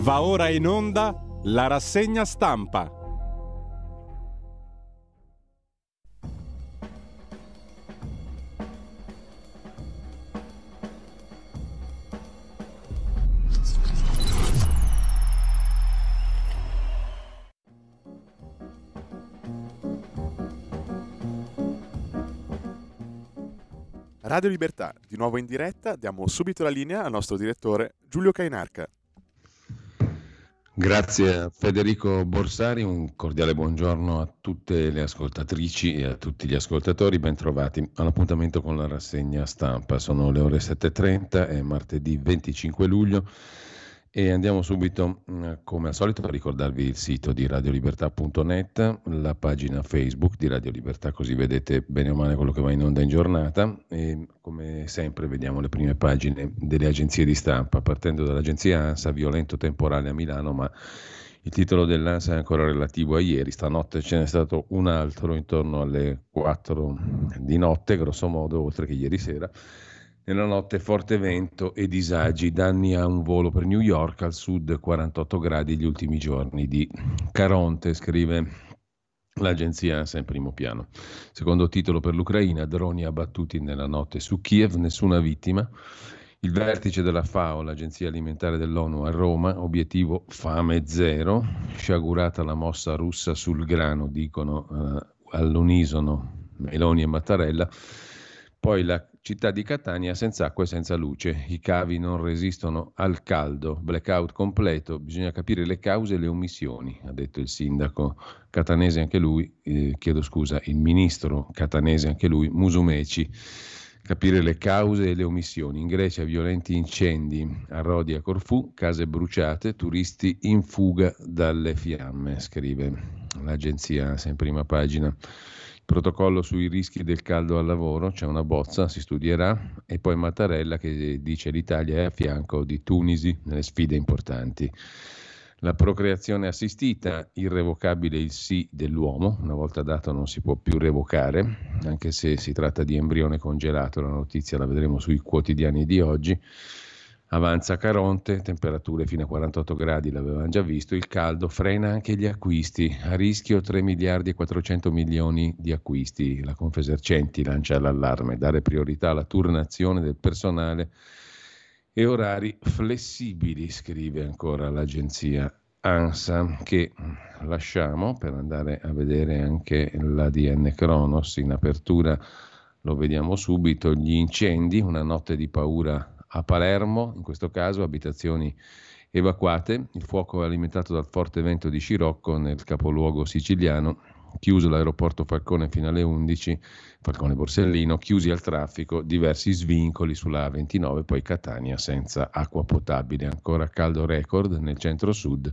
Va ora in onda la rassegna stampa. Radio Libertà, di nuovo in diretta, diamo subito la linea al nostro direttore Giulio Cainarca. Grazie a Federico Borsari, un cordiale buongiorno a tutte le ascoltatrici e a tutti gli ascoltatori, ben trovati all'appuntamento con la rassegna stampa. Sono le ore 7:30, è martedì 25 luglio e andiamo subito, come al solito, a ricordarvi il sito di radiolibertà.net, la pagina Facebook di Radio Libertà, così vedete bene o male quello che va in onda in giornata, e come sempre vediamo le prime pagine delle agenzie di stampa, partendo dall'agenzia ANSA, violento temporale a Milano, ma il titolo dell'ANSA è ancora relativo a ieri. Stanotte ce n'è stato un altro intorno alle 4 di notte, grosso modo, oltre che ieri sera. Nella notte forte vento e disagi, danni a un volo per New York, al sud 48 gradi gli ultimi giorni di Caronte, scrive l'agenzia ANSA in primo piano. Secondo titolo per l'Ucraina, droni abbattuti nella notte su Kiev, nessuna vittima. Il vertice della FAO, l'agenzia alimentare dell'ONU a Roma, obiettivo fame zero, sciagurata la mossa russa sul grano, dicono all'unisono Meloni e Mattarella. Poi la città di Catania senza acqua e senza luce, i cavi non resistono al caldo, blackout completo, bisogna capire le cause e le omissioni, ha detto il sindaco catanese anche lui, il ministro catanese anche lui, Musumeci. Capire le cause e le omissioni. In Grecia violenti incendi a Rodi e a Corfù, case bruciate, turisti in fuga dalle fiamme, scrive l'agenzia ANSA in prima pagina. Protocollo sui rischi del caldo al lavoro, c'è una bozza, si studierà, e poi Mattarella che dice l'Italia è a fianco di Tunisi nelle sfide importanti. La procreazione assistita, irrevocabile il sì dell'uomo, una volta dato non si può più revocare, anche se si tratta di embrione congelato, la notizia la vedremo sui quotidiani di oggi. Avanza Caronte, temperature fino a 48 gradi, l'avevamo già visto, il caldo frena anche gli acquisti, a rischio 3 miliardi e 400 milioni di acquisti, la Confesercenti lancia l'allarme, dare priorità alla turnazione del personale e orari flessibili, scrive ancora l'agenzia ANSA, che lasciamo per andare a vedere anche l'ADN Cronos in apertura, lo vediamo subito, gli incendi, una notte di paura a Palermo, in questo caso abitazioni evacuate, il fuoco è alimentato dal forte vento di scirocco nel capoluogo siciliano, chiuso l'aeroporto Falcone fino alle 11, Falcone Borsellino, chiusi al traffico, diversi svincoli sulla A29, poi Catania senza acqua potabile, ancora caldo record nel centro-sud,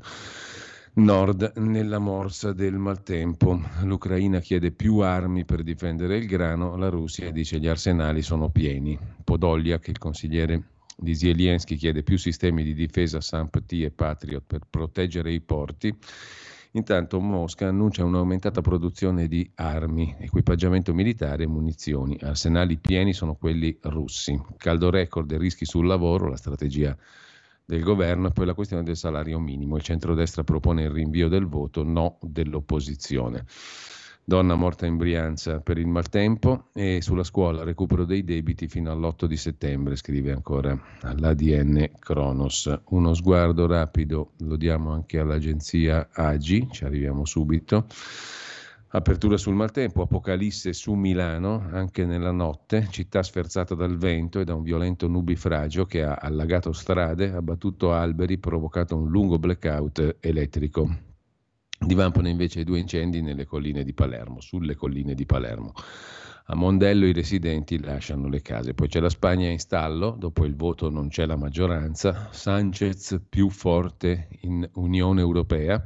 nord nella morsa del maltempo. L'Ucraina chiede più armi per difendere il grano, la Russia dice gli arsenali sono pieni. Podolyak, il consigliere di Zelensky, chiede più sistemi di difesa SAMP-T e Patriot per proteggere i porti. Intanto Mosca annuncia un'aumentata produzione di armi, equipaggiamento militare e munizioni. Arsenali pieni sono quelli russi. Caldo record e rischi sul lavoro, la strategia del governo, e poi la questione del salario minimo. Il centrodestra propone il rinvio del voto, no dell'opposizione. Donna morta in Brianza per il maltempo, e sulla scuola recupero dei debiti fino all'8 di settembre, scrive ancora l'ADN Cronos. Uno sguardo rapido lo diamo anche all'agenzia AGI, ci arriviamo subito. Apertura sul maltempo, apocalisse su Milano, anche nella notte, città sferzata dal vento e da un violento nubifragio che ha allagato strade, abbattuto alberi, provocato un lungo blackout elettrico. Divampano invece i 2 incendi nelle colline di Palermo, sulle colline di Palermo. A Mondello i residenti lasciano le case. Poi c'è la Spagna in stallo, dopo il voto non c'è la maggioranza, Sanchez più forte in Unione Europea,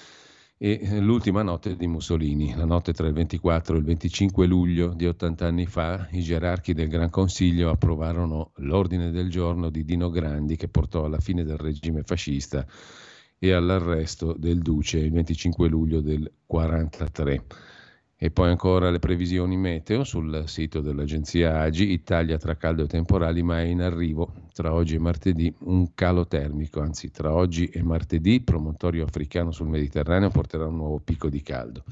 e l'ultima notte di Mussolini, la notte tra il 24 e il 25 luglio di 80 anni fa, i gerarchi del Gran Consiglio approvarono l'ordine del giorno di Dino Grandi che portò alla fine del regime fascista e all'arresto del duce il 25 luglio del 43. E poi ancora le previsioni meteo sul sito dell'agenzia AGI: Italia tra caldo e temporali, ma è in arrivo tra oggi e martedì un calo termico, anzi tra oggi e martedì promontorio africano sul Mediterraneo porterà un nuovo picco di caldo.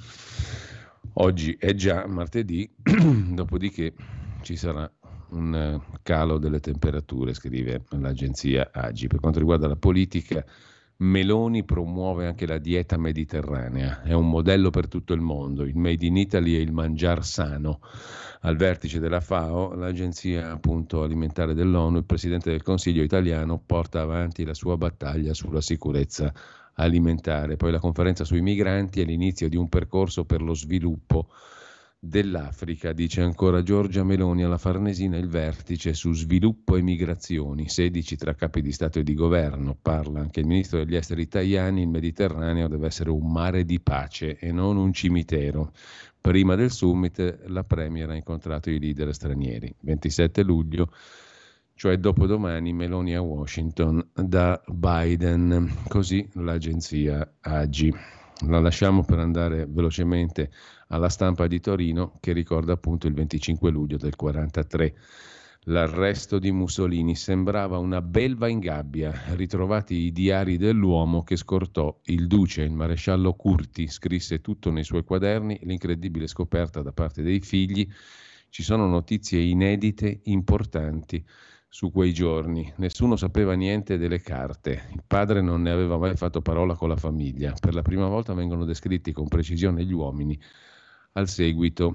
Oggi è già martedì, dopodiché ci sarà un calo delle temperature, scrive l'agenzia AGI. Per quanto riguarda la politica, Meloni promuove anche la dieta mediterranea, è un modello per tutto il mondo, il Made in Italy e il mangiar sano. Al vertice della FAO, l'agenzia appunto alimentare dell'ONU, il presidente del Consiglio italiano porta avanti la sua battaglia sulla sicurezza alimentare. Poi la conferenza sui migranti è l'inizio di un percorso per lo sviluppo dell'Africa, dice ancora Giorgia Meloni alla Farnesina, il vertice su sviluppo e migrazioni, 16 tra capi di Stato e di governo. Parla anche il ministro degli esteri Tajani: il Mediterraneo deve essere un mare di pace e non un cimitero. Prima del summit la premier ha incontrato i leader stranieri. 27 luglio, cioè dopodomani, Meloni a Washington da Biden, così l'agenzia AGI. La lasciamo per andare velocemente alla Stampa di Torino, che ricorda appunto il 25 luglio del 1943. L'arresto di Mussolini sembrava una belva in gabbia. Ritrovati i diari dell'uomo che scortò il duce. Il maresciallo Curti scrisse tutto nei suoi quaderni, l'incredibile scoperta da parte dei figli. Ci sono notizie inedite, importanti su quei giorni. Nessuno sapeva niente delle carte. Il padre non ne aveva mai fatto parola con la famiglia. Per la prima volta vengono descritti con precisione gli uomini al seguito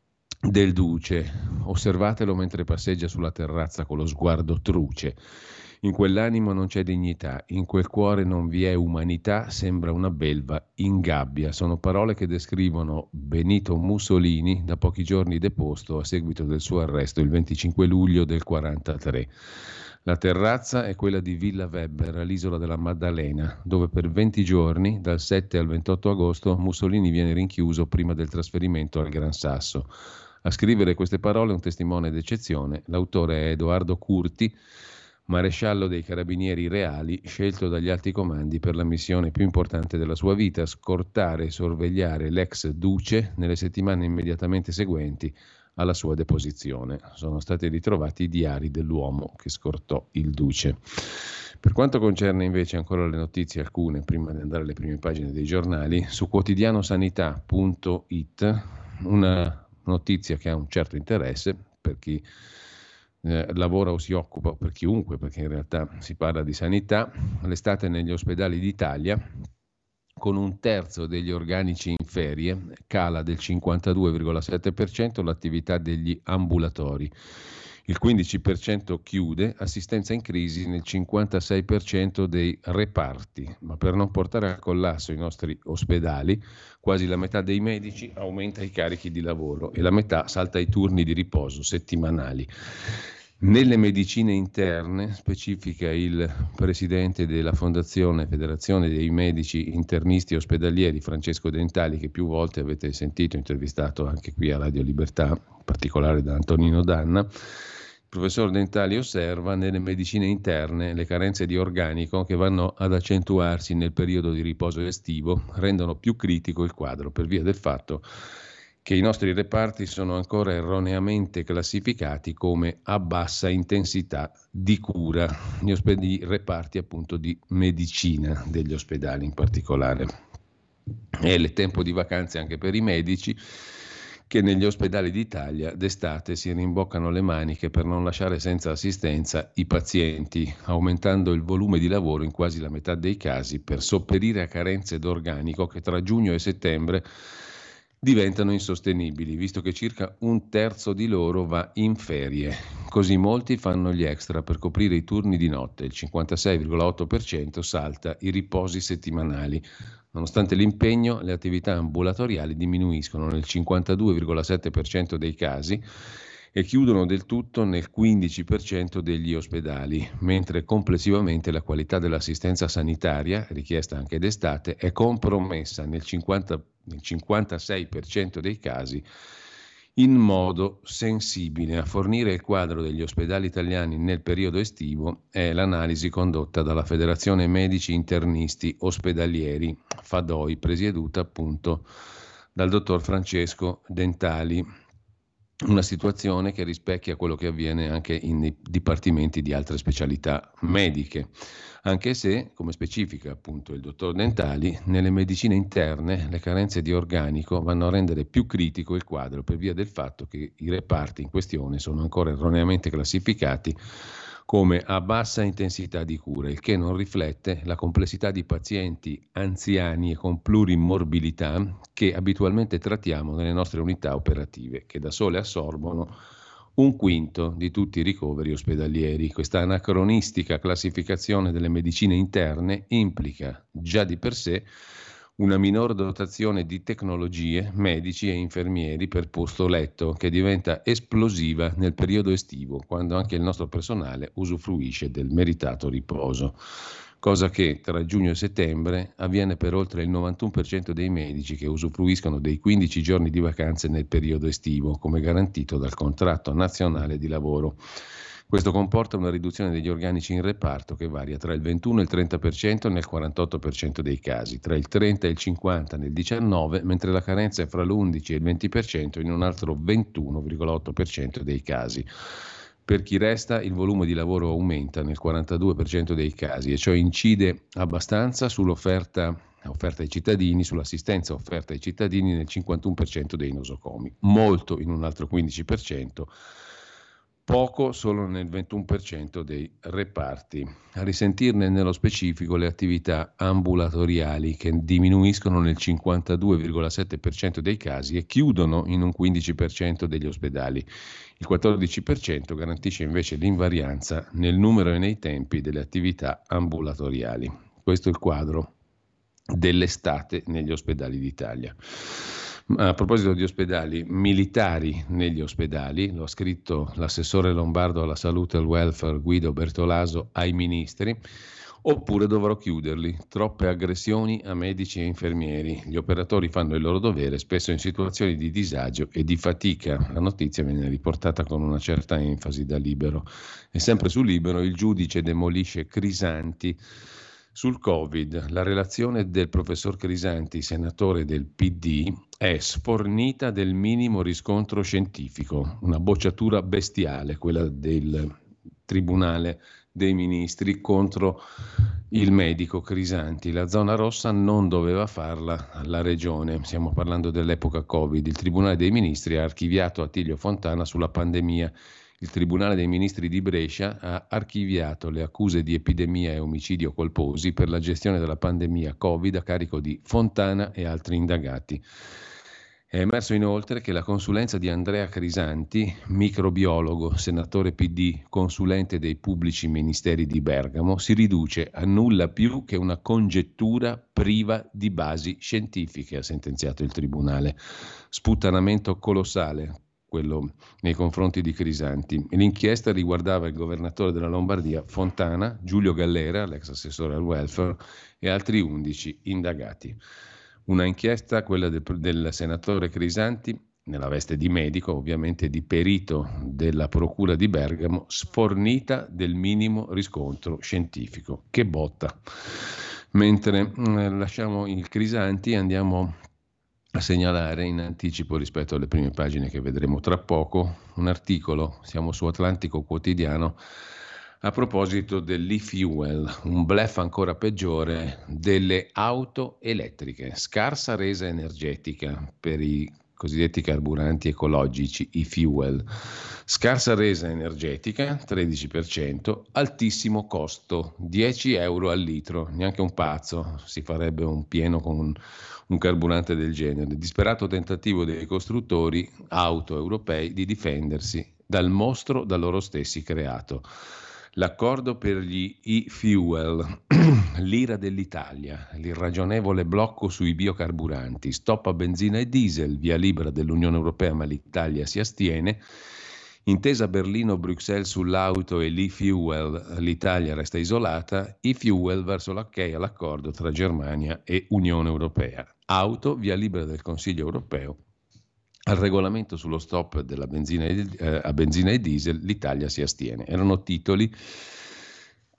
del duce. Osservatelo mentre passeggia sulla terrazza con lo sguardo truce. In quell'animo non c'è dignità, in quel cuore non vi è umanità, sembra una belva in gabbia. Sono parole che descrivono Benito Mussolini, da pochi giorni deposto a seguito del suo arresto il 25 luglio del 1943. La terrazza è quella di Villa Weber, all'isola della Maddalena, dove per 20 giorni, dal 7 al 28 agosto, Mussolini viene rinchiuso prima del trasferimento al Gran Sasso. A scrivere queste parole un testimone d'eccezione, l'autore è Edoardo Curti, maresciallo dei Carabinieri Reali, scelto dagli alti comandi per la missione più importante della sua vita: scortare e sorvegliare l'ex duce nelle settimane immediatamente seguenti alla sua deposizione. Sono stati ritrovati i diari dell'uomo che scortò il duce. Per quanto concerne invece ancora le notizie, alcune, prima di andare alle prime pagine dei giornali, su quotidianosanità.it, una notizia che ha un certo interesse per chi lavora o si occupa, per chiunque, perché in realtà si parla di sanità. L'estate negli ospedali d'Italia: con un terzo degli organici in ferie, cala del 52,7% l'attività degli ambulatori. Il 15% chiude, assistenza in crisi nel 56% dei reparti. Ma per non portare al collasso i nostri ospedali, quasi la metà dei medici aumenta i carichi di lavoro e la metà salta i turni di riposo settimanali. Nelle medicine interne, specifica il presidente della Fondazione Federazione dei Medici Internisti Ospedalieri, Francesco Dentali, che più volte avete sentito intervistato anche qui a Radio Libertà, in particolare da Antonino Danna. Il professor Dentali osserva: nelle medicine interne le carenze di organico, che vanno ad accentuarsi nel periodo di riposo estivo, rendono più critico il quadro per via del fatto che i nostri reparti sono ancora erroneamente classificati come a bassa intensità di cura, i reparti appunto di medicina degli ospedali in particolare. E il tempo di vacanze anche per i medici, che negli ospedali d'Italia d'estate si rimboccano le maniche per non lasciare senza assistenza i pazienti, aumentando il volume di lavoro in quasi la metà dei casi per sopperire a carenze d'organico che tra giugno e settembre diventano insostenibili, visto che circa un terzo di loro va in ferie. Così molti fanno gli extra per coprire i turni di notte, il 56,8% salta i riposi settimanali. Nonostante l'impegno, le attività ambulatoriali diminuiscono nel 52,7% dei casi e chiudono del tutto nel 15% degli ospedali, mentre complessivamente la qualità dell'assistenza sanitaria, richiesta anche d'estate, è compromessa nel 56% dei casi in modo sensibile. A fornire il quadro degli ospedali italiani nel periodo estivo è l'analisi condotta dalla Federazione Medici Internisti Ospedalieri, FADOI, presieduta appunto dal dottor Francesco Dentali. Una situazione che rispecchia quello che avviene anche in dipartimenti di altre specialità mediche, anche se, come specifica appunto il dottor Dentali, nelle medicine interne le carenze di organico vanno a rendere più critico il quadro per via del fatto che i reparti in questione sono ancora erroneamente classificati come a bassa intensità di cura, il che non riflette la complessità di pazienti anziani e con plurimorbilità che abitualmente trattiamo nelle nostre unità operative, che da sole assorbono un quinto di tutti i ricoveri ospedalieri. Questa anacronistica classificazione delle medicine interne implica già di per sé una minor dotazione di tecnologie, medici e infermieri per posto letto, che diventa esplosiva nel periodo estivo, quando anche il nostro personale usufruisce del meritato riposo. Cosa che tra giugno e settembre avviene per oltre il 91% dei medici che usufruiscono dei 15 giorni di vacanze nel periodo estivo, come garantito dal contratto nazionale di lavoro. Questo comporta una riduzione degli organici in reparto che varia tra il 21 e il 30% nel 48% dei casi, tra il 30 e il 50% nel 19%, mentre la carenza è fra l'11 e il 20% in un altro 21,8% dei casi. Per chi resta il volume di lavoro aumenta nel 42% dei casi e ciò incide abbastanza sull'offerta ai cittadini, sull'assistenza offerta ai cittadini nel 51% dei nosocomi, molto in un altro 15%, poco solo nel 21% dei reparti. A risentirne nello specifico le attività ambulatoriali che diminuiscono nel 52,7% dei casi e chiudono in un 15% degli ospedali. Il 14% garantisce invece l'invarianza nel numero e nei tempi delle attività ambulatoriali. Questo è il quadro dell'estate negli ospedali d'Italia. A proposito di ospedali, militari negli ospedali, lo ha scritto l'assessore lombardo alla salute e al welfare Guido Bertolaso ai ministri, oppure dovrò chiuderli. Troppe aggressioni a medici e infermieri. Gli operatori fanno il loro dovere, spesso in situazioni di disagio e di fatica. La notizia viene riportata con una certa enfasi da Libero. E sempre su Libero il giudice demolisce Crisanti. Sul Covid, la relazione del professor Crisanti, senatore del PD, è sfornita del minimo riscontro scientifico, una bocciatura bestiale, quella del Tribunale dei Ministri contro il medico Crisanti. La zona rossa non doveva farla la Regione, stiamo parlando dell'epoca Covid. Il Tribunale dei Ministri ha archiviato Attilio Fontana sulla pandemia. Il Tribunale dei Ministri di Brescia ha archiviato le accuse di epidemia e omicidio colposi per la gestione della pandemia Covid a carico di Fontana e altri indagati. È emerso inoltre che la consulenza di Andrea Crisanti, microbiologo, senatore PD, consulente dei pubblici ministeri di Bergamo, si riduce a nulla più che una congettura priva di basi scientifiche, ha sentenziato il Tribunale. Sputtanamento colossale quello nei confronti di Crisanti. L'inchiesta riguardava il governatore della Lombardia, Fontana, Giulio Gallera, l'ex assessore al welfare, e altri 11 indagati. Una inchiesta, quella del senatore Crisanti, nella veste di medico, ovviamente di perito della procura di Bergamo, sfornita del minimo riscontro scientifico. Che botta! Mentre lasciamo il Crisanti, andiamo a segnalare in anticipo rispetto alle prime pagine che vedremo tra poco un articolo, siamo su Atlantico Quotidiano, a proposito dell'e-fuel, un bluff ancora peggiore delle auto elettriche, scarsa resa energetica per i cosiddetti carburanti ecologici, e-fuel, scarsa resa energetica, 13%, altissimo costo, 10 euro al litro, neanche un pazzo si farebbe un pieno con un carburante del genere. Disperato tentativo dei costruttori auto europei di difendersi dal mostro da loro stessi creato. L'accordo per gli e-fuel, l'ira dell'Italia, l'irragionevole blocco sui biocarburanti, stop a benzina e diesel, via libera dell'Unione Europea ma l'Italia si astiene, intesa Berlino-Bruxelles sull'auto e l'e-fuel, l'Italia resta isolata, e-fuel verso l'ok all'accordo tra Germania e Unione Europea, auto, via libera del Consiglio Europeo. Al regolamento sullo stop a benzina e diesel l'Italia si astiene. Erano titoli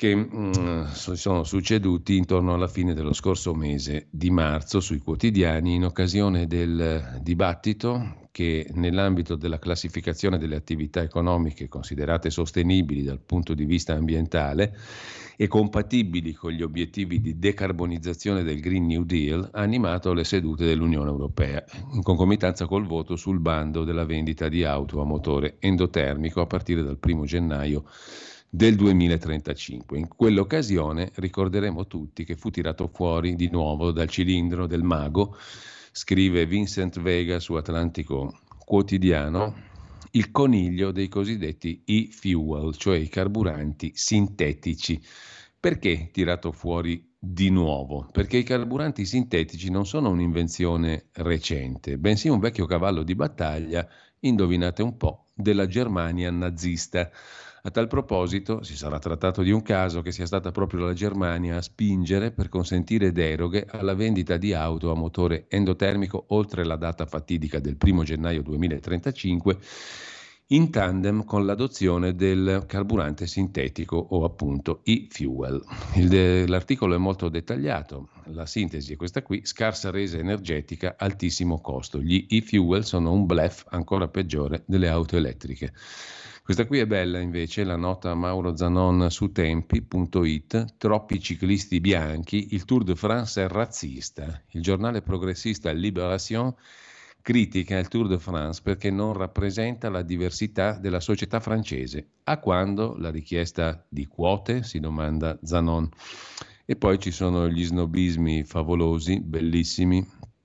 che si sono succeduti intorno alla fine dello scorso mese di marzo sui quotidiani in occasione del dibattito che nell'ambito della classificazione delle attività economiche considerate sostenibili dal punto di vista ambientale e compatibili con gli obiettivi di decarbonizzazione del Green New Deal ha animato le sedute dell'Unione Europea, in concomitanza col voto sul bando della vendita di auto a motore endotermico a partire dal 1 gennaio del 2035. In quell'occasione ricorderemo tutti che fu tirato fuori di nuovo dal cilindro del mago, scrive Vincent Vega su Atlantico Quotidiano, il coniglio dei cosiddetti e-fuel, cioè i carburanti sintetici. Perché tirato fuori di nuovo? Perché i carburanti sintetici non sono un'invenzione recente, bensì un vecchio cavallo di battaglia, indovinate un po', della Germania nazista. A tal proposito, si sarà trattato di un caso che sia stata proprio la Germania a spingere per consentire deroghe alla vendita di auto a motore endotermico oltre la data fatidica del 1 gennaio 2035, in tandem con l'adozione del carburante sintetico o appunto e-fuel. L'articolo è molto dettagliato, la sintesi è questa qui: scarsa resa energetica, altissimo costo. Gli e-fuel sono un bluff ancora peggiore delle auto elettriche. Questa qui è bella invece, la nota Mauro Zanon su tempi.it, troppi ciclisti bianchi, il Tour de France è razzista. Il giornale progressista Libération critica il Tour de France perché non rappresenta la diversità della società francese. A quando la richiesta di quote? Si domanda Zanon. E poi ci sono gli snobismi favolosi, bellissimi,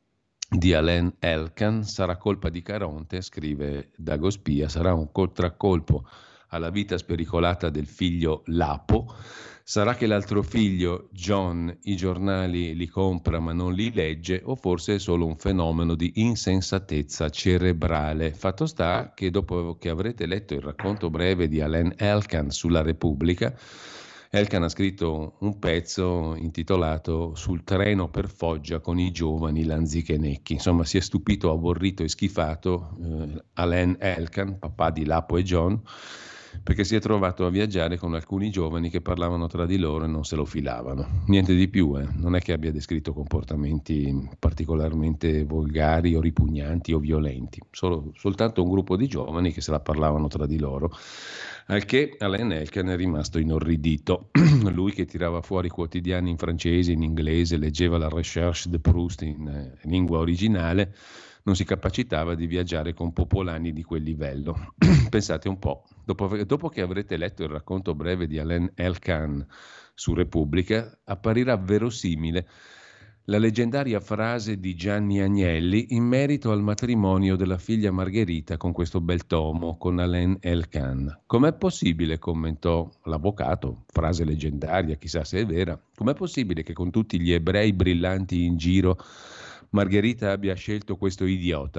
di Alain Elkann. Sarà colpa di Caronte, scrive Dago Spia, sarà un contraccolpo alla vita spericolata del figlio Lapo. Sarà che l'altro figlio, John, i giornali li compra ma non li legge, o forse è solo un fenomeno di insensatezza cerebrale. Fatto sta che dopo che avrete letto il racconto breve di Alain Elkann sulla Repubblica, Elkann ha scritto un pezzo intitolato Sul treno per Foggia con i giovani lanzichenecchi. Insomma, si è stupito, aborrito e schifato Alain Elkann, papà di Lapo e John, perché si è trovato a viaggiare con alcuni giovani che parlavano tra di loro e non se lo filavano. Niente di più, non è che abbia descritto comportamenti particolarmente volgari o ripugnanti o violenti, soltanto un gruppo di giovani che se la parlavano tra di loro. Al che Alain Elkann è rimasto inorridito. Lui che tirava fuori quotidiani in francese, in inglese, leggeva la Recherche de Proust in lingua originale, non si capacitava di viaggiare con popolani di quel livello. Pensate un po', dopo che avrete letto il racconto breve di Alain Elkann su Repubblica, apparirà verosimile la leggendaria frase di Gianni Agnelli in merito al matrimonio della figlia Margherita con questo bel tomo, con Alain Elkann. Com'è possibile, commentò l'avvocato, frase leggendaria, chissà se è vera, com'è possibile che con tutti gli ebrei brillanti in giro Margherita abbia scelto questo idiota?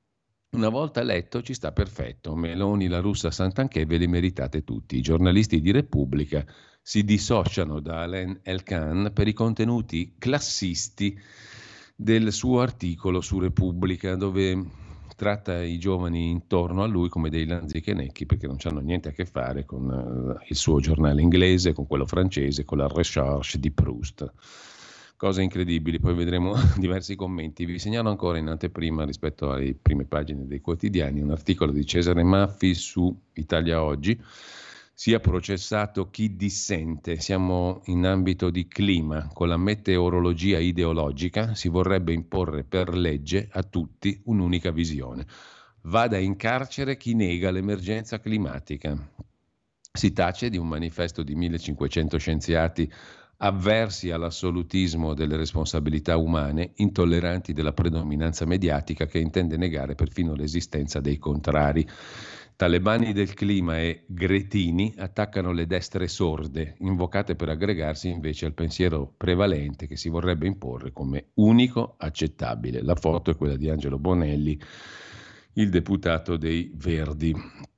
Una volta letto ci sta perfetto, Meloni, la russa Santanchè ve li meritate tutti. I giornalisti di Repubblica si dissociano da Alain Elkann per i contenuti classisti del suo articolo su Repubblica, dove tratta i giovani intorno a lui come dei lanzichenecchi, perché non hanno niente a che fare con il suo giornale inglese, con quello francese, con la Recherche di Proust. Cose incredibili, poi vedremo diversi commenti. Vi segnalo ancora in anteprima, rispetto alle prime pagine dei quotidiani, un articolo di Cesare Maffi su Italia Oggi. Sia processato chi dissente. Siamo in ambito di clima. Con la meteorologia ideologica si vorrebbe imporre per legge a tutti un'unica visione. Vada in carcere chi nega l'emergenza climatica. Si tace di un manifesto di 1500 scienziati avversi all'assolutismo delle responsabilità umane, intolleranti della predominanza mediatica che intende negare perfino l'esistenza dei contrari. Talebani del clima e gretini attaccano le destre sorde, invocate per aggregarsi invece al pensiero prevalente che si vorrebbe imporre come unico accettabile. La foto è quella di Angelo Bonelli, il deputato dei Verdi,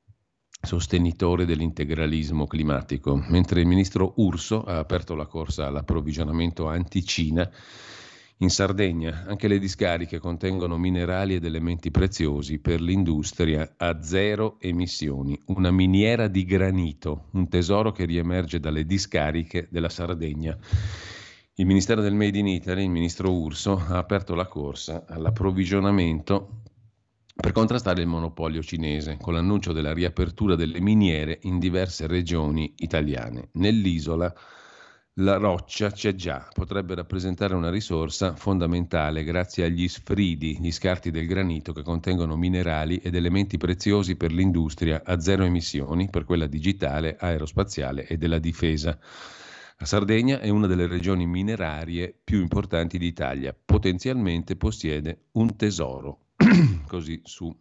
sostenitore dell'integralismo climatico, mentre il ministro Urso ha aperto la corsa all'approvvigionamento anti-Cina In Sardegna anche le discariche contengono minerali ed elementi preziosi per l'industria a zero emissioni. Una miniera di granito, un tesoro che riemerge dalle discariche della Sardegna. Il Ministero del Made in Italy, il ministro Urso, ha aperto la corsa all'approvvigionamento per contrastare il monopolio cinese, con l'annuncio della riapertura delle miniere in diverse regioni italiane. Nell'isola la roccia c'è già, potrebbe rappresentare una risorsa fondamentale grazie agli sfridi, gli scarti del granito che contengono minerali ed elementi preziosi per l'industria a zero emissioni, per quella digitale, aerospaziale e della difesa. La Sardegna è una delle regioni minerarie più importanti d'Italia, potenzialmente possiede un tesoro. Così su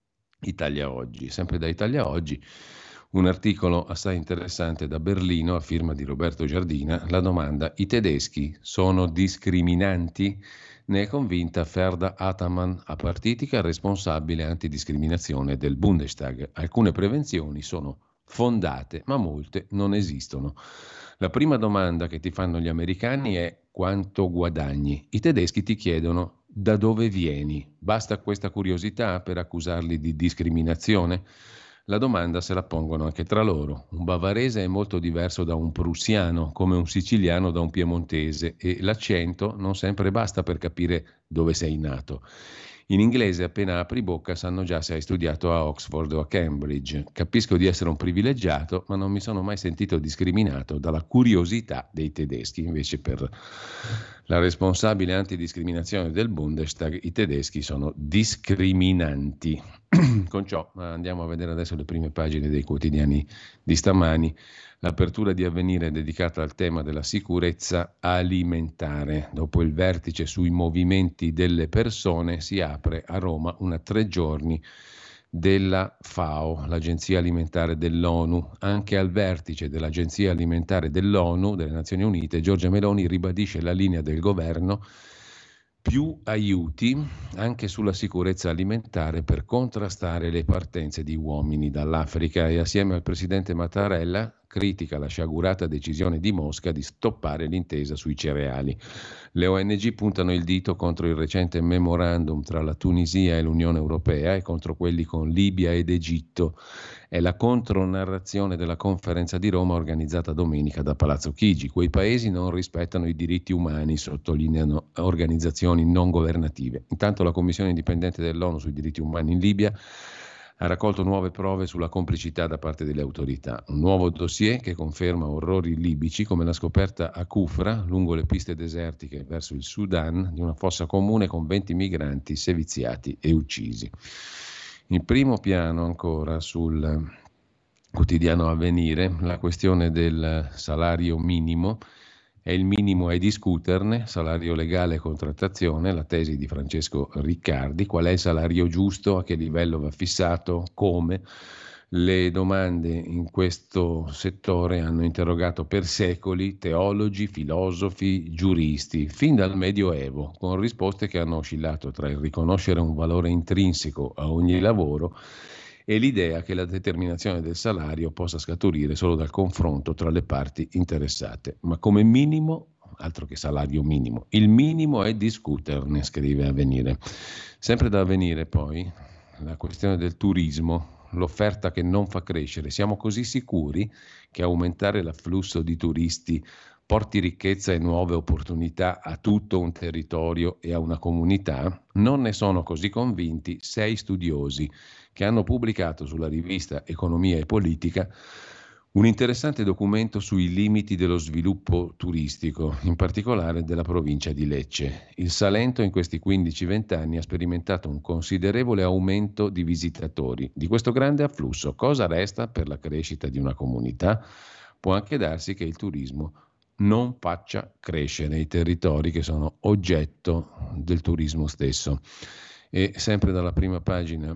Italia Oggi. Sempre da Italia Oggi, un articolo assai interessante da Berlino a firma di Roberto Giardina, la domanda: i tedeschi sono discriminanti? Ne è convinta Ferda Ataman, apartitica responsabile antidiscriminazione del Bundestag. Alcune prevenzioni sono fondate, ma molte non esistono. La prima domanda che ti fanno gli americani è: quanto guadagni? I tedeschi ti chiedono: da dove vieni? Basta questa curiosità per accusarli di discriminazione? La domanda se la pongono anche tra loro. Un bavarese è molto diverso da un prussiano, come un siciliano da un piemontese, e l'accento non sempre basta per capire dove sei nato. In inglese, appena apri bocca, sanno già se hai studiato a Oxford o a Cambridge. Capisco di essere un privilegiato, ma non mi sono mai sentito discriminato dalla curiosità dei tedeschi. Invece, per la responsabile antidiscriminazione del Bundestag, i tedeschi sono discriminanti. Con ciò andiamo a vedere adesso le prime pagine dei quotidiani di stamani. L'apertura di Avvenire è dedicata al tema della sicurezza alimentare. Dopo il vertice sui movimenti delle persone si apre a Roma una 3 giorni della FAO, l'Agenzia Alimentare dell'ONU. Anche al vertice dell'Agenzia Alimentare dell'ONU, delle Nazioni Unite, Giorgia Meloni ribadisce la linea del governo: più aiuti anche sulla sicurezza alimentare per contrastare le partenze di uomini dall'Africa, e assieme al presidente Mattarella critica la sciagurata decisione di Mosca di stoppare l'intesa sui cereali. Le ONG puntano il dito contro il recente memorandum tra la Tunisia e l'Unione Europea e contro quelli con Libia ed Egitto. È la contronarrazione della conferenza di Roma organizzata domenica da Palazzo Chigi. Quei paesi non rispettano i diritti umani, sottolineano organizzazioni non governative. Intanto la Commissione indipendente dell'ONU sui diritti umani in Libia ha raccolto nuove prove sulla complicità da parte delle autorità. Un nuovo dossier che conferma orrori libici come la scoperta a Kufra, lungo le piste desertiche verso il Sudan, di una fossa comune con 20 migranti seviziati e uccisi. In primo piano ancora sul quotidiano Avvenire la questione del salario minimo. È il minimo a discuterne, salario legale e contrattazione, la tesi di Francesco Riccardi. Qual è il salario giusto? A che livello va fissato? Come? Le domande in questo settore hanno interrogato per secoli teologi, filosofi, giuristi, fin dal Medioevo, con risposte che hanno oscillato tra il riconoscere un valore intrinseco a ogni lavoro e l'idea che la determinazione del salario possa scaturire solo dal confronto tra le parti interessate. Ma come minimo, altro che salario minimo, il minimo è discuterne, scrive Avvenire. Sempre da Avvenire poi, la questione del turismo, l'offerta che non fa crescere. Siamo così sicuri che aumentare l'afflusso di turisti porti ricchezza e nuove opportunità a tutto un territorio e a una comunità? Non ne sono così convinti 6 studiosi che hanno pubblicato sulla rivista Economia e Politica un interessante documento sui limiti dello sviluppo turistico, in particolare della provincia di Lecce. Il Salento in questi 15-20 anni ha sperimentato un considerevole aumento di visitatori. Di questo grande afflusso, cosa resta per la crescita di una comunità? Può anche darsi che il turismo non faccia crescere i territori che sono oggetto del turismo stesso. E sempre dalla prima pagina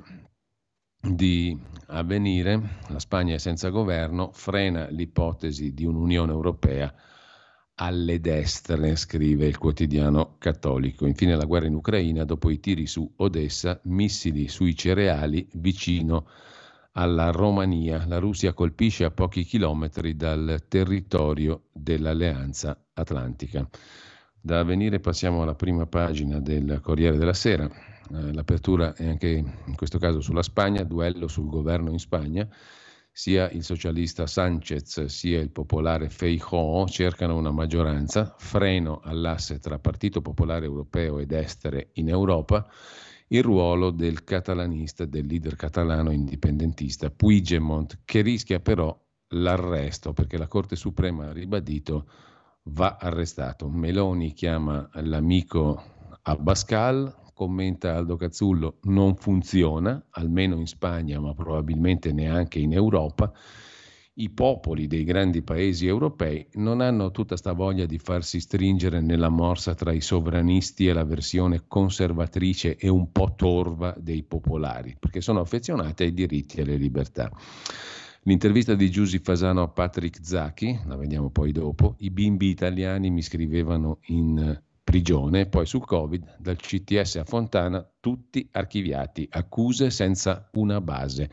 di Avvenire, la Spagna è senza governo, frena l'ipotesi di un'Unione Europea alle destre, scrive il quotidiano cattolico. Infine la guerra in Ucraina, dopo i tiri su Odessa, missili sui cereali vicino alla Romania. La Russia colpisce a pochi chilometri dal territorio dell'Alleanza Atlantica. Da Avvenire passiamo alla prima pagina del Corriere della Sera. L'apertura è anche in questo caso sulla Spagna, duello sul governo in Spagna. Sia il socialista Sánchez sia il popolare Feijóo cercano una maggioranza, freno all'asse tra Partito Popolare Europeo ed estere in Europa, il ruolo del catalanista, del leader catalano indipendentista Puigdemont, che rischia però l'arresto perché la Corte Suprema ha ribadito va arrestato. Meloni chiama l'amico Abascal, commenta Aldo Cazzullo, non funziona, almeno in Spagna, ma probabilmente neanche in Europa. I popoli dei grandi paesi europei non hanno tutta sta voglia di farsi stringere nella morsa tra i sovranisti e la versione conservatrice e un po' torva dei popolari, perché sono affezionati ai diritti e alle libertà. L'intervista di Giusy Fasano a Patrick Zaki, la vediamo poi dopo, i bimbi italiani mi scrivevano in prigione, poi sul Covid, dal CTS a Fontana, tutti archiviati, accuse senza una base.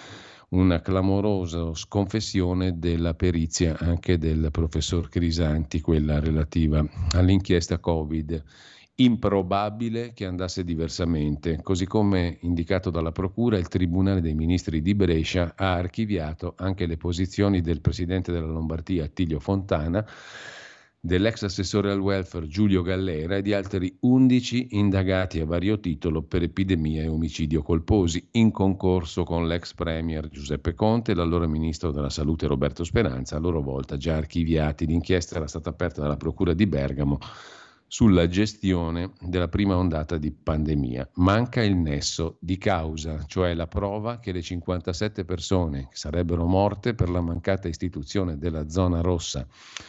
Una clamorosa sconfessione della perizia anche del professor Crisanti, quella relativa all'inchiesta Covid. Improbabile che andasse diversamente, così come indicato dalla Procura, il Tribunale dei Ministri di Brescia ha archiviato anche le posizioni del presidente della Lombardia Attilio Fontana, dell'ex assessore al welfare Giulio Gallera e di altri 11 indagati a vario titolo per epidemia e omicidio colposi, in concorso con l'ex premier Giuseppe Conte e l'allora ministro della Salute Roberto Speranza, a loro volta già archiviati. L'inchiesta era stata aperta dalla Procura di Bergamo sulla gestione della prima ondata di pandemia. Manca il nesso di causa, cioè la prova che le 57 persone che sarebbero morte per la mancata istituzione della zona rossa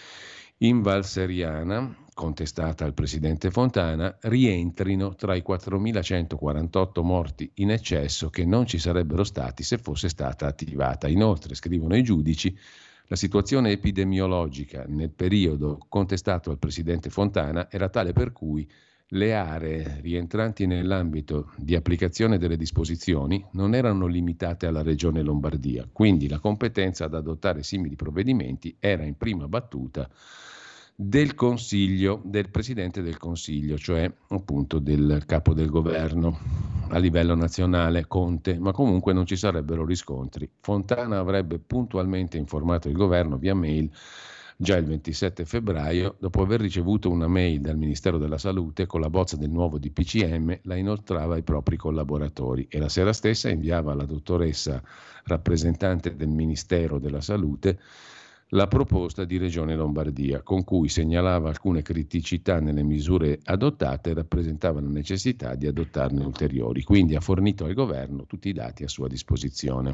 in Val Seriana, contestata al presidente Fontana, rientrino tra i 4.148 morti in eccesso che non ci sarebbero stati se fosse stata attivata. Inoltre, scrivono i giudici, la situazione epidemiologica nel periodo contestato al presidente Fontana era tale per cui le aree rientranti nell'ambito di applicazione delle disposizioni non erano limitate alla regione Lombardia, quindi la competenza ad adottare simili provvedimenti era in prima battuta del Consiglio, del Presidente del Consiglio, cioè appunto del capo del governo a livello nazionale, Conte, ma comunque non ci sarebbero riscontri. Fontana avrebbe puntualmente informato il governo via mail già il 27 febbraio, dopo aver ricevuto una mail dal Ministero della Salute con la bozza del nuovo DPCM, la inoltrava ai propri collaboratori e la sera stessa inviava alla dottoressa rappresentante del Ministero della Salute la proposta di Regione Lombardia, con cui segnalava alcune criticità nelle misure adottate e rappresentava la necessità di adottarne ulteriori. Quindi ha fornito al governo tutti i dati a sua disposizione.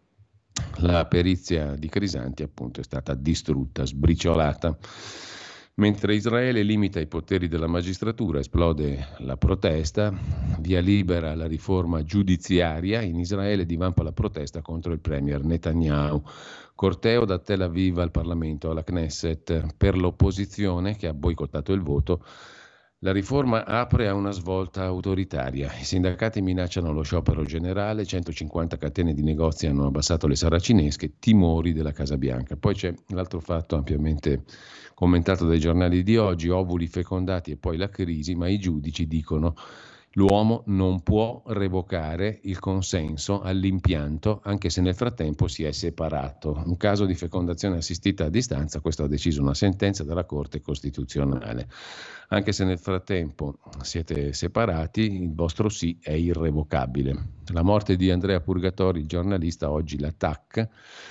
La perizia di Crisanti appunto è stata distrutta, sbriciolata. Mentre Israele limita i poteri della magistratura, esplode la protesta, via libera alla riforma giudiziaria, in Israele divampa la protesta contro il premier Netanyahu. Corteo da Tel Aviv al Parlamento, alla Knesset, per l'opposizione che ha boicottato il voto. La riforma apre a una svolta autoritaria. I sindacati minacciano lo sciopero generale, 150 catene di negozi hanno abbassato le saracinesche, timori della Casa Bianca. Poi c'è l'altro fatto ampiamente commentato dai giornali di oggi, ovuli fecondati e poi la crisi, ma i giudici dicono l'uomo non può revocare il consenso all'impianto anche se nel frattempo si è separato. Un caso di fecondazione assistita a distanza, questo ha deciso una sentenza della Corte Costituzionale. Anche se nel frattempo siete separati, il vostro sì è irrevocabile. La morte di Andrea Purgatori, il giornalista, oggi l'attacca.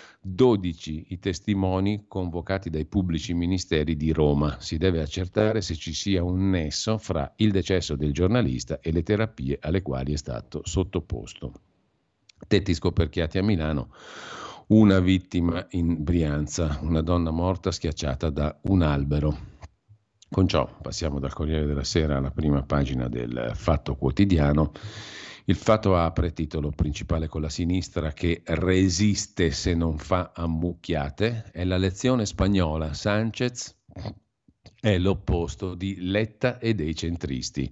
12 i testimoni convocati dai pubblici ministeri di Roma. Si deve accertare se ci sia un nesso fra il decesso del giornalista e le terapie alle quali è stato sottoposto. Tetti scoperchiati a Milano, una vittima in Brianza, una donna morta schiacciata da un albero. Con ciò passiamo dal Corriere della Sera alla prima pagina del Fatto Quotidiano. Il Fatto apre, titolo principale con la sinistra che resiste se non fa ammucchiate, è la lezione spagnola. Sánchez è l'opposto di Letta e dei centristi.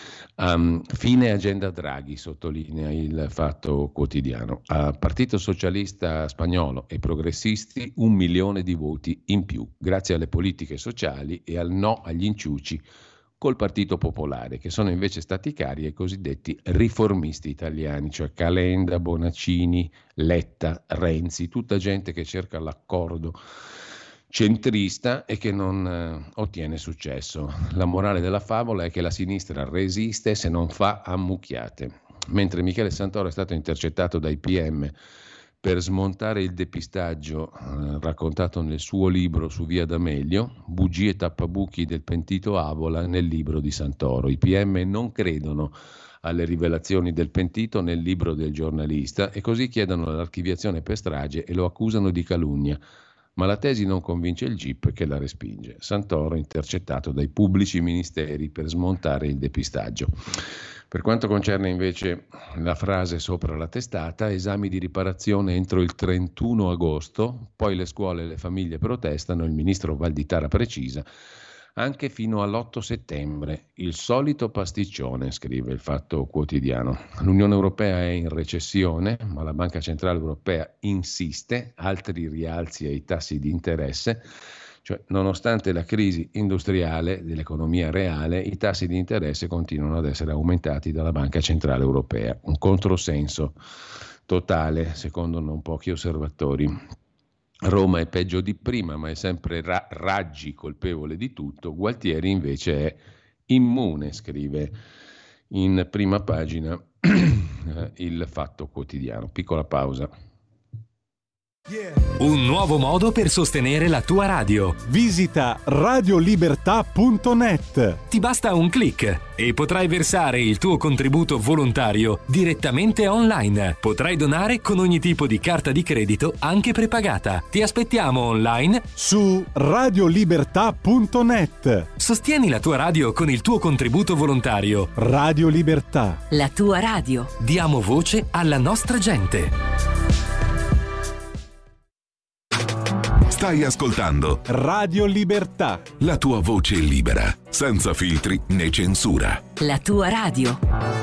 Fine agenda Draghi, sottolinea il Fatto Quotidiano. A Partito Socialista Spagnolo e progressisti 1 milione di voti in più, grazie alle politiche sociali e al no agli inciuci col Partito Popolare, che sono invece stati cari ai cosiddetti riformisti italiani, cioè Calenda, Bonaccini, Letta, Renzi, tutta gente che cerca l'accordo centrista e che non ottiene successo. La morale della favola è che la sinistra resiste se non fa ammucchiate. Mentre Michele Santoro è stato intercettato dai PM per smontare il depistaggio raccontato nel suo libro su Via D'Amelio, bugie e tappabuchi del pentito Avola nel libro di Santoro. I PM non credono alle rivelazioni del pentito nel libro del giornalista e così chiedono l'archiviazione per strage e lo accusano di calunnia. Ma la tesi non convince il GIP che la respinge. Santoro intercettato dai pubblici ministeri per smontare il depistaggio. Per quanto concerne invece la frase sopra la testata, esami di riparazione entro il 31 agosto, poi le scuole e le famiglie protestano, il ministro Valditara precisa, anche fino all'8 settembre. Il solito pasticcione, scrive il Fatto Quotidiano. L'Unione Europea è in recessione, ma la Banca Centrale Europea insiste, altri rialzi ai tassi di interesse. Cioè, nonostante la crisi industriale dell'economia reale, i tassi di interesse continuano ad essere aumentati dalla Banca Centrale Europea. Un controsenso totale, secondo non pochi osservatori. Roma è peggio di prima, ma è sempre Raggi colpevole di tutto. Gualtieri invece è immune, scrive in prima pagina il Fatto Quotidiano. Piccola pausa. Un nuovo modo per sostenere la tua radio. Visita radiolibertà.net. Ti basta un click e potrai versare il tuo contributo volontario direttamente online. Potrai donare con ogni tipo di carta di credito, anche prepagata. Ti aspettiamo online su radiolibertà.net. Sostieni la tua radio con il tuo contributo volontario. Radio Libertà. La tua radio. Diamo voce alla nostra gente. Stai ascoltando Radio Libertà. la tua voce libera, senza filtri né censura. La tua radio.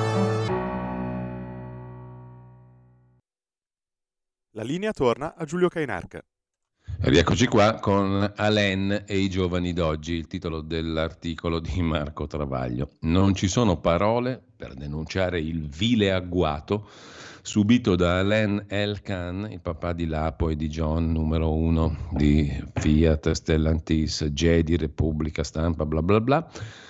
La linea torna a Giulio Cainarca. Rieccoci qua con Alain e i giovani d'oggi, il titolo dell'articolo di Marco Travaglio. Non ci sono parole per denunciare il vile agguato subito da Alain Elkann, il papà di Lapo e di John, numero 1 di Fiat, Stellantis, Jedi, Repubblica, Stampa, bla bla bla.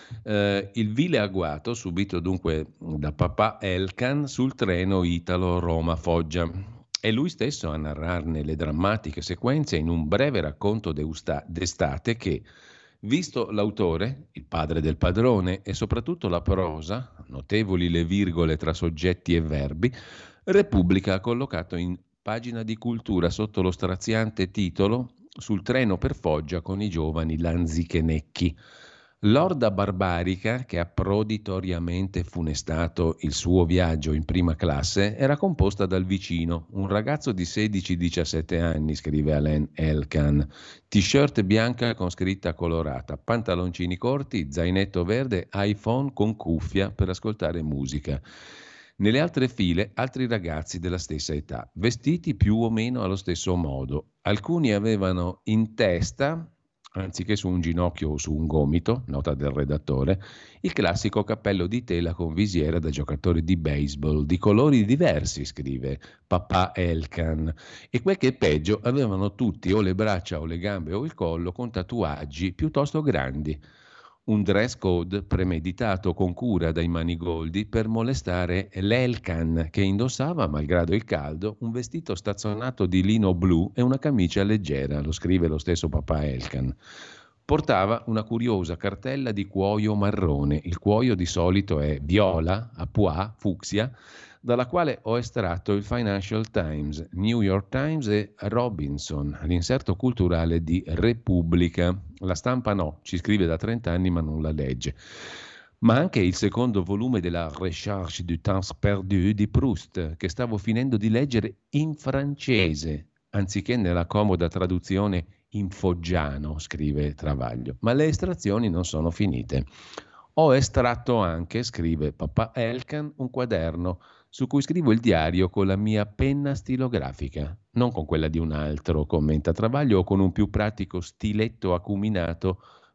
Il vile agguato subito dunque da papà Elkann sul treno Italo-Roma-Foggia. È lui stesso a narrarne le drammatiche sequenze in un breve racconto d'estate che, visto l'autore, il padre del padrone, e soprattutto la prosa, notevoli le virgole tra soggetti e verbi, Repubblica ha collocato in pagina di cultura sotto lo straziante titolo «Sul treno per Foggia con i giovani lanzichenecchi». L'orda barbarica che ha proditoriamente funestato il suo viaggio in prima classe era composta dal vicino, un ragazzo di 16-17 anni, scrive Alain Elkann, t-shirt bianca con scritta colorata, pantaloncini corti, zainetto verde, iPhone con cuffia per ascoltare musica. Nelle altre file altri ragazzi della stessa età, vestiti più o meno allo stesso modo. Alcuni avevano in testa, anziché su un ginocchio o su un gomito, nota del redattore, il classico cappello di tela con visiera da giocatore di baseball, di colori diversi, scrive papà Elkann. E quel che è peggio, avevano tutti o le braccia o le gambe o il collo con tatuaggi piuttosto grandi. Un dress code premeditato con cura dai Manigoldi per molestare l'Elkann, che indossava, malgrado il caldo, un vestito stazzonato di lino blu e una camicia leggera, lo scrive lo stesso papà Elkann. Portava una curiosa cartella di cuoio marrone, il cuoio di solito è viola, a pois, fucsia, dalla quale ho estratto il Financial Times, New York Times e Robinson, l'inserto culturale di Repubblica. La Stampa no, ci scrive da 30 anni ma non la legge. Ma anche il secondo volume della Recherche du temps perdu di Proust, che stavo finendo di leggere in francese, anziché nella comoda traduzione in foggiano, scrive Travaglio. Ma le estrazioni non sono finite. Ho estratto anche, scrive papà Elkann, un quaderno su cui scrivo il diario con la mia penna stilografica, non con quella di un altro, commenta Travaglio, o con un più pratico stiletto acuminato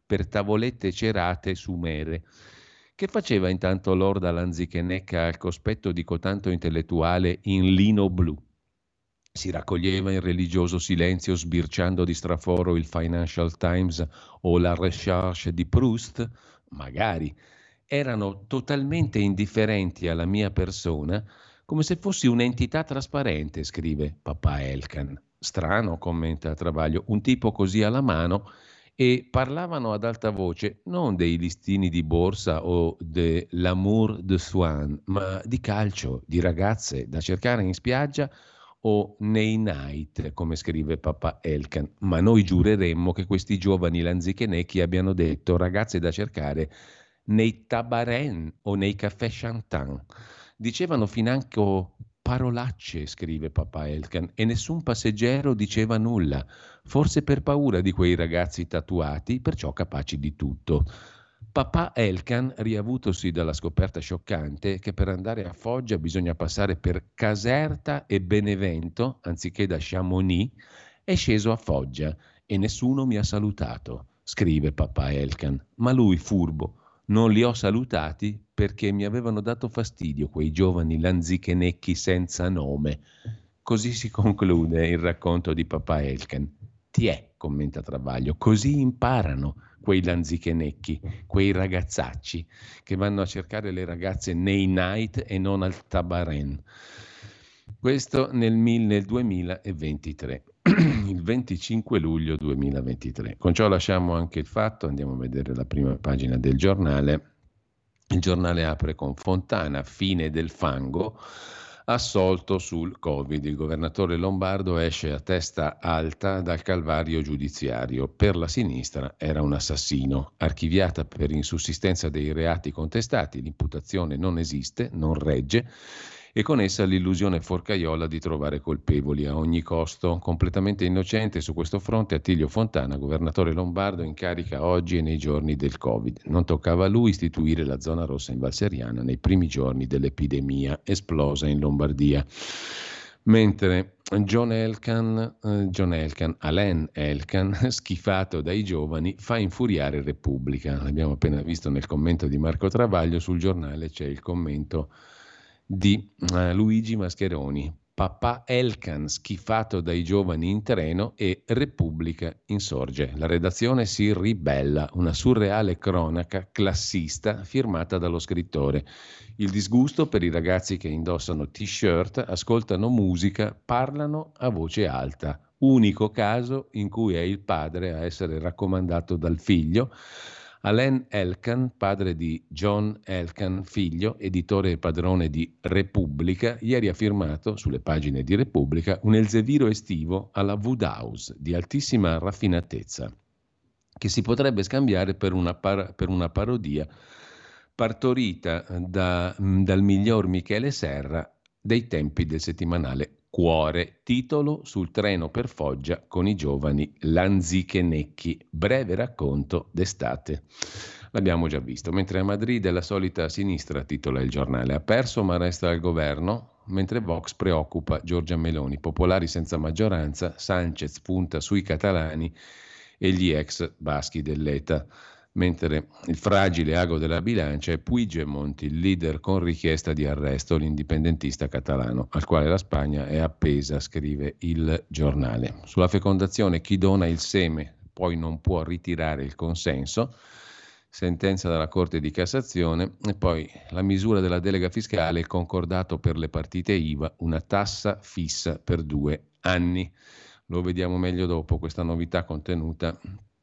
per tavolette cerate sumere. Che faceva intanto Lorda Lanzichenecca al cospetto di cotanto intellettuale in lino blu? Si raccoglieva in religioso silenzio sbirciando di straforo il Financial Times o la Recherche di Proust? Magari. Erano totalmente indifferenti alla mia persona, come se fossi un'entità trasparente, scrive Papà Elkan. Strano, commenta Travaglio, un tipo così alla mano, e parlavano ad alta voce non dei listini di borsa o dell'amour de Swan, ma di calcio, di ragazze da cercare in spiaggia o nei night, come scrive Papà Elkan. Ma noi giureremmo che questi giovani lanzichenecchi abbiano detto ragazze da cercare nei tabaren o nei caffè Chantan. Dicevano finanche parolacce, scrive Papà Elkan, e nessun passeggero diceva nulla, forse per paura di quei ragazzi tatuati, perciò capaci di tutto. Papà Elkan, riavutosi dalla scoperta scioccante che per andare a Foggia bisogna passare per Caserta e Benevento, anziché da Chamonix, è sceso a Foggia e nessuno mi ha salutato, scrive Papà Elkan. Ma lui, furbo, non li ho salutati perché mi avevano dato fastidio quei giovani lanzichenecchi senza nome. Così si conclude il racconto di Papà Elkan. Tiè, commenta Travaglio, così imparano quei lanzichenecchi, quei ragazzacci che vanno a cercare le ragazze nei night e non al tabaren. Questo nel 2023, il 25 luglio 2023. Con ciò lasciamo anche il fatto, andiamo a vedere la prima pagina del giornale. Il giornale apre con Fontana, fine del fango, assolto sul Covid. Il governatore lombardo esce a testa alta dal calvario giudiziario. Per la sinistra era un assassino. Archiviata per insussistenza dei reati contestati, l'imputazione non esiste, non regge, e con essa l'illusione forcaiola di trovare colpevoli a ogni costo. Completamente innocente su questo fronte Attilio Fontana, governatore lombardo in carica oggi e nei giorni del Covid. Non toccava a lui istituire la zona rossa in Val Seriana nei primi giorni dell'epidemia esplosa in Lombardia. Mentre Alain Elkan, schifato dai giovani, fa infuriare Repubblica. L'abbiamo appena visto nel commento di Marco Travaglio. Sul giornale c'è il commento di Luigi Mascheroni. Papà Elkan schifato dai giovani in treno e Repubblica insorge. La redazione si ribella, una surreale cronaca classista firmata dallo scrittore. Il disgusto per i ragazzi che indossano t-shirt, ascoltano musica, parlano a voce alta. Unico caso in cui è il padre a essere raccomandato dal figlio. Alain Elkan, padre di John Elkan, figlio, editore e padrone di Repubblica, ieri ha firmato sulle pagine di Repubblica un Elzeviro estivo alla Woodhouse di altissima raffinatezza, che si potrebbe scambiare per una parodia partorita dal miglior Michele Serra dei tempi del settimanale Cuore, titolo sul treno per Foggia con i giovani lanzichenecchi, breve racconto d'estate. L'abbiamo già visto, mentre a Madrid è la solita sinistra, titola il giornale, ha perso ma resta al governo, mentre Vox preoccupa Giorgia Meloni, popolari senza maggioranza, Sanchez punta sui catalani e gli ex baschi dell'ETA. Mentre il fragile ago della bilancia è Puigdemont, il leader con richiesta di arresto, l'indipendentista catalano, al quale la Spagna è appesa, scrive il giornale. Sulla fecondazione, chi dona il seme poi non può ritirare il consenso, sentenza dalla Corte di Cassazione, e poi la misura della delega fiscale, il concordato per le partite IVA, una tassa fissa per 2 anni. Lo vediamo meglio dopo, questa novità contenuta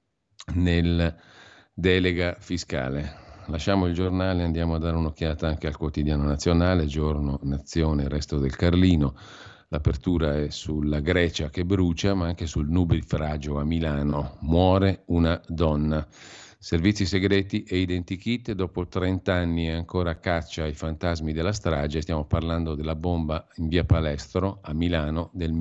nel delega fiscale. Lasciamo il giornale, andiamo a dare un'occhiata anche al quotidiano nazionale, Giorno, Nazione, Resto del Carlino. L'apertura è sulla Grecia che brucia, ma anche sul nubifragio a Milano. Muore una donna. Servizi segreti e identikit, dopo 30 anni ancora caccia ai fantasmi della strage. Stiamo parlando della bomba in via Palestro a Milano del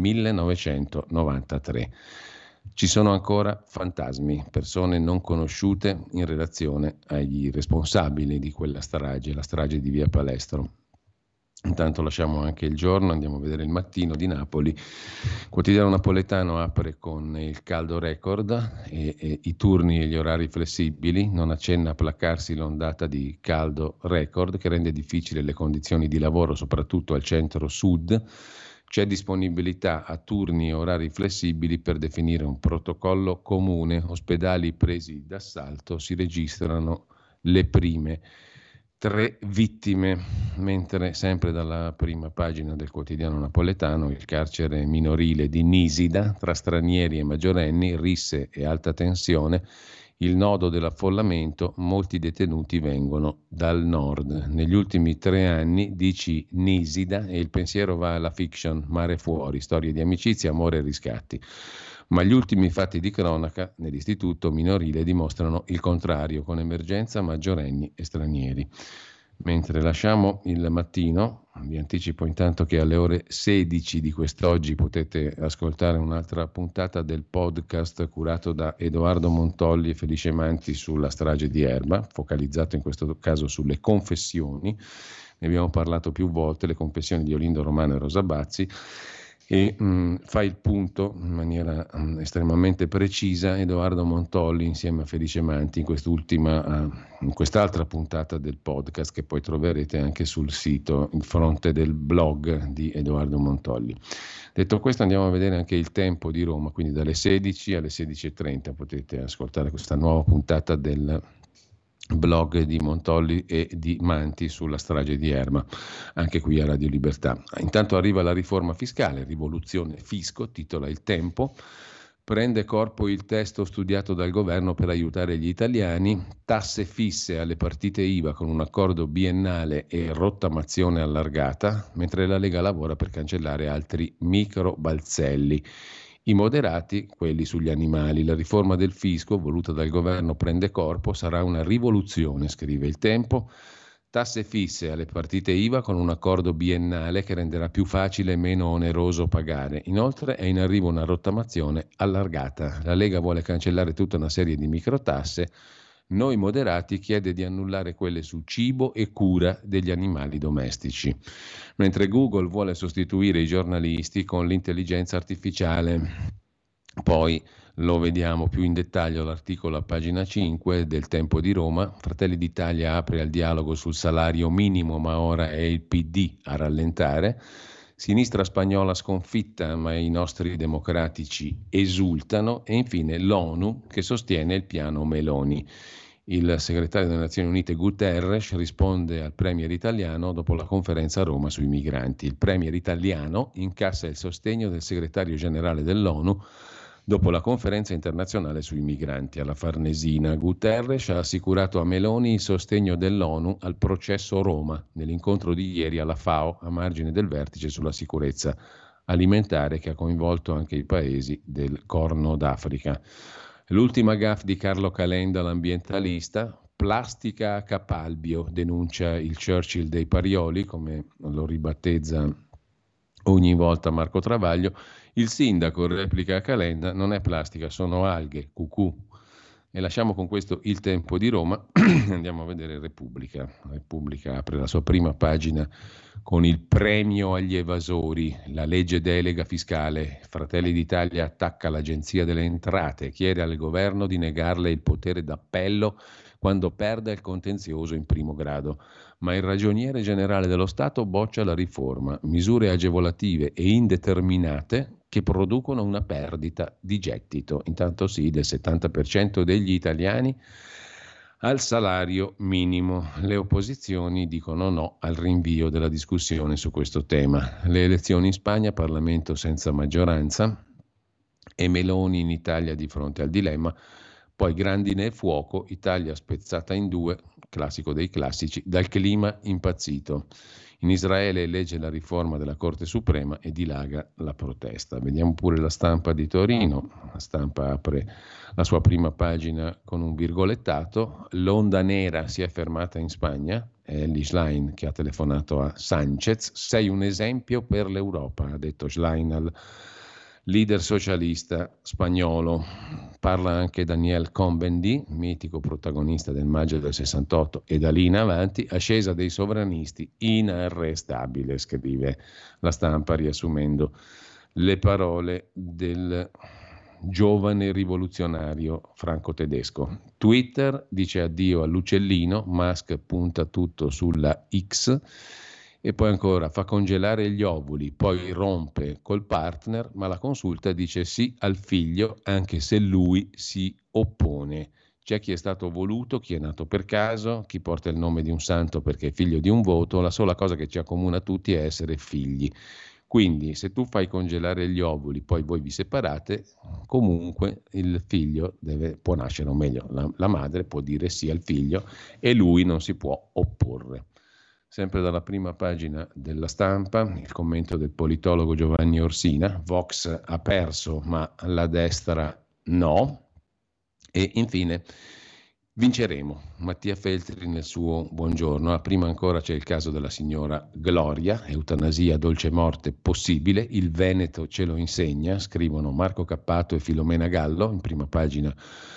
1993. Ci sono ancora fantasmi, persone non conosciute in relazione agli responsabili di quella strage, la strage di via Palestro. Intanto lasciamo anche il giorno, andiamo a vedere il Mattino di Napoli. Il quotidiano napoletano apre con il caldo record e i turni e gli orari flessibili. Non accenna a placarsi l'ondata di caldo record che rende difficili le condizioni di lavoro, soprattutto al centro-sud. C'è disponibilità a turni e orari flessibili per definire un protocollo comune. Ospedali presi d'assalto, si registrano le prime 3 vittime, mentre sempre dalla prima pagina del quotidiano napoletano il carcere minorile di Nisida, tra stranieri e maggiorenni, risse e alta tensione, il nodo dell'affollamento, molti detenuti vengono dal nord. Negli ultimi 3 anni DC Nisida e il pensiero va alla fiction Mare Fuori, storie di amicizia, amore e riscatti. Ma gli ultimi fatti di cronaca nell'istituto minorile dimostrano il contrario, con emergenza maggiorenni e stranieri. Mentre lasciamo il Mattino, vi anticipo intanto che alle ore 16 di quest'oggi potete ascoltare un'altra puntata del podcast curato da Edoardo Montolli e Felice Manti sulla strage di Erba, focalizzato in questo caso sulle confessioni. Ne abbiamo parlato più volte, le confessioni di Olindo Romano e Rosa Bazzi. E fa il punto in maniera estremamente precisa Edoardo Montolli insieme a Felice Manti in quest'altra puntata del podcast che poi troverete anche sul sito, il fronte del blog di Edoardo Montolli. Detto questo, andiamo a vedere anche il tempo di Roma, quindi dalle 16 alle 16:30 potete ascoltare questa nuova puntata del blog di Montolli e di Manti sulla strage di Erba, anche qui a Radio Libertà. Intanto arriva la riforma fiscale, rivoluzione fisco, titola Il Tempo, prende corpo il testo studiato dal governo per aiutare gli italiani, tasse fisse alle partite IVA con un accordo biennale e rottamazione allargata, mentre la Lega lavora per cancellare altri micro balzelli. I moderati, quelli sugli animali, la riforma del fisco voluta dal governo prende corpo, sarà una rivoluzione, scrive Il Tempo. Tasse fisse alle partite IVA con un accordo biennale che renderà più facile e meno oneroso pagare. Inoltre è in arrivo una rottamazione allargata. La Lega vuole cancellare tutta una serie di microtasse. Noi moderati chiede di annullare quelle su cibo e cura degli animali domestici. Mentre Google vuole sostituire i giornalisti con l'intelligenza artificiale. Poi lo vediamo più in dettaglio l'articolo a pagina 5 del Tempo di Roma. Fratelli d'Italia apre al dialogo sul salario minimo, ma ora è il PD a rallentare. Sinistra spagnola sconfitta, ma i nostri democratici esultano. E infine l'ONU che sostiene il piano Meloni. Il segretario delle Nazioni Unite Guterres risponde al premier italiano dopo la conferenza a Roma sui migranti. Il premier italiano incassa il sostegno del segretario generale dell'ONU dopo la conferenza internazionale sui migranti alla Farnesina. Guterres ha assicurato a Meloni il sostegno dell'ONU al processo Roma nell'incontro di ieri alla FAO a margine del vertice sulla sicurezza alimentare che ha coinvolto anche i paesi del Corno d'Africa. L'ultima gaffe di Carlo Calenda, l'ambientalista, plastica a Capalbio, denuncia il Churchill dei Parioli, come lo ribattezza ogni volta Marco Travaglio. Il sindaco replica a Calenda, non è plastica, sono alghe, cucù. E lasciamo con questo Il Tempo di Roma, andiamo a vedere Repubblica. Repubblica apre la sua prima pagina con il premio agli evasori, la legge delega fiscale. Fratelli d'Italia attacca l'Agenzia delle Entrate, chiede al governo di negarle il potere d'appello quando perda il contenzioso in primo grado. Ma il ragioniere generale dello Stato boccia la riforma, misure agevolative e indeterminate che producono una perdita di gettito, intanto sì, del 70% degli italiani al salario minimo. Le opposizioni dicono no al rinvio della discussione su questo tema. Le elezioni in Spagna, Parlamento senza maggioranza e Meloni in Italia di fronte al dilemma. Poi grandine e fuoco, Italia spezzata in due, classico dei classici, dal clima impazzito. In Israele legge la riforma della Corte Suprema e dilaga la protesta. Vediamo pure la Stampa di Torino. La Stampa apre la sua prima pagina con un virgolettato. L'onda nera si è fermata in Spagna. È Elly Schlein che ha telefonato a Sanchez. Sei un esempio per l'Europa, ha detto Schlein al leader socialista spagnolo. Parla anche Daniel Cohn-Bendit, mitico protagonista del maggio del 68, e da lì in avanti ascesa dei sovranisti inarrestabile, scrive La Stampa riassumendo le parole del giovane rivoluzionario franco-tedesco. Twitter dice addio all'uccellino, Musk punta tutto sulla X. E poi ancora fa congelare gli ovuli, poi rompe col partner, ma la consulta dice sì al figlio anche se lui si oppone. C'è chi è stato voluto, chi è nato per caso, chi porta il nome di un santo perché è figlio di un voto, la sola cosa che ci accomuna tutti è essere figli. Quindi se tu fai congelare gli ovuli, poi voi vi separate, comunque il figlio può nascere, o meglio, la madre può dire sì al figlio e lui non si può opporre. Sempre dalla prima pagina della Stampa, il commento del politologo Giovanni Orsina, Vox ha perso ma la destra no. E infine vinceremo, Mattia Feltri nel suo buongiorno. Prima ancora c'è il caso della signora Gloria, eutanasia, dolce morte possibile, il Veneto ce lo insegna, scrivono Marco Cappato e Filomena Gallo in prima pagina.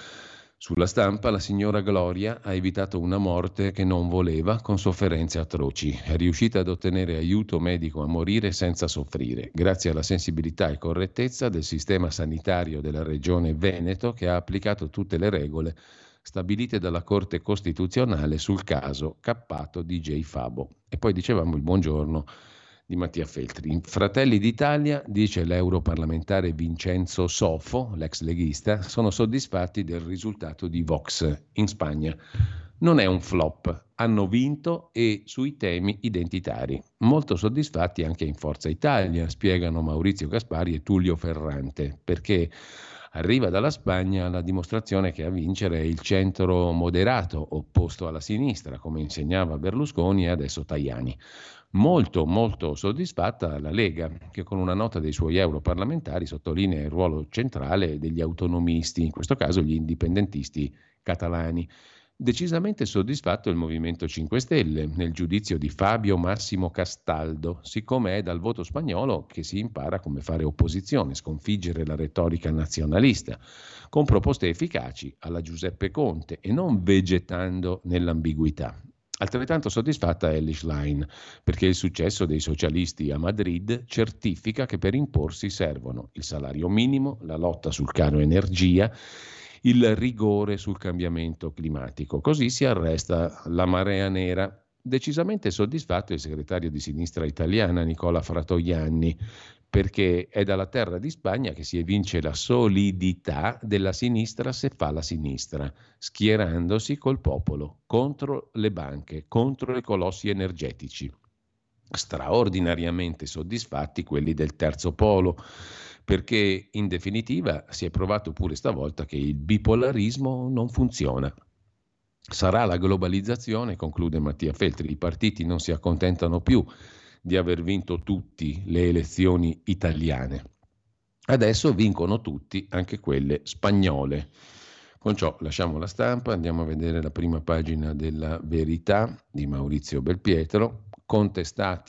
Sulla Stampa, la signora Gloria ha evitato una morte che non voleva, con sofferenze atroci. È riuscita ad ottenere aiuto medico a morire senza soffrire, grazie alla sensibilità e correttezza del sistema sanitario della regione Veneto, che ha applicato tutte le regole stabilite dalla Corte Costituzionale sul caso Cappato DJ Fabo. E poi dicevamo il buongiorno di Mattia Feltri. In Fratelli d'Italia, dice l'europarlamentare Vincenzo Sofo, l'ex leghista, sono soddisfatti del risultato di Vox in Spagna. Non è un flop, hanno vinto e sui temi identitari. Molto soddisfatti anche in Forza Italia, spiegano Maurizio Gaspari e Tullio Ferrante, perché arriva dalla Spagna la dimostrazione che a vincere è il centro moderato, opposto alla sinistra, come insegnava Berlusconi e adesso Tajani. Molto, molto soddisfatta la Lega, che con una nota dei suoi europarlamentari sottolinea il ruolo centrale degli autonomisti, in questo caso gli indipendentisti catalani. Decisamente soddisfatto il Movimento 5 Stelle, nel giudizio di Fabio Massimo Castaldo, siccome è dal voto spagnolo che si impara come fare opposizione, sconfiggere la retorica nazionalista, con proposte efficaci alla Giuseppe Conte e non vegetando nell'ambiguità. Altrettanto soddisfatta è Elly Schlein, perché il successo dei socialisti a Madrid certifica che per imporsi servono il salario minimo, la lotta sul caro energia, il rigore sul cambiamento climatico. Così si arresta la marea nera. Decisamente soddisfatto il segretario di sinistra italiana Nicola Fratoianni, perché è dalla terra di Spagna che si evince la solidità della sinistra se fa la sinistra, schierandosi col popolo, contro le banche, contro i colossi energetici. Straordinariamente soddisfatti quelli del terzo polo, perché in definitiva si è provato pure stavolta che il bipolarismo non funziona. Sarà la globalizzazione, conclude Mattia Feltri, i partiti non si accontentano più di aver vinto tutti le elezioni italiane. Adesso vincono tutti, anche quelle spagnole. Con ciò lasciamo la Stampa, andiamo a vedere la prima pagina della Verità di Maurizio Belpietro. Contesta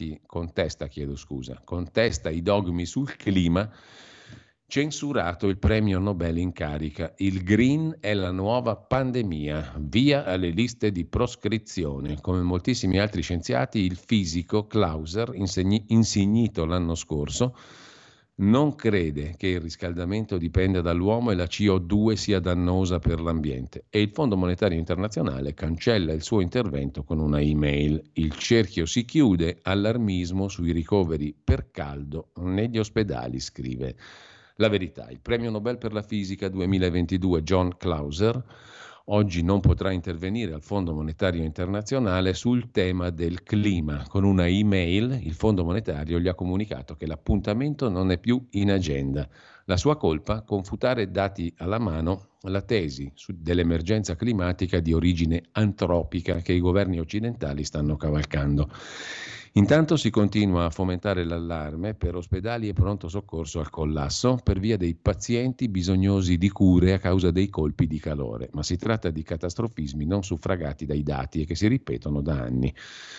i dogmi sul clima, censurato il premio Nobel in carica. Il green è la nuova pandemia, via alle liste di proscrizione. Come moltissimi altri scienziati, il fisico Clauser, insignito l'anno scorso, non crede che il riscaldamento dipenda dall'uomo e la CO2 sia dannosa per l'ambiente. E il Fondo Monetario Internazionale cancella il suo intervento con una email. Il cerchio si chiude, allarmismo sui ricoveri per caldo negli ospedali, scrive La Verità. Il premio Nobel per la fisica 2022 John Clauser oggi non potrà intervenire al Fondo Monetario Internazionale sul tema del clima. Con una email il Fondo Monetario gli ha comunicato che l'appuntamento non è più in agenda. La sua colpa? Confutare dati alla mano la tesi dell'emergenza climatica di origine antropica che i governi occidentali stanno cavalcando. Intanto si continua a fomentare l'allarme per ospedali e pronto soccorso al collasso per via dei pazienti bisognosi di cure a causa dei colpi di calore, ma si tratta di catastrofismi non suffragati dai dati e che si ripetono da anni.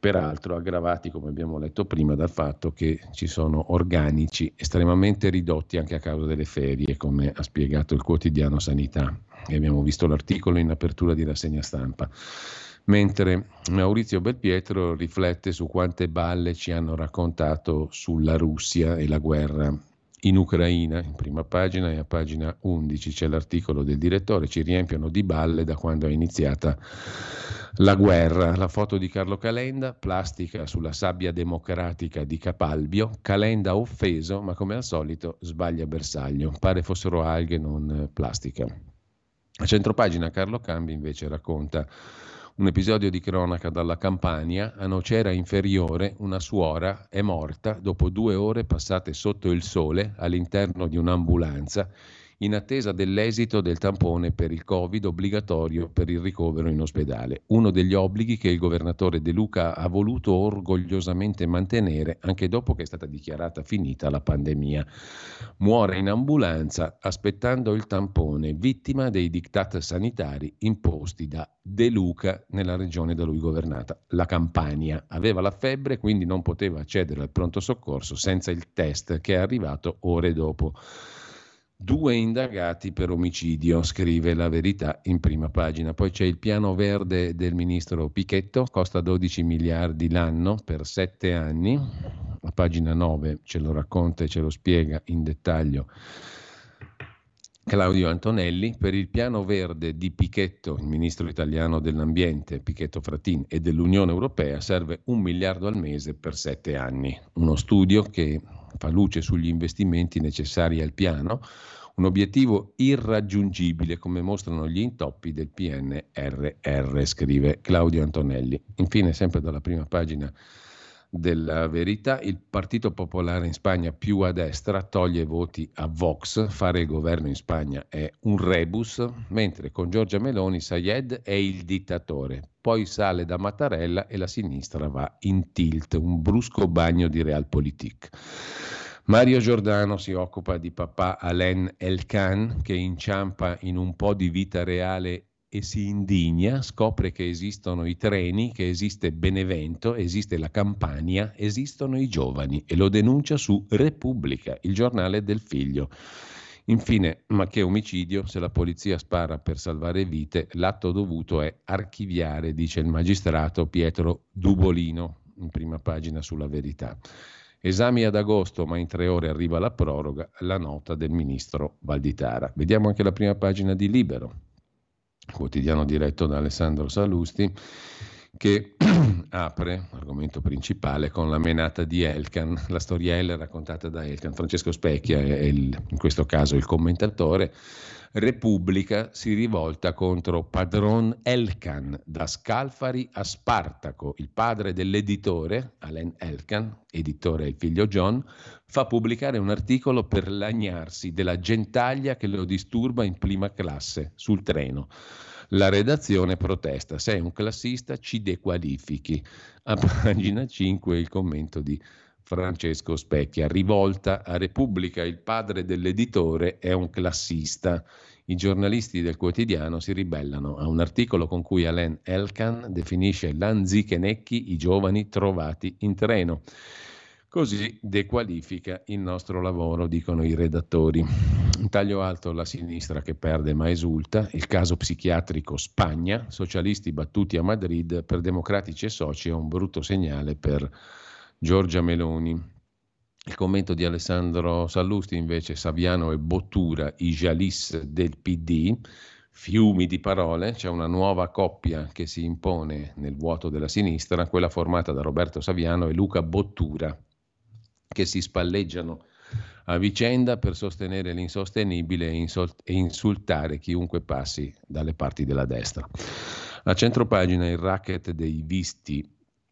peraltro aggravati, come abbiamo letto prima, dal fatto che ci sono organici estremamente ridotti anche a causa delle ferie, come ha spiegato il quotidiano Sanità, e abbiamo visto l'articolo in apertura di rassegna stampa. Mentre Maurizio Belpietro riflette su quante balle ci hanno raccontato sulla Russia e la guerra in Ucraina, in prima pagina, e a pagina 11 c'è l'articolo del direttore: ci riempiono di balle da quando è iniziata la guerra. La foto di Carlo Calenda, plastica sulla sabbia democratica di Capalbio, Calenda offeso, ma come al solito sbaglia bersaglio, pare fossero alghe, non plastica. A centropagina Carlo Cambi invece racconta un episodio di cronaca dalla Campania. A Nocera Inferiore una suora è morta dopo 2 ore passate sotto il sole all'interno di un'ambulanza in attesa dell'esito del tampone per il Covid obbligatorio per il ricovero in ospedale. Uno degli obblighi che il governatore De Luca ha voluto orgogliosamente mantenere anche dopo che è stata dichiarata finita la pandemia. Muore in ambulanza aspettando il tampone, vittima dei diktat sanitari imposti da De Luca nella regione da lui governata, la Campania. Aveva la febbre, quindi non poteva accedere al pronto soccorso senza il test, che è arrivato ore dopo. 2 indagati per omicidio, scrive La Verità in prima pagina. Poi c'è il piano verde del ministro Pichetto, costa 12 miliardi l'anno per 7 anni. A pagina 9 ce lo racconta e ce lo spiega in dettaglio Claudio Antonelli. Per il piano verde di Pichetto, il ministro italiano dell'ambiente, Pichetto Fratin, e dell'Unione Europea serve 1 miliardo al mese per 7 anni. Uno studio che fa luce sugli investimenti necessari al piano, un obiettivo irraggiungibile come mostrano gli intoppi del PNRR, scrive Claudio Antonelli. Infine, sempre dalla prima pagina della Verità, il Partito Popolare in Spagna più a destra toglie voti a Vox, fare il governo in Spagna è un rebus, mentre con Giorgia Meloni Saied è il dittatore. Poi sale da Mattarella e la sinistra va in tilt, un brusco bagno di realpolitik. Mario Giordano si occupa di papà Alain Elkann, che inciampa in un po' di vita reale e si indigna, scopre che esistono i treni, che esiste Benevento, esiste la Campania, esistono i giovani, e lo denuncia su Repubblica, il giornale del figlio. Infine, ma che omicidio, se la polizia spara per salvare vite, l'atto dovuto è archiviare, dice il magistrato Pietro Dubolino, in prima pagina sulla Verità. Esami ad agosto, ma in 3 ore arriva la proroga, la nota del ministro Valditara. Vediamo anche la prima pagina di Libero, quotidiano diretto da Alessandro Sallusti, che apre, argomento principale, con la menata di Elkann, la storiella raccontata da Elkann. Francesco Specchia è in questo caso il commentatore. Repubblica si rivolta contro padron Elkann, da Scalfari a Spartaco. Il padre dell'editore, Alain Elkann, editore il figlio John, fa pubblicare un articolo per lagnarsi della gentaglia che lo disturba in prima classe sul treno. La redazione protesta: sei un classista, ci dequalifichi. A pagina 5 il commento di Francesco Specchia. Rivolta a Repubblica, il padre dell'editore è un classista. I giornalisti del quotidiano si ribellano a un articolo con cui Alain Elkann definisce lanzichenecchi i giovani trovati in treno. Così dequalifica il nostro lavoro, dicono i redattori. In taglio alto la sinistra che perde ma esulta, il caso psichiatrico Spagna, socialisti battuti a Madrid, per democratici e soci è un brutto segnale per Giorgia Meloni. Il commento di Alessandro Sallusti invece: Saviano e Bottura, i jalis del PD, fiumi di parole, c'è una nuova coppia che si impone nel vuoto della sinistra, quella formata da Roberto Saviano e Luca Bottura, che si spalleggiano a vicenda per sostenere l'insostenibile e insultare chiunque passi dalle parti della destra. A centropagina il racket dei visti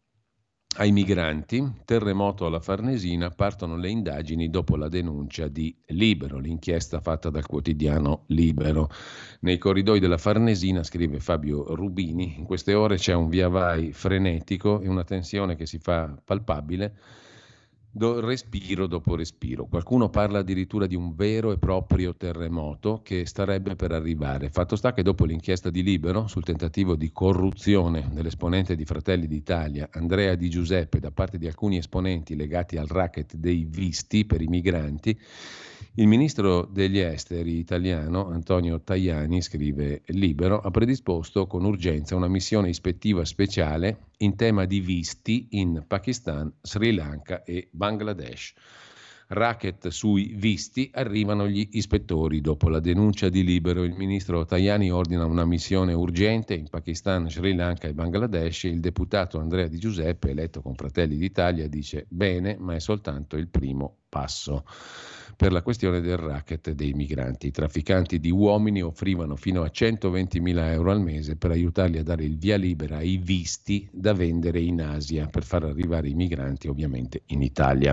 ai migranti, terremoto alla Farnesina, partono le indagini dopo la denuncia di Libero, l'inchiesta fatta dal quotidiano Libero. Nei corridoi della Farnesina, scrive Fabio Rubini, in queste ore c'è un via vai frenetico e una tensione che si fa palpabile respiro dopo respiro. Qualcuno parla addirittura di un vero e proprio terremoto che starebbe per arrivare. Fatto sta che dopo l'inchiesta di Libero sul tentativo di corruzione dell'esponente di Fratelli d'Italia Andrea Di Giuseppe da parte di alcuni esponenti legati al racket dei visti per i migranti, il ministro degli esteri italiano Antonio Tajani, scrive Libero, ha predisposto con urgenza una missione ispettiva speciale in tema di visti in Pakistan, Sri Lanka e Bangladesh. Racket sui visti, arrivano gli ispettori. Dopo la denuncia di Libero, il ministro Tajani ordina una missione urgente in Pakistan, Sri Lanka e Bangladesh. Il deputato Andrea Di Giuseppe, eletto con Fratelli d'Italia, dice bene, ma è soltanto il primo passo. Per la questione del racket dei migranti, i trafficanti di uomini offrivano fino a 120.000 euro al mese per aiutarli a dare il via libera ai visti da vendere in Asia per far arrivare i migranti ovviamente in Italia.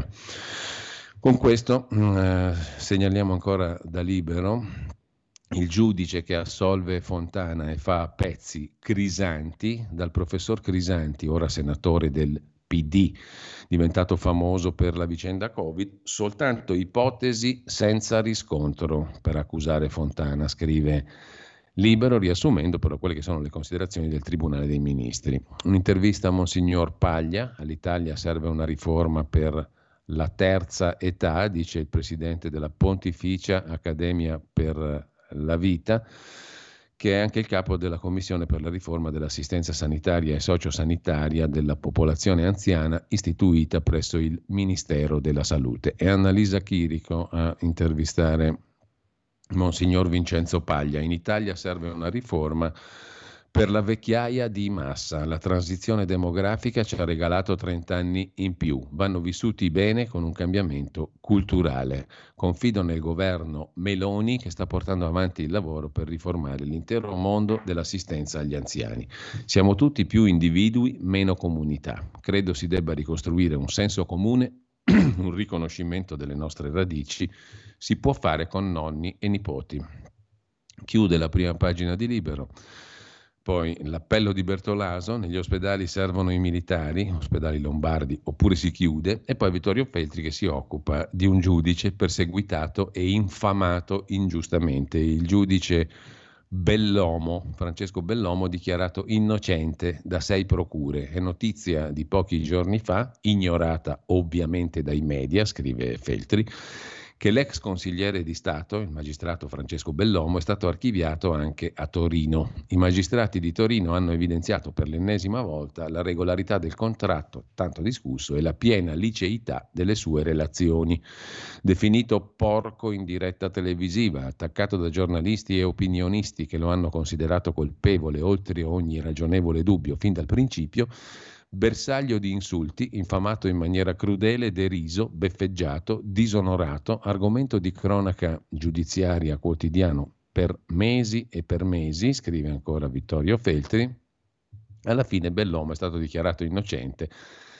Con questo segnaliamo ancora da Libero il giudice che assolve Fontana e fa a pezzi Crisanti, dal professor Crisanti, ora senatore del PD, diventato famoso per la vicenda Covid, soltanto ipotesi senza riscontro per accusare Fontana, scrive Libero, riassumendo però quelle che sono le considerazioni del Tribunale dei Ministri. Un'intervista a Monsignor Paglia: all'Italia serve una riforma per la terza età, dice il presidente della Pontificia Accademia per la Vita, che è anche il capo della Commissione per la riforma dell'assistenza sanitaria e sociosanitaria della popolazione anziana, istituita presso il Ministero della Salute. È Annalisa Chirico a intervistare Monsignor Vincenzo Paglia. In Italia serve una riforma per la vecchiaia di massa. La transizione demografica ci ha regalato 30 anni in più. Vanno vissuti bene con un cambiamento culturale. Confido nel governo Meloni che sta portando avanti il lavoro per riformare l'intero mondo dell'assistenza agli anziani. Siamo tutti più individui, meno comunità. Credo si debba ricostruire un senso comune, un riconoscimento delle nostre radici. Si può fare con nonni e nipoti. Chiude la prima pagina di Libero. Poi l'appello di Bertolaso: negli ospedali servono i militari, ospedali lombardi, oppure si chiude. E poi Vittorio Feltri che si occupa di un giudice perseguitato e infamato ingiustamente. Il giudice Bellomo, Francesco Bellomo, dichiarato innocente da 6 procure. È notizia di pochi giorni fa, ignorata ovviamente dai media, scrive Feltri, che l'ex consigliere di Stato, il magistrato Francesco Bellomo, è stato archiviato anche a Torino. I magistrati di Torino hanno evidenziato per l'ennesima volta la regolarità del contratto, tanto discusso, e la piena liceità delle sue relazioni. Definito porco in diretta televisiva, attaccato da giornalisti e opinionisti che lo hanno considerato colpevole oltre ogni ragionevole dubbio fin dal principio, bersaglio di insulti, infamato in maniera crudele, deriso, beffeggiato, disonorato, argomento di cronaca giudiziaria quotidiano per mesi e per mesi, scrive ancora Vittorio Feltri. Alla fine Bellomo è stato dichiarato innocente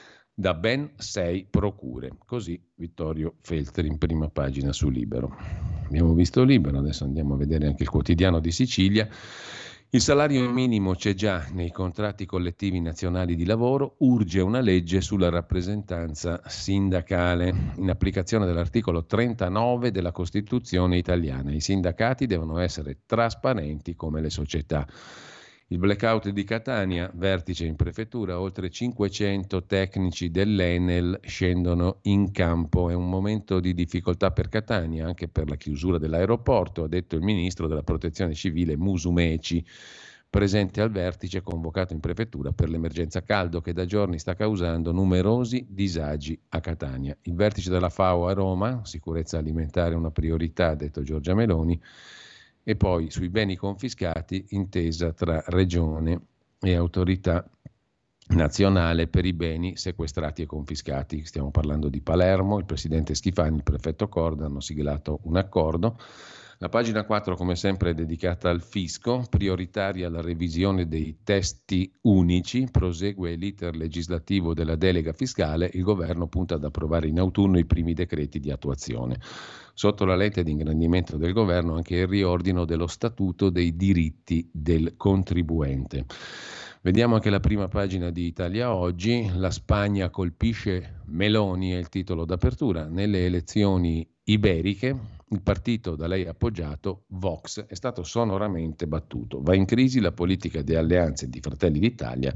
da ben 6 procure. Così Vittorio Feltri in prima pagina su Libero. Abbiamo visto Libero, adesso andiamo a vedere anche il Quotidiano di Sicilia. Il salario minimo c'è già nei contratti collettivi nazionali di lavoro, urge una legge sulla rappresentanza sindacale in applicazione dell'articolo 39 della Costituzione italiana. I sindacati devono essere trasparenti come le società. Il blackout di Catania, vertice in prefettura, oltre 500 tecnici dell'Enel scendono in campo. È un momento di difficoltà per Catania, anche per la chiusura dell'aeroporto, ha detto il ministro della Protezione Civile Musumeci, presente al vertice convocato in prefettura per l'emergenza caldo che da giorni sta causando numerosi disagi a Catania. Il vertice della FAO a Roma, sicurezza alimentare una priorità, ha detto Giorgia Meloni. E poi sui beni confiscati, intesa tra regione e autorità nazionale per i beni sequestrati e confiscati. Stiamo parlando di Palermo, il presidente Schifani, il prefetto Corda hanno siglato un accordo. La pagina 4, come sempre, è dedicata al fisco, prioritaria la revisione dei testi unici, prosegue l'iter legislativo della delega fiscale, il governo punta ad approvare in autunno i primi decreti di attuazione. Sotto la lente di ingrandimento del governo anche il riordino dello statuto dei diritti del contribuente. Vediamo anche la prima pagina di Italia Oggi. La Spagna colpisce Meloni è il titolo d'apertura. Nelle elezioni iberiche il partito da lei appoggiato, Vox, è stato sonoramente battuto. Va in crisi la politica di alleanze di Fratelli d'Italia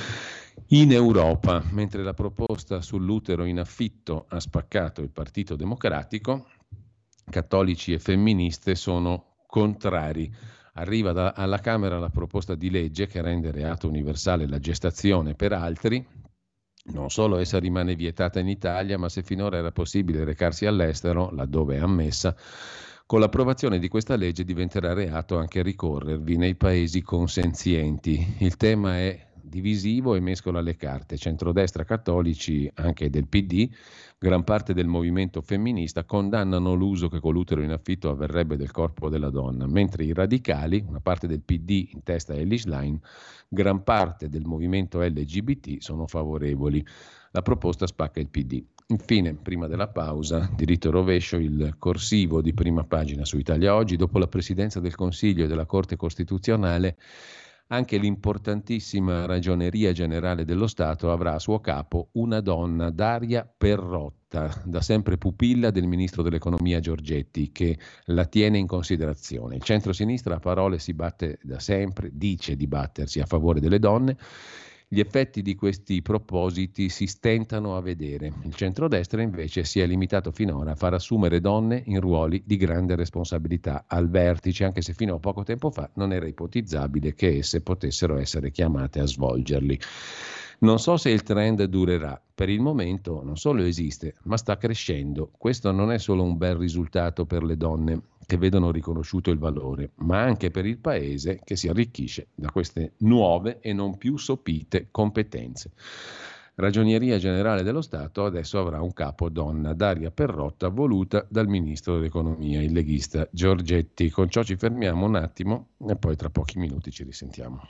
in Europa, mentre la proposta sull'utero in affitto ha spaccato il Partito Democratico. Cattolici e femministe sono contrari. Arriva alla Camera la proposta di legge che rende reato universale la gestazione per altri. Non solo essa rimane vietata in Italia, ma se finora era possibile recarsi all'estero, laddove è ammessa, con l'approvazione di questa legge diventerà reato anche ricorrervi nei paesi consenzienti. Il tema è divisivo e mescola le carte. Centrodestra, cattolici, anche del PD, gran parte del movimento femminista condannano l'uso che con l'utero in affitto avverrebbe del corpo della donna, mentre i radicali, una parte del PD in testa a Elly Schlein, gran parte del movimento LGBT sono favorevoli. La proposta spacca il PD. Infine, prima della pausa, diritto rovescio, il corsivo di prima pagina su Italia Oggi. Dopo la Presidenza del Consiglio e della Corte Costituzionale, anche l'importantissima Ragioneria Generale dello Stato avrà a suo capo una donna, Daria Perrotta, da sempre pupilla del ministro dell'Economia Giorgetti, che la tiene in considerazione. Il centro-sinistra a parole si batte da sempre, dice di battersi a favore delle donne. Gli effetti di questi propositi si stentano a vedere. Il centrodestra invece si è limitato finora a far assumere donne in ruoli di grande responsabilità al vertice, anche se fino a poco tempo fa non era ipotizzabile che esse potessero essere chiamate a svolgerli. Non so se il trend durerà. Per il momento non solo esiste, ma sta crescendo. Questo non è solo un bel risultato per le donne che vedono riconosciuto il valore, ma anche per il Paese che si arricchisce da queste nuove e non più sopite competenze. Ragioneria Generale dello Stato adesso avrà un capo donna, Daria Perrotta, voluta dal Ministro dell'Economia, il leghista Giorgetti. Con ciò ci fermiamo un attimo e poi tra pochi minuti ci risentiamo.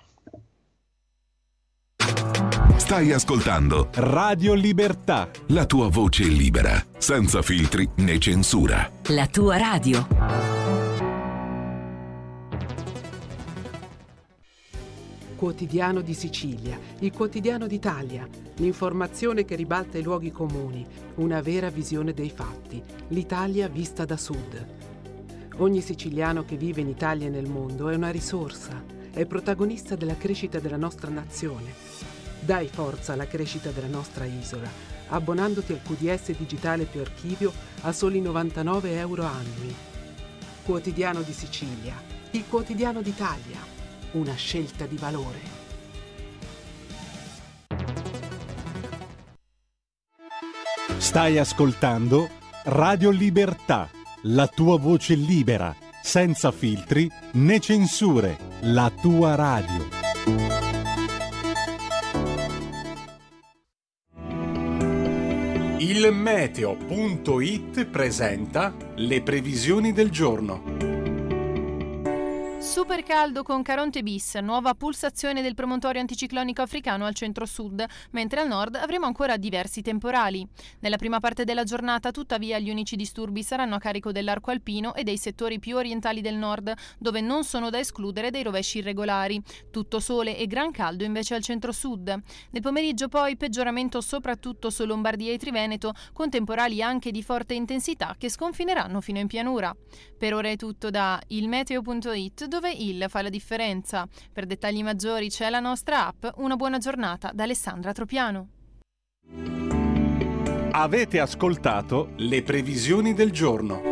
Stai ascoltando Radio Libertà. la tua voce libera, senza filtri né censura. La tua radio. Quotidiano di Sicilia, il quotidiano d'Italia, l'informazione che ribalta i luoghi comuni, una vera visione dei fatti, l'Italia vista da sud. Ogni siciliano che vive in Italia e nel mondo è una risorsa, è protagonista della crescita della nostra nazione. Dai forza alla crescita della nostra isola, abbonandoti al QDS digitale più archivio a soli 99 euro annui. Quotidiano di Sicilia, il quotidiano d'Italia, una scelta di valore. Stai ascoltando Radio Libertà, la tua voce libera, senza filtri né censure, la tua radio. Il meteo.it presenta le previsioni del giorno. Super caldo con Caronte bis, nuova pulsazione del promontorio anticiclonico africano al centro-sud, mentre al nord avremo ancora diversi temporali. Nella prima parte della giornata, tuttavia, gli unici disturbi saranno a carico dell'arco alpino e dei settori più orientali del nord, dove non sono da escludere dei rovesci irregolari. Tutto sole e gran caldo invece al centro-sud. Nel pomeriggio poi peggioramento soprattutto su Lombardia e Triveneto, con temporali anche di forte intensità che sconfineranno fino in pianura. Per ora è tutto da ilmeteo.it, dove il fa la differenza. Per dettagli maggiori c'è la nostra app. Una buona giornata da Alessandra Tropiano. Avete ascoltato le previsioni del giorno.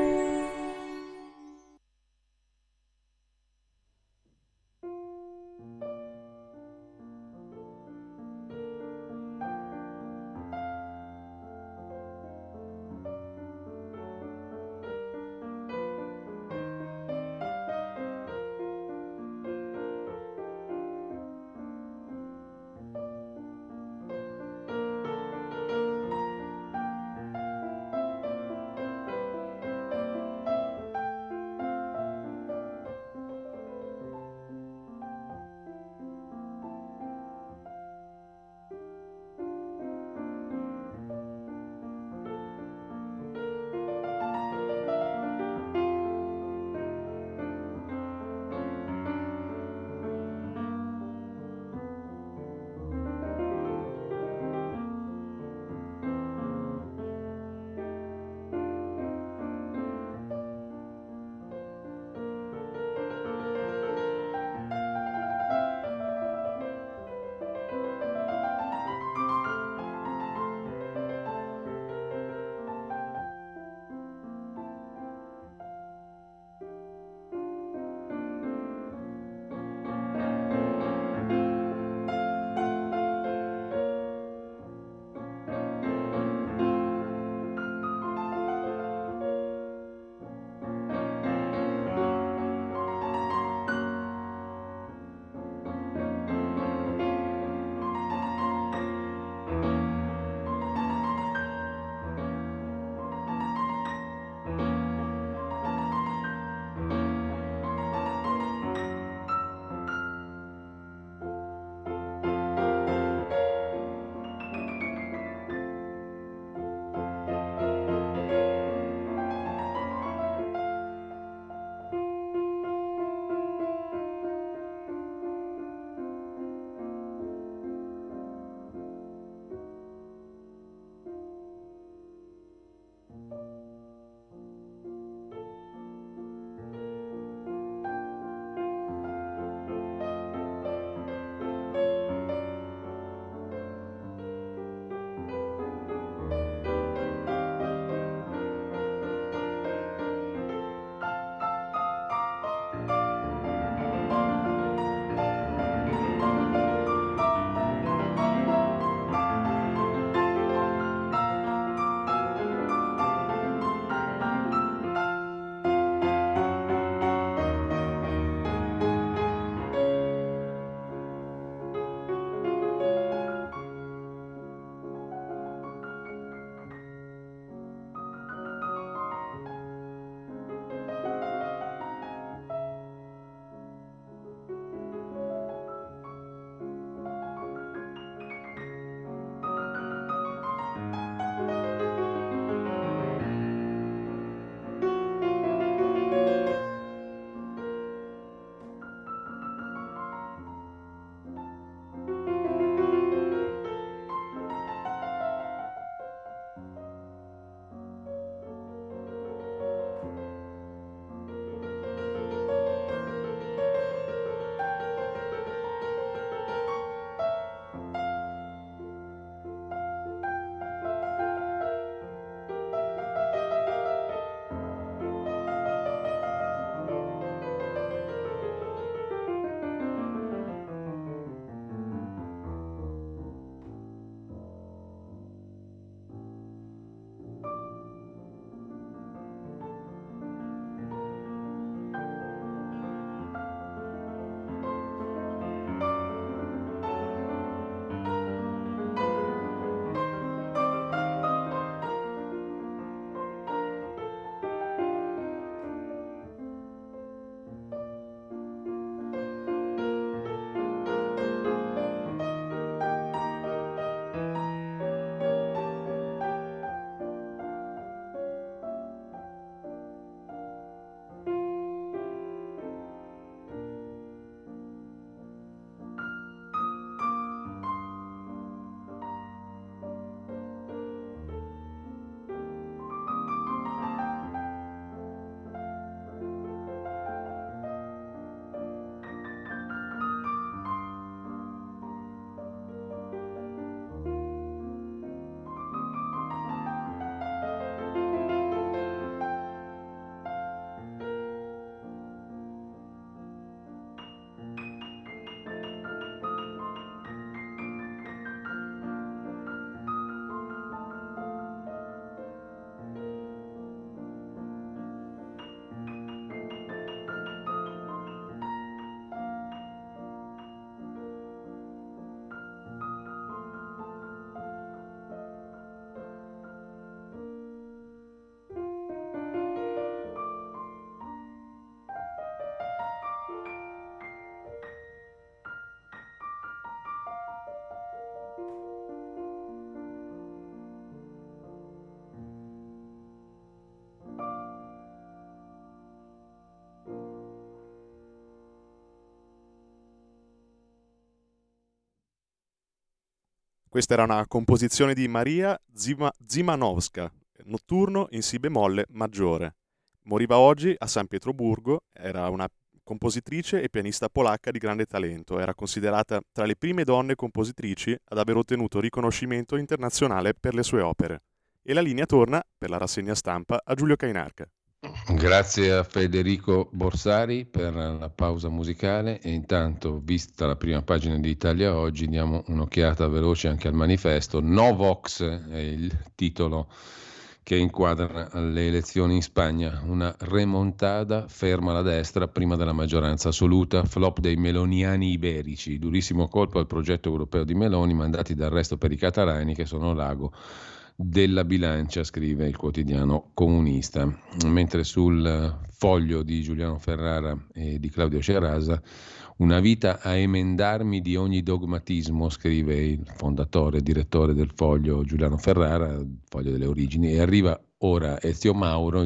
Questa era una composizione di Maria Zimanowska, Notturno in Si bemolle maggiore. Moriva oggi a San Pietroburgo, era una compositrice e pianista polacca di grande talento, era considerata tra le prime donne compositrici ad aver ottenuto riconoscimento internazionale per le sue opere. E la linea torna, per la rassegna stampa, a Giulio Cainarca. Grazie a Federico Borsari per la pausa musicale e intanto, vista la prima pagina di Italia Oggi, diamo un'occhiata veloce anche al manifesto. No Vox è il titolo che inquadra le elezioni in Spagna. Una remontada ferma la destra prima della maggioranza assoluta, flop dei meloniani iberici, durissimo colpo al progetto europeo di Meloni, mandati d'arresto per i catalani che sono l'ago della bilancia, scrive il quotidiano comunista. Mentre sul Foglio di Giuliano Ferrara e di Claudio Cerasa, una vita a emendarmi di ogni dogmatismo, scrive il fondatore e direttore del Foglio Giuliano Ferrara, il Foglio delle origini, e arriva ora Ezio Mauro,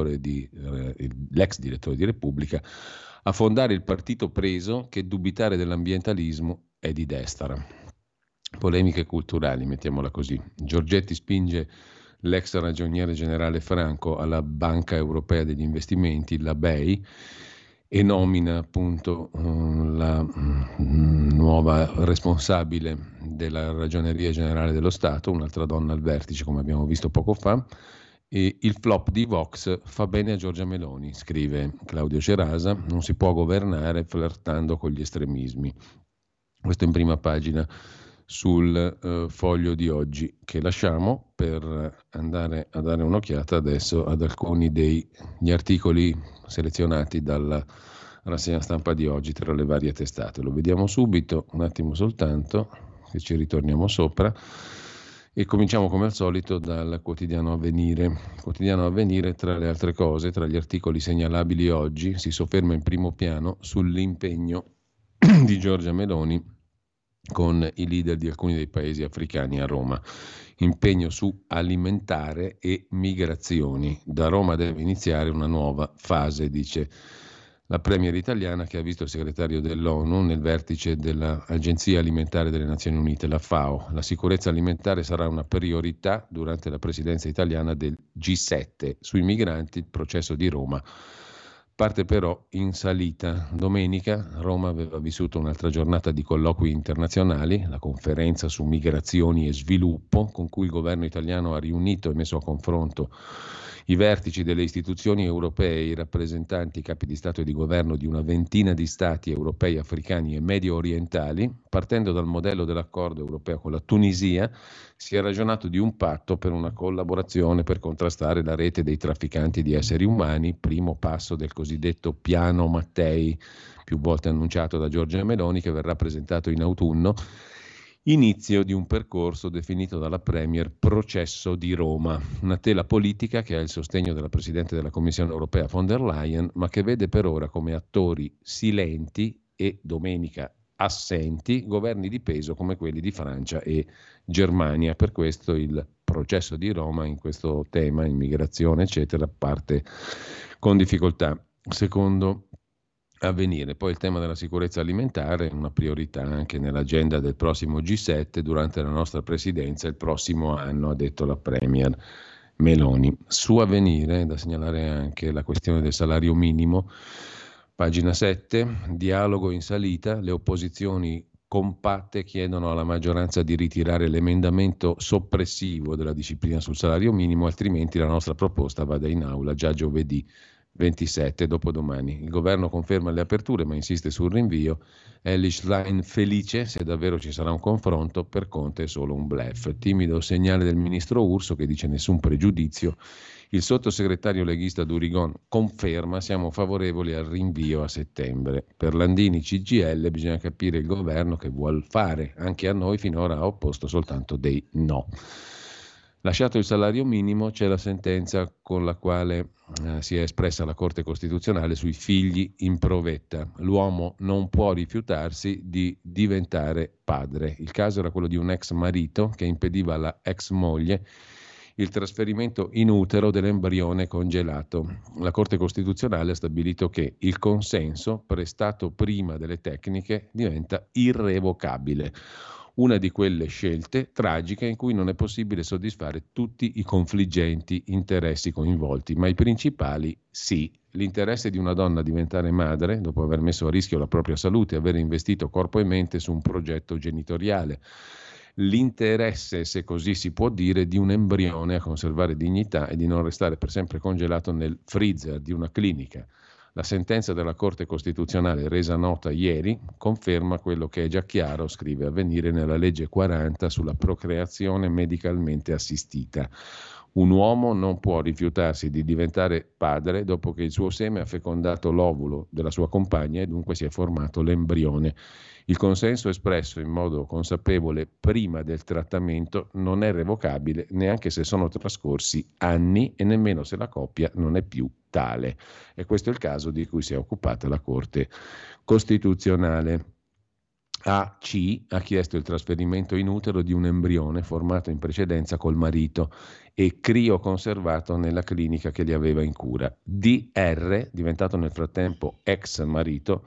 l'ex direttore di Repubblica, a fondare il partito preso che dubitare dell'ambientalismo è di destra. Polemiche culturali, mettiamola così. Giorgetti spinge l'ex ragioniere generale Franco alla Banca Europea degli Investimenti, la BEI, e nomina appunto la nuova responsabile della Ragioneria Generale dello Stato, un'altra donna al vertice, come abbiamo visto poco fa. E il flop di Vox fa bene a Giorgia Meloni, scrive Claudio Cerasa, non si può governare flirtando con gli estremismi. Questo in prima pagina sul Foglio di oggi, che lasciamo per andare a dare un'occhiata adesso ad alcuni degli articoli selezionati dalla rassegna stampa di oggi tra le varie testate. Lo vediamo subito, un attimo soltanto, che ci ritorniamo sopra, e cominciamo come al solito dal quotidiano Avvenire. Quotidiano Avvenire, tra le altre cose, tra gli articoli segnalabili oggi, si sofferma in primo piano sull'impegno di Giorgia Meloni con i leader di alcuni dei paesi africani a Roma. Impegno su alimentare e migrazioni. Da Roma deve iniziare una nuova fase, dice la premier italiana, che ha visto il segretario dell'ONU nel vertice dell'Agenzia Alimentare delle Nazioni Unite, la FAO. La sicurezza alimentare sarà una priorità durante la presidenza italiana del G7. Sui migranti il processo di Roma parte però in salita. Domenica Roma aveva vissuto un'altra giornata di colloqui internazionali, la conferenza su migrazioni e sviluppo, con cui il governo italiano ha riunito e messo a confronto i vertici delle istituzioni europee, i rappresentanti, i capi di Stato e di governo di una ventina di stati europei, africani e medio orientali. Partendo dal modello dell'accordo europeo con la Tunisia, si è ragionato di un patto per una collaborazione per contrastare la rete dei trafficanti di esseri umani, primo passo del cosiddetto piano Mattei, più volte annunciato da Giorgia Meloni, che verrà presentato in autunno. Inizio di un percorso definito dalla Premier processo di Roma, una tela politica che ha il sostegno della Presidente della Commissione europea von der Leyen, ma che vede per ora come attori silenti e domenica assenti governi di peso come quelli di Francia e Germania. Per questo il processo di Roma in questo tema, immigrazione eccetera, parte con difficoltà, secondo Avvenire. Poi il tema della sicurezza alimentare è una priorità anche nell'agenda del prossimo G7 durante la nostra presidenza il prossimo anno, ha detto la Premier Meloni. Su Avvenire è da segnalare anche la questione del salario minimo. Pagina 7, dialogo in salita, le opposizioni compatte chiedono alla maggioranza di ritirare l'emendamento soppressivo della disciplina sul salario minimo, altrimenti la nostra proposta vada in aula già giovedì 27, dopodomani. Il governo conferma le aperture ma insiste sul rinvio. Elly Schlein felice se davvero ci sarà un confronto, per Conte è solo un bluff. Timido segnale del ministro Urso che dice nessun pregiudizio. Il sottosegretario leghista Durigon conferma siamo favorevoli al rinvio a settembre. Per Landini CGIL bisogna capire il governo che vuol fare, anche a noi finora ha opposto soltanto dei no. Lasciato il salario minimo c'è la sentenza con la quale si è espressa la Corte Costituzionale sui figli in provetta. L'uomo non può rifiutarsi di diventare padre. Il caso era quello di un ex marito che impediva alla ex moglie il trasferimento in utero dell'embrione congelato. La Corte Costituzionale ha stabilito che il consenso prestato prima delle tecniche diventa irrevocabile. Una di quelle scelte tragiche in cui non è possibile soddisfare tutti i confliggenti interessi coinvolti, ma i principali sì. L'interesse di una donna a diventare madre, dopo aver messo a rischio la propria salute e aver investito corpo e mente su un progetto genitoriale. L'interesse, se così si può dire, di un embrione a conservare dignità e di non restare per sempre congelato nel freezer di una clinica. La sentenza della Corte Costituzionale resa nota ieri conferma quello che è già chiaro, scrive Avvenire, nella legge 40 sulla procreazione medicalmente assistita. Un uomo non può rifiutarsi di diventare padre dopo che il suo seme ha fecondato l'ovulo della sua compagna e dunque si è formato l'embrione. Il consenso espresso in modo consapevole prima del trattamento non è revocabile neanche se sono trascorsi anni e nemmeno se la coppia non è più tale. E questo è il caso di cui si è occupata la Corte Costituzionale. AC ha chiesto il trasferimento in utero di un embrione formato in precedenza col marito e crioconservato nella clinica che li aveva in cura. DR, diventato nel frattempo ex marito,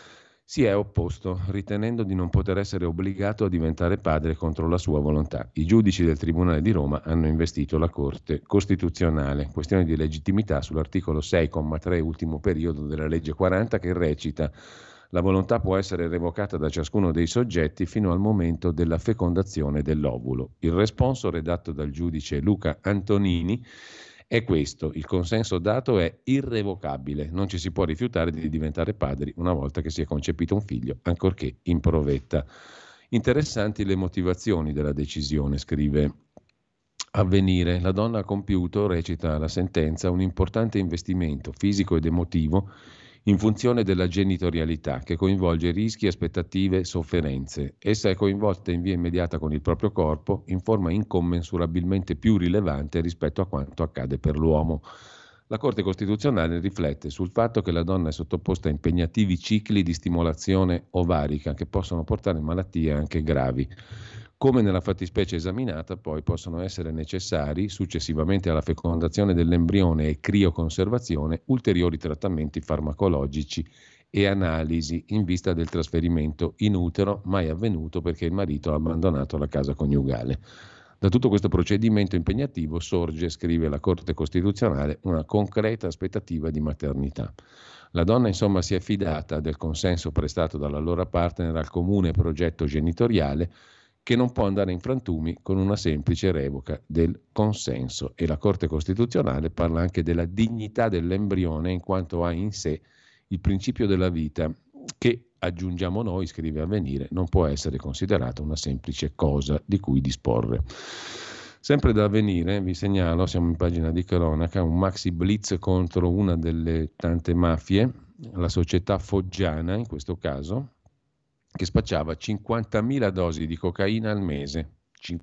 si è opposto, ritenendo di non poter essere obbligato a diventare padre contro la sua volontà. I giudici del Tribunale di Roma hanno investito la Corte Costituzionale. Questione di legittimità sull'articolo 6,3 ultimo periodo della legge 40 che recita: la volontà può essere revocata da ciascuno dei soggetti fino al momento della fecondazione dell'ovulo. Il responso redatto dal giudice Luca Antonini è questo: il consenso dato è irrevocabile, non ci si può rifiutare di diventare padri una volta che si è concepito un figlio, ancorché in provetta. Interessanti le motivazioni della decisione, scrive Avvenire. La donna ha compiuto, recita la sentenza, un importante investimento fisico ed emotivo in funzione della genitorialità, che coinvolge rischi, aspettative, sofferenze. Essa è coinvolta in via immediata con il proprio corpo in forma incommensurabilmente più rilevante rispetto a quanto accade per l'uomo. La Corte Costituzionale riflette sul fatto che la donna è sottoposta a impegnativi cicli di stimolazione ovarica che possono portare malattie anche gravi. Come nella fattispecie esaminata, poi possono essere necessari, successivamente alla fecondazione dell'embrione e crioconservazione, ulteriori trattamenti farmacologici e analisi in vista del trasferimento in utero, mai avvenuto perché il marito ha abbandonato la casa coniugale. Da tutto questo procedimento impegnativo sorge, scrive la Corte Costituzionale, una concreta aspettativa di maternità. La donna, insomma, si è fidata del consenso prestato dalla loro partner al comune progetto genitoriale, che non può andare in frantumi con una semplice revoca del consenso. E la Corte Costituzionale parla anche della dignità dell'embrione in quanto ha in sé il principio della vita che, aggiungiamo noi, scrive Avvenire, non può essere considerata una semplice cosa di cui disporre. Sempre da Avvenire vi segnalo, siamo in pagina di cronaca, un maxi blitz contro una delle tante mafie, la società foggiana in questo caso, che spacciava 50.000 dosi di cocaina al mese,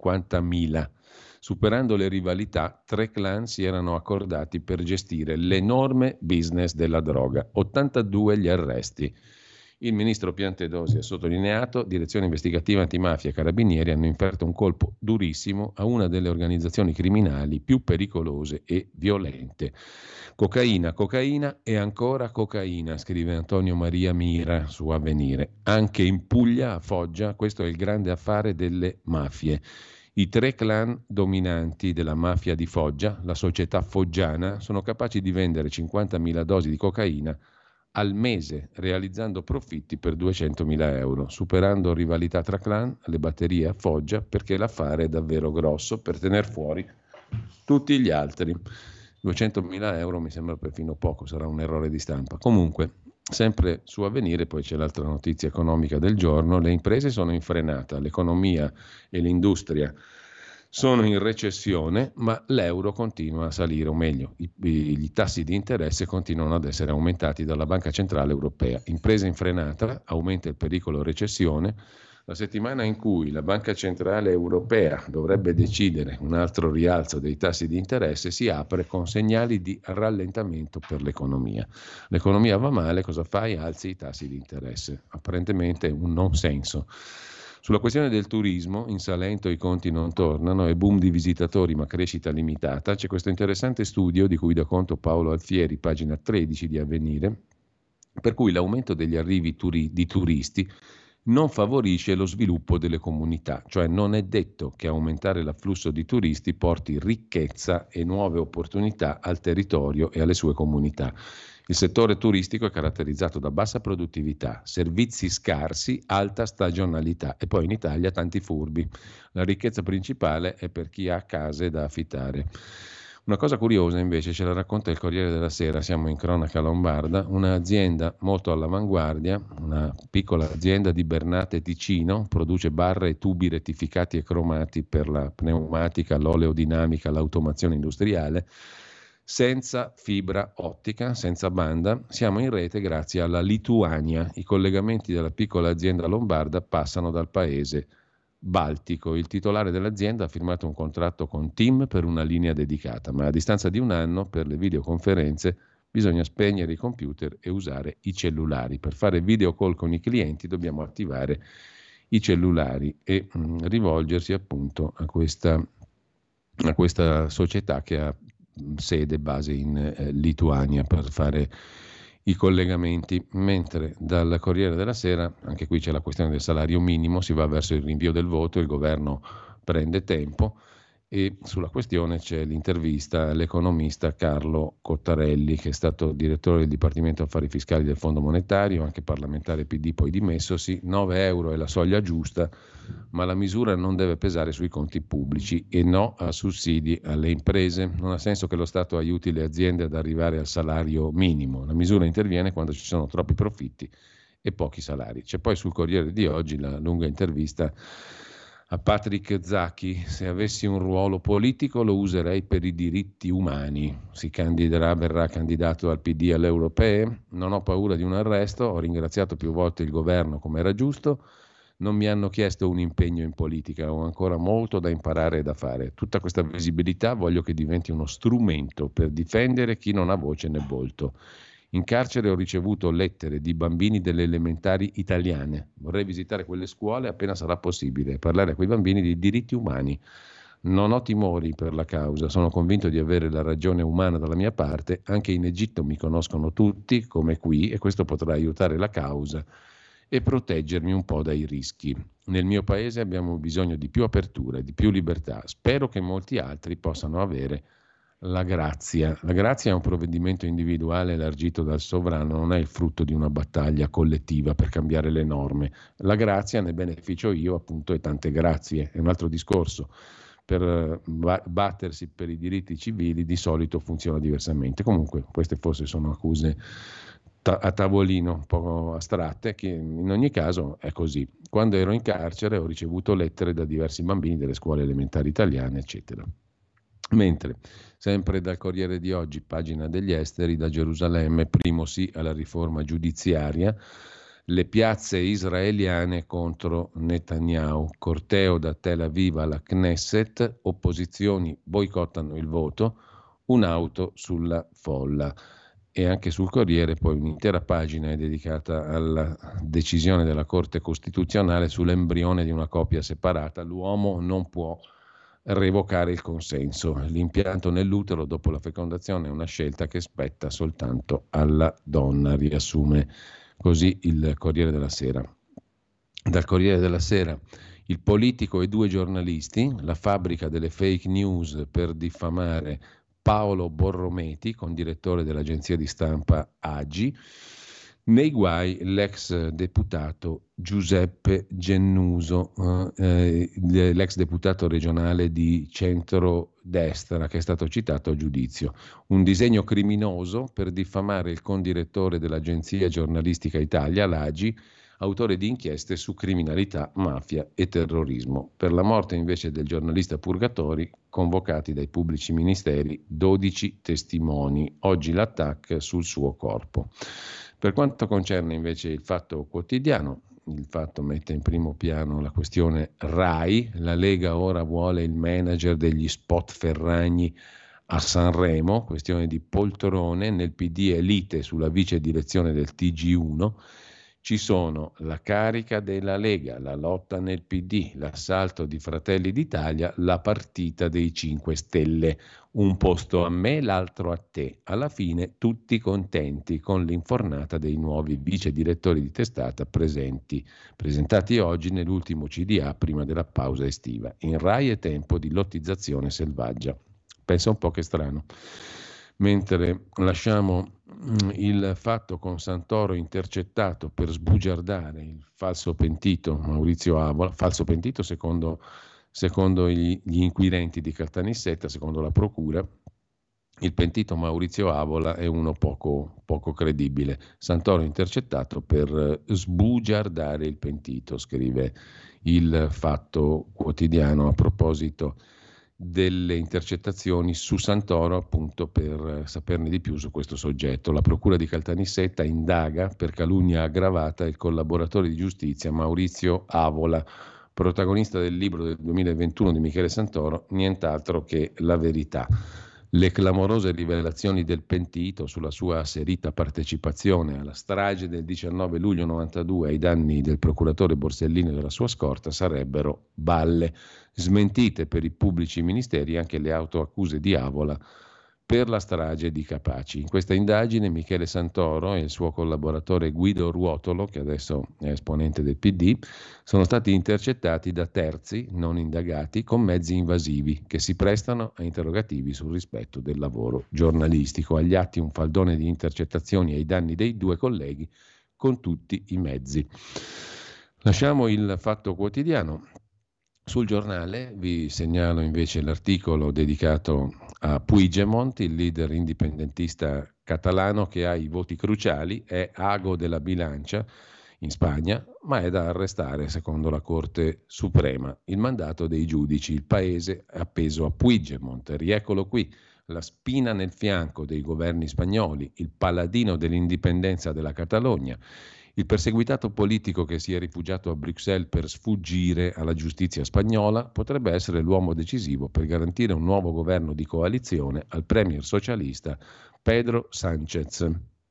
50.000. Superando le rivalità, 3 clan si erano accordati per gestire l'enorme business della droga. 82 gli arresti. Il ministro Piantedosi ha sottolineato: Direzione Investigativa Antimafia e Carabinieri hanno inferto un colpo durissimo a una delle organizzazioni criminali più pericolose e violente. Cocaina, cocaina e ancora cocaina, scrive Antonio Maria Mira su Avvenire. Anche in Puglia, a Foggia, questo è il grande affare delle mafie. I 3 clan dominanti della mafia di Foggia, la società foggiana, sono capaci di vendere 50.000 dosi di cocaina al mese, realizzando profitti per 200.000 euro, superando rivalità tra clan, le batterie a Foggia, perché l'affare è davvero grosso per tener fuori tutti gli altri. 200.000 euro mi sembra perfino poco, sarà un errore di stampa. Comunque, sempre su Avvenire, poi c'è l'altra notizia economica del giorno: le imprese sono in frenata, l'economia e l'industria sono in recessione, ma l'euro continua a salire, o meglio, i tassi di interesse continuano ad essere aumentati dalla Banca Centrale Europea. Imprese in frenata, aumenta il pericolo recessione. La settimana in cui la Banca Centrale Europea dovrebbe decidere un altro rialzo dei tassi di interesse si apre con segnali di rallentamento per l'economia. L'economia va male, cosa fai? Alzi i tassi di interesse. Apparentemente un non senso. Sulla questione del turismo, in Salento i conti non tornano, è boom di visitatori ma crescita limitata. C'è questo interessante studio di cui dà conto Paolo Alfieri, pagina 13 di Avvenire, per cui l'aumento degli arrivi di turisti non favorisce lo sviluppo delle comunità, cioè non è detto che aumentare l'afflusso di turisti porti ricchezza e nuove opportunità al territorio e alle sue comunità. Il settore turistico è caratterizzato da bassa produttività, servizi scarsi, alta stagionalità e poi in Italia tanti furbi. La ricchezza principale è per chi ha case da affittare. Una cosa curiosa invece ce la racconta il Corriere della Sera, siamo in cronaca lombarda, un'azienda molto all'avanguardia, una piccola azienda di Bernate Ticino, produce barre e tubi rettificati e cromati per la pneumatica, l'oleodinamica, l'automazione industriale, senza fibra ottica, senza banda. Siamo in rete grazie alla Lituania. I collegamenti della piccola azienda lombarda passano dal paese baltico. Il titolare dell'azienda ha firmato un contratto con TIM per una linea dedicata, ma a distanza di un anno per le videoconferenze bisogna spegnere i computer e usare i cellulari. Per fare video call con i clienti dobbiamo attivare i cellulari e rivolgersi appunto a questa società che ha sede, base in Lituania per fare i collegamenti, mentre dal Corriere della Sera, anche qui c'è la questione del salario minimo, si va verso il rinvio del voto, il governo prende tempo e sulla questione c'è l'intervista all'economista Carlo Cottarelli, che è stato direttore del Dipartimento Affari Fiscali del Fondo Monetario, anche parlamentare PD poi dimessosi. 9 euro è la soglia giusta, ma la misura non deve pesare sui conti pubblici e no a sussidi alle imprese. Non ha senso che lo Stato aiuti le aziende ad arrivare al salario minimo. La misura interviene quando ci sono troppi profitti e pochi salari. C'è poi sul Corriere di oggi la lunga intervista a Patrick Zaki: se avessi un ruolo politico lo userei per i diritti umani. Si candiderà, verrà candidato al PD alle europee. Non ho paura di un arresto, ho ringraziato più volte il governo come era giusto, non mi hanno chiesto un impegno in politica, ho ancora molto da imparare e da fare. Tutta questa visibilità voglio che diventi uno strumento per difendere chi non ha voce né volto. In carcere ho ricevuto lettere di bambini delle elementari italiane. Vorrei visitare quelle scuole appena sarà possibile e parlare a quei bambini di diritti umani. Non ho timori per la causa, sono convinto di avere la ragione umana dalla mia parte. Anche in Egitto mi conoscono tutti, come qui, e questo potrà aiutare la causa e proteggermi un po' dai rischi. Nel mio paese abbiamo bisogno di più apertura, di più libertà. Spero che molti altri possano avere la grazia. La grazia è un provvedimento individuale elargito dal sovrano, non è il frutto di una battaglia collettiva per cambiare le norme. La grazia ne beneficio io, appunto, e tante grazie. È un altro discorso. Per battersi per i diritti civili di solito funziona diversamente. Comunque queste forse sono accuse a tavolino un po' astratte, che in ogni caso è così. Quando ero in carcere ho ricevuto lettere da diversi bambini delle scuole elementari italiane, eccetera. Mentre, sempre dal Corriere di oggi, pagina degli esteri, da Gerusalemme, primo sì alla riforma giudiziaria, le piazze israeliane contro Netanyahu, corteo da Tel Aviv alla Knesset, opposizioni boicottano il voto, un'auto sulla folla. E anche sul Corriere poi un'intera pagina è dedicata alla decisione della Corte Costituzionale sull'embrione di una coppia separata. L'uomo non può revocare il consenso. L'impianto nell'utero dopo la fecondazione è una scelta che spetta soltanto alla donna, riassume così il Corriere della Sera. Dal Corriere della Sera: il politico e 2 giornalisti, la fabbrica delle fake news per diffamare Paolo Borrometi, condirettore dell'agenzia di stampa AGI. Nei guai l'ex deputato Giuseppe Gennuso, l'ex deputato regionale di centrodestra, che è stato citato a giudizio. Un disegno criminoso per diffamare il condirettore dell'agenzia giornalistica Italia, l'AGI, autore di inchieste su criminalità, mafia e terrorismo. Per la morte invece del giornalista Purgatori, convocati dai pubblici ministeri 12 testimoni. Oggi l'attacco sul suo corpo. Per quanto concerne invece il Fatto Quotidiano, il Fatto mette in primo piano la questione RAI. La Lega ora vuole il manager degli spot Ferragni a Sanremo, questione di poltrone. Nel PD elite sulla vice direzione del TG1. Ci sono la carica della Lega, la lotta nel PD, l'assalto di Fratelli d'Italia, la partita dei 5 Stelle. Un posto a me, l'altro a te. Alla fine tutti contenti con l'infornata dei nuovi vice direttori di testata presentati oggi nell'ultimo CDA prima della pausa estiva. In Rai è tempo di lottizzazione selvaggia. Pensa un po' che strano. Mentre lasciamo il fatto con Santoro intercettato per sbugiardare il falso pentito Maurizio Avola, falso pentito secondo gli inquirenti di Caltanissetta, secondo la procura, il pentito Maurizio Avola è uno poco credibile. Santoro intercettato per sbugiardare il pentito, scrive il Fatto Quotidiano a proposito delle intercettazioni su Santoro, appunto per saperne di più su questo soggetto. La procura di Caltanissetta indaga per calunnia aggravata il collaboratore di giustizia Maurizio Avola, protagonista del libro del 2021 di Michele Santoro, Nient'altro che la verità. Le clamorose rivelazioni del pentito sulla sua asserita partecipazione alla strage del 19 luglio 92 ai danni del procuratore Borsellino e della sua scorta sarebbero balle. Smentite per i pubblici ministeri anche le autoaccuse di Avola per la strage di Capaci. In questa indagine Michele Santoro e il suo collaboratore Guido Ruotolo, che adesso è esponente del PD, sono stati intercettati da terzi non indagati con mezzi invasivi che si prestano a interrogativi sul rispetto del lavoro giornalistico. Agli atti un faldone di intercettazioni ai danni dei due colleghi con tutti i mezzi. Lasciamo il Fatto Quotidiano. Sul Giornale vi segnalo invece l'articolo dedicato a Puigdemont, il leader indipendentista catalano che ha i voti cruciali, è ago della bilancia in Spagna, ma è da arrestare secondo la Corte Suprema. Il mandato dei giudici, il paese è appeso a Puigdemont, rieccolo qui, la spina nel fianco dei governi spagnoli, il paladino dell'indipendenza della Catalogna, il perseguitato politico che si è rifugiato a Bruxelles per sfuggire alla giustizia spagnola potrebbe essere l'uomo decisivo per garantire un nuovo governo di coalizione al premier socialista Pedro Sánchez.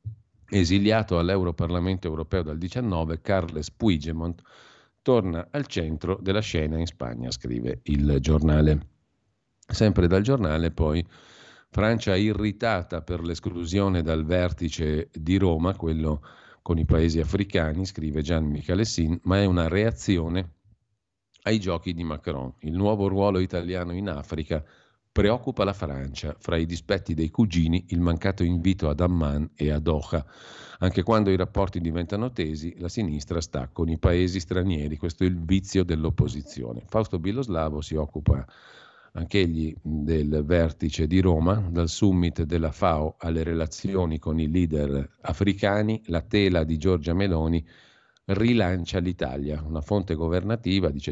Esiliato all'Europarlamento europeo dal 19, Carles Puigdemont torna al centro della scena in Spagna, scrive il Giornale. Sempre dal Giornale poi Francia irritata per l'esclusione dal vertice di Roma, quello con i paesi africani, scrive Gian Michalessin, ma è una reazione ai giochi di Macron. Il nuovo ruolo italiano in Africa preoccupa la Francia. Fra i dispetti dei cugini, il mancato invito ad Amman e a Doha. Anche quando i rapporti diventano tesi, la sinistra sta con i paesi stranieri. Questo è il vizio dell'opposizione. Fausto Biloslavo si occupa anch'egli del vertice di Roma, dal summit della FAO alle relazioni con i leader africani. La tela di Giorgia Meloni rilancia l'Italia. Una fonte governativa dice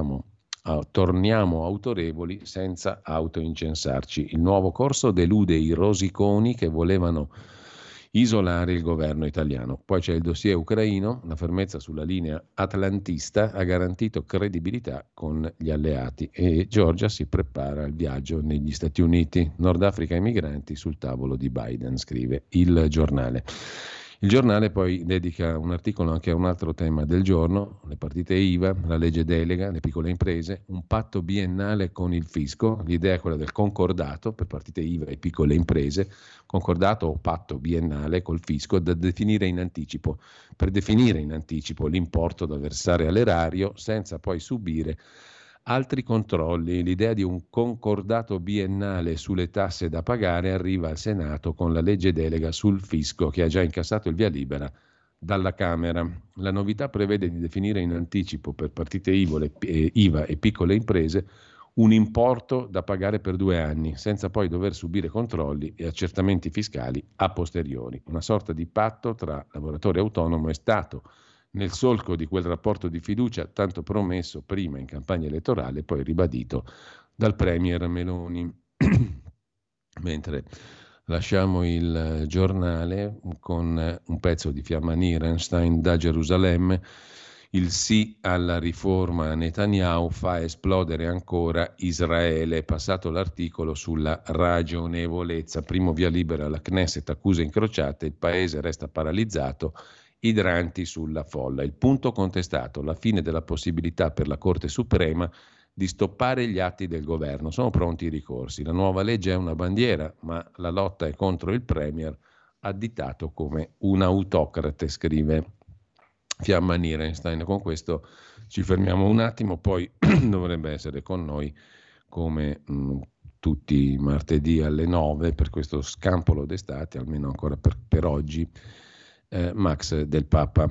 torniamo autorevoli senza autoincensarci. Il nuovo corso delude i rosiconi che volevano isolare il governo italiano. Poi c'è il dossier ucraino, la fermezza sulla linea atlantista ha garantito credibilità con gli alleati e Giorgia si prepara al viaggio negli Stati Uniti. Nord Africa e migranti sul tavolo di Biden, scrive il Giornale. Il Giornale poi dedica un articolo anche a un altro tema del giorno, le partite IVA, la legge delega, le piccole imprese, un patto biennale con il fisco. L'idea è quella del concordato per partite IVA e piccole imprese, concordato o patto biennale col fisco da definire in anticipo, per definire in anticipo l'importo da versare all'erario senza poi subire altri controlli. L'idea di un concordato biennale sulle tasse da pagare arriva al Senato con la legge delega sul fisco che ha già incassato il via libera dalla Camera. La novità prevede di definire in anticipo per partite IVA e piccole imprese un importo da pagare per 2 anni, senza poi dover subire controlli e accertamenti fiscali a posteriori. Una sorta di patto tra lavoratore autonomo e Stato, nel solco di quel rapporto di fiducia tanto promesso prima in campagna elettorale, poi ribadito dal premier Meloni. Mentre lasciamo il Giornale con un pezzo di Fiamma Nierenstein da Gerusalemme. Il sì alla riforma Netanyahu fa esplodere ancora Israele. Passato l'articolo sulla ragionevolezza. Primo via libera alla Knesset, accuse incrociate, il paese resta paralizzato idranti sulla folla. Il punto contestato, la fine della possibilità per la Corte Suprema di stoppare gli atti del governo. Sono pronti i ricorsi. La nuova legge è una bandiera, ma la lotta è contro il Premier, additato come un autocrate, scrive Fiamma Nierenstein. Con questo ci fermiamo un attimo, poi dovrebbe essere con noi come tutti i martedì alle 9 per questo scampolo d'estate, almeno ancora per oggi, Max del Papa.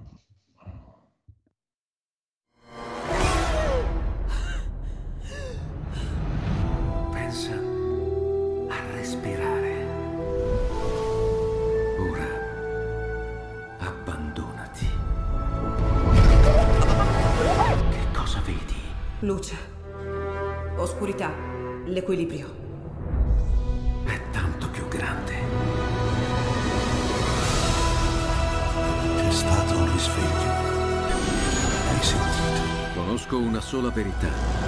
Pensa a respirare. Ora abbandonati. Che cosa vedi? Luce, oscurità, l'equilibrio. È tanto più grande. C'è stato un risveglio. Hai sentito? Conosco una sola verità.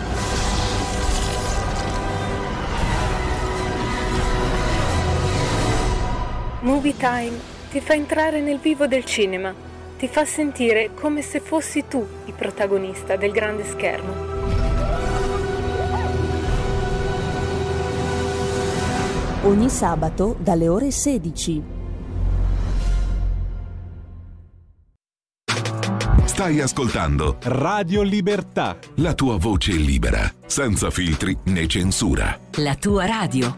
Movie Time ti fa entrare nel vivo del cinema, ti fa sentire come se fossi tu il protagonista del grande schermo. Ogni sabato dalle ore 16. Stai ascoltando Radio Libertà. La tua voce libera, senza filtri né censura. La tua radio.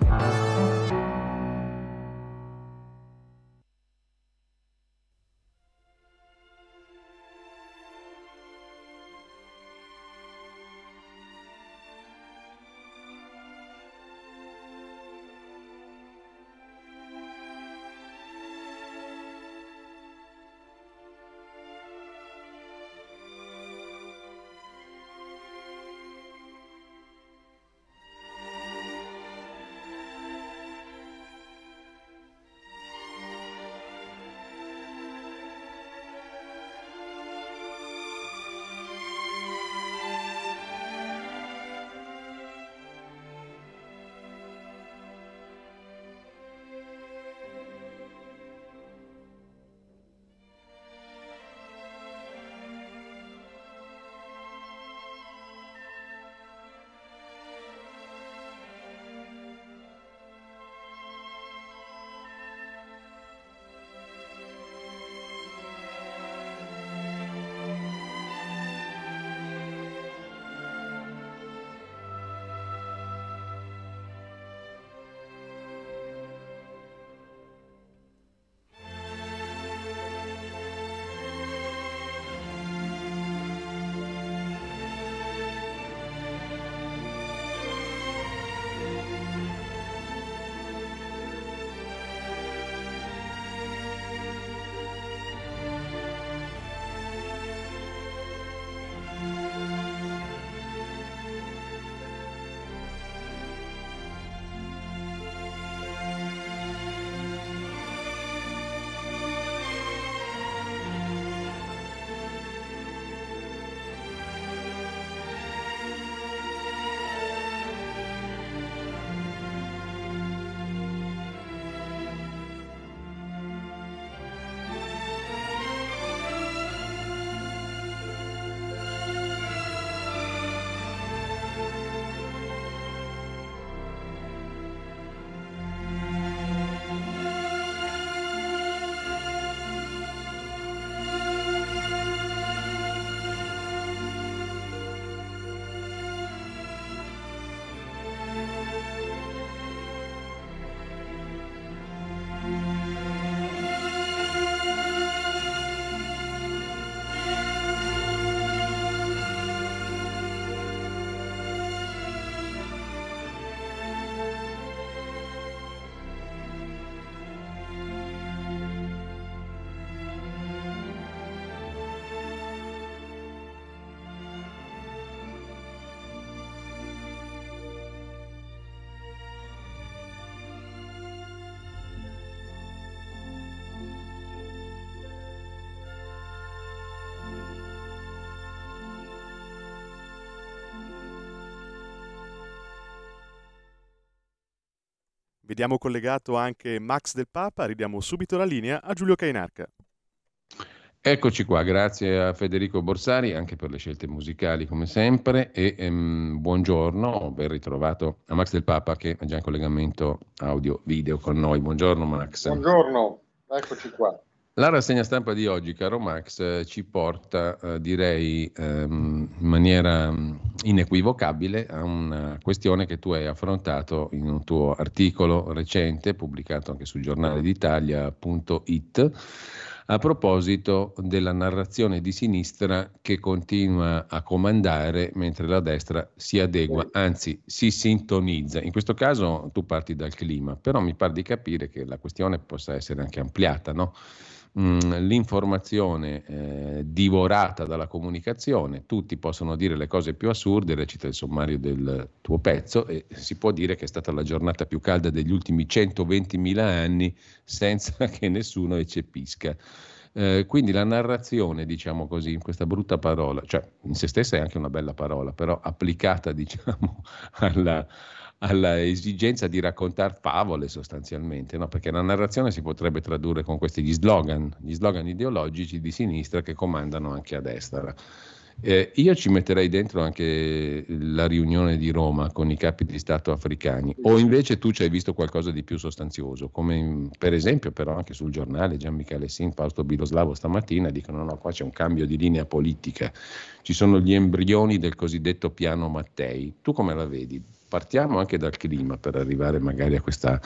Vediamo collegato anche Max del Papa, ridiamo subito la linea a Giulio Cainarca. Eccoci qua, grazie a Federico Borsari anche per le scelte musicali come sempre e buongiorno, ben ritrovato a Max del Papa che è già in collegamento audio-video con noi. Buongiorno Max. Buongiorno, eccoci qua. La rassegna stampa di oggi, caro Max, ci porta, direi, in maniera inequivocabile a una questione che tu hai affrontato in un tuo articolo recente, pubblicato anche sul giornale d'Italia.it, a proposito della narrazione di sinistra che continua a comandare mentre la destra si adegua, anzi si sintonizza. In questo caso tu parti dal clima, però mi pare di capire che la questione possa essere anche ampliata, no? L'informazione divorata dalla comunicazione, tutti possono dire le cose più assurde, recita il sommario del tuo pezzo, e si può dire che è stata la giornata più calda degli ultimi 120.000 anni senza che nessuno eccepisca. Quindi la narrazione, diciamo così, in questa brutta parola, cioè in se stessa è anche una bella parola, però applicata, diciamo, alla esigenza di raccontare favole sostanzialmente, no? Perché la narrazione si potrebbe tradurre con gli slogan ideologici di sinistra che comandano anche a destra. Io ci metterei dentro anche la riunione di Roma con i capi di Stato africani, o invece tu ci hai visto qualcosa di più sostanzioso, come per esempio però anche sul giornale Gian Michele Sin, Fausto Biloslavo stamattina dicono no, qua c'è un cambio di linea politica, ci sono gli embrioni del cosiddetto piano Mattei. Tu come la vedi? Partiamo anche dal clima per arrivare magari a questo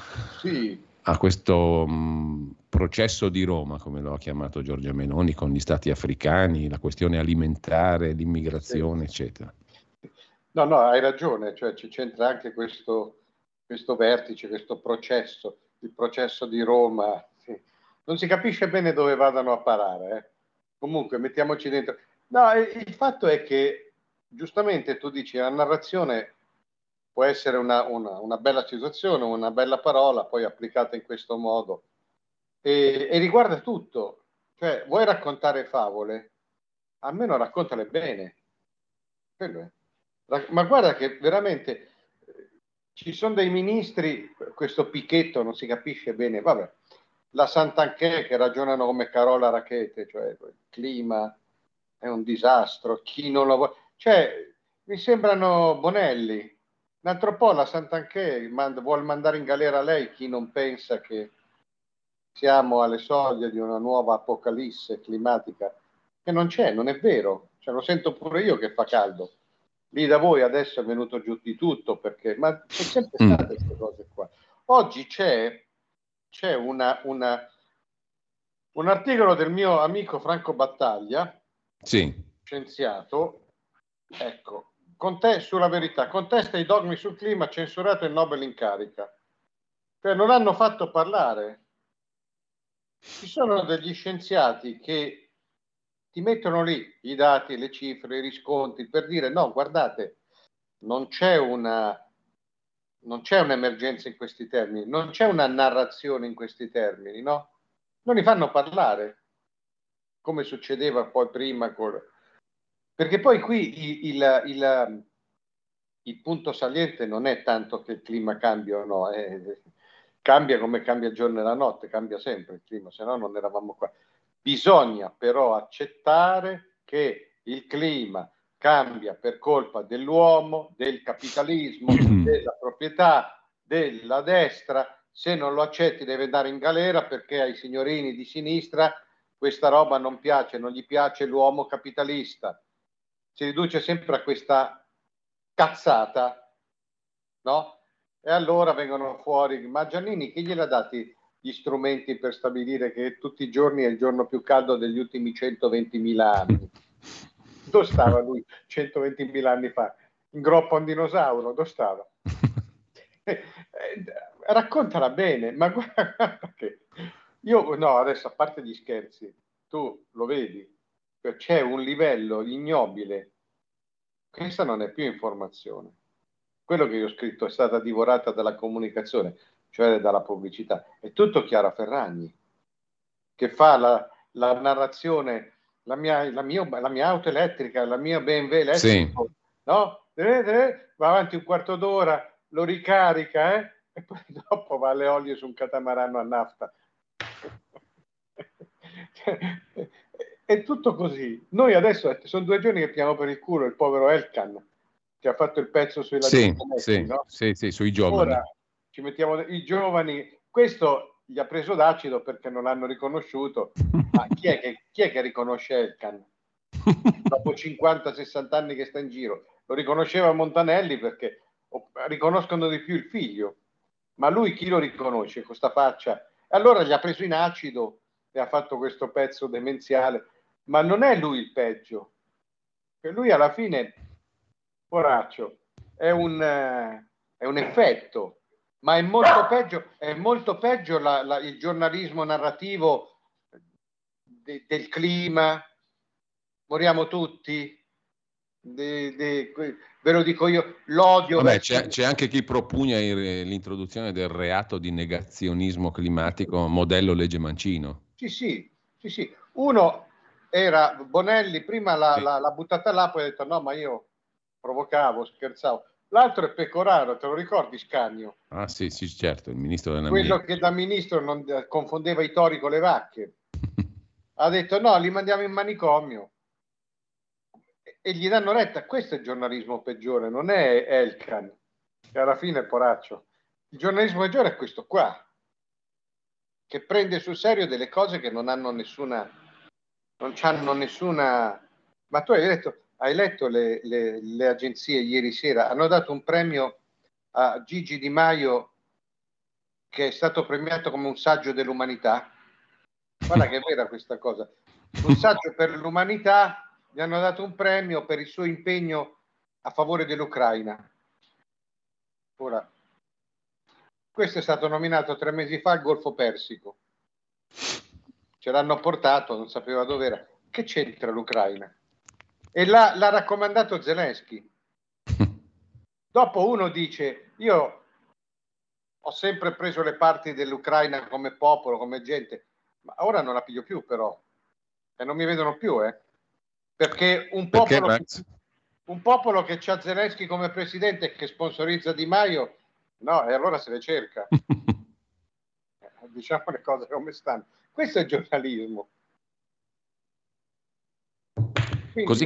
processo di Roma, come lo ha chiamato Giorgia Meloni, con gli stati africani, la questione alimentare, l'immigrazione, eccetera. No, hai ragione, cioè ci c'entra anche questo vertice, questo processo, il processo di Roma. Sì. Non si capisce bene dove vadano a parare. Comunque, mettiamoci dentro. No, il fatto è che, giustamente, tu dici, la narrazione può essere una bella situazione, una bella parola, poi applicata in questo modo. E riguarda tutto. Cioè, vuoi raccontare favole? Almeno raccontale bene. Quello è. Ma guarda che veramente ci sono dei ministri, questo Pichetto non si capisce bene, vabbè, la Santanchè che ragionano come Carola Rackete, cioè il clima è un disastro, chi non lo vuole, cioè mi sembrano Bonelli. Un altro po' la Santanchè vuol mandare in galera lei chi non pensa che siamo alle soglie di una nuova apocalisse climatica, che non c'è, non è vero, cioè, lo sento pure io che fa caldo. Lì da voi adesso è venuto giù di tutto, perché ma sono sempre state queste cose qua. Oggi c'è un articolo del mio amico Franco Battaglia, scienziato, ecco, sulla verità, contesta i dogmi sul clima, censurato il Nobel in carica. Cioè non hanno fatto parlare. Ci sono degli scienziati che ti mettono lì i dati, le cifre, i riscontri per dire no, guardate, non c'è un'emergenza in questi termini, non c'è una narrazione in questi termini, no? Non li fanno parlare, come succedeva poi prima perché poi qui il punto saliente non è tanto che il clima cambia o no, cambia come cambia il giorno e la notte, cambia sempre il clima, se no non eravamo qua. Bisogna però accettare che il clima cambia per colpa dell'uomo, del capitalismo, della proprietà, della destra. Se non lo accetti deve andare in galera, perché ai signorini di sinistra questa roba non piace, non gli piace l'uomo capitalista. Si riduce sempre a questa cazzata, no? E allora vengono fuori, ma Giannini chi gliel'ha dati gli strumenti per stabilire che tutti i giorni è il giorno più caldo degli ultimi 120.000 anni? Dove stava lui 120.000 anni fa? In groppa a un dinosauro? Dove stava? Raccontala bene, ma guarda che io, no, adesso a parte gli scherzi, tu lo vedi, c'è un livello ignobile. Questa non è più informazione. Quello che io ho scritto è stata divorata dalla comunicazione, cioè dalla pubblicità. È tutto Chiara Ferragni, che fa la narrazione, la mia auto elettrica, la mia BMW elettrica, no? Va avanti un quarto d'ora, lo ricarica, e poi dopo va alle olie su un catamarano a nafta. è tutto così. Noi adesso sono 2 giorni che piamo per il culo il povero Elkan, che ha fatto il pezzo sui sì, no? sì, sui giovani. Ora ci mettiamo i giovani. Questo gli ha preso d'acido perché non l'hanno riconosciuto. Ma chi è che riconosce Elkan? Dopo 50-60 anni che sta in giro. Lo riconosceva Montanelli perché riconoscono di più il figlio. Ma lui chi lo riconosce con sta faccia? Allora gli ha preso in acido e ha fatto questo pezzo demenziale. Ma non è lui il peggio. Che lui alla fine, poraccio, è un effetto. Ma è molto peggio il giornalismo narrativo del clima. Moriamo tutti, ve lo dico io, l'odio. Vabbè, c'è anche chi propugna l'introduzione del reato di negazionismo climatico modello legge Mancino. Sì. Uno era Bonelli, prima l'ha buttata là, poi ha detto no, ma io provocavo, scherzavo. L'altro è Pecoraro, te lo ricordi, Scagno? Ah sì, certo, il ministro dell'ambiente. Quello che da ministro non confondeva i tori con le vacche. Ha detto no, li mandiamo in manicomio. E gli danno retta. Questo è il giornalismo peggiore, non è Elkan, che alla fine è poraccio. Il giornalismo peggiore è questo qua, che prende sul serio delle cose che non hanno nessuna. Ma tu hai letto le agenzie ieri sera? Hanno dato un premio a Gigi Di Maio, che è stato premiato come un saggio dell'umanità. Guarda che è vera questa cosa. Un saggio per l'umanità. Gli hanno dato un premio per il suo impegno a favore dell'Ucraina. Ora, questo è stato nominato 3 mesi fa al Golfo Persico. Ce l'hanno portato, non sapeva dove era. Che c'entra l'Ucraina? E l'ha raccomandato Zelensky. Dopo uno dice, io ho sempre preso le parti dell'Ucraina come popolo, come gente, ma ora non la piglio più però. E non mi vedono più, Perché un popolo che c'ha Zelensky come presidente e che sponsorizza Di Maio, no, e allora se le cerca. Diciamo le cose come stanno. Questo è giornalismo. Quindi,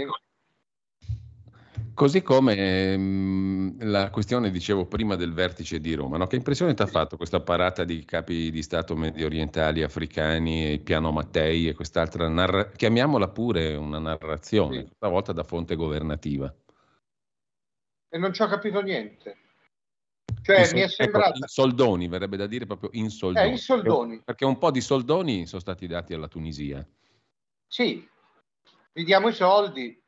così come la questione, dicevo prima, del vertice di Roma, no? Che impressione ti ha fatto questa parata di capi di Stato medio orientali, africani, il piano Mattei e quest'altra, chiamiamola pure una narrazione, questa volta da fonte governativa? E non ci ho capito niente. Cioè, mi è sembrato... in soldoni, verrebbe da dire proprio in soldoni. In soldoni. Perché un po' di soldoni sono stati dati alla Tunisia. Sì, gli diamo i soldi.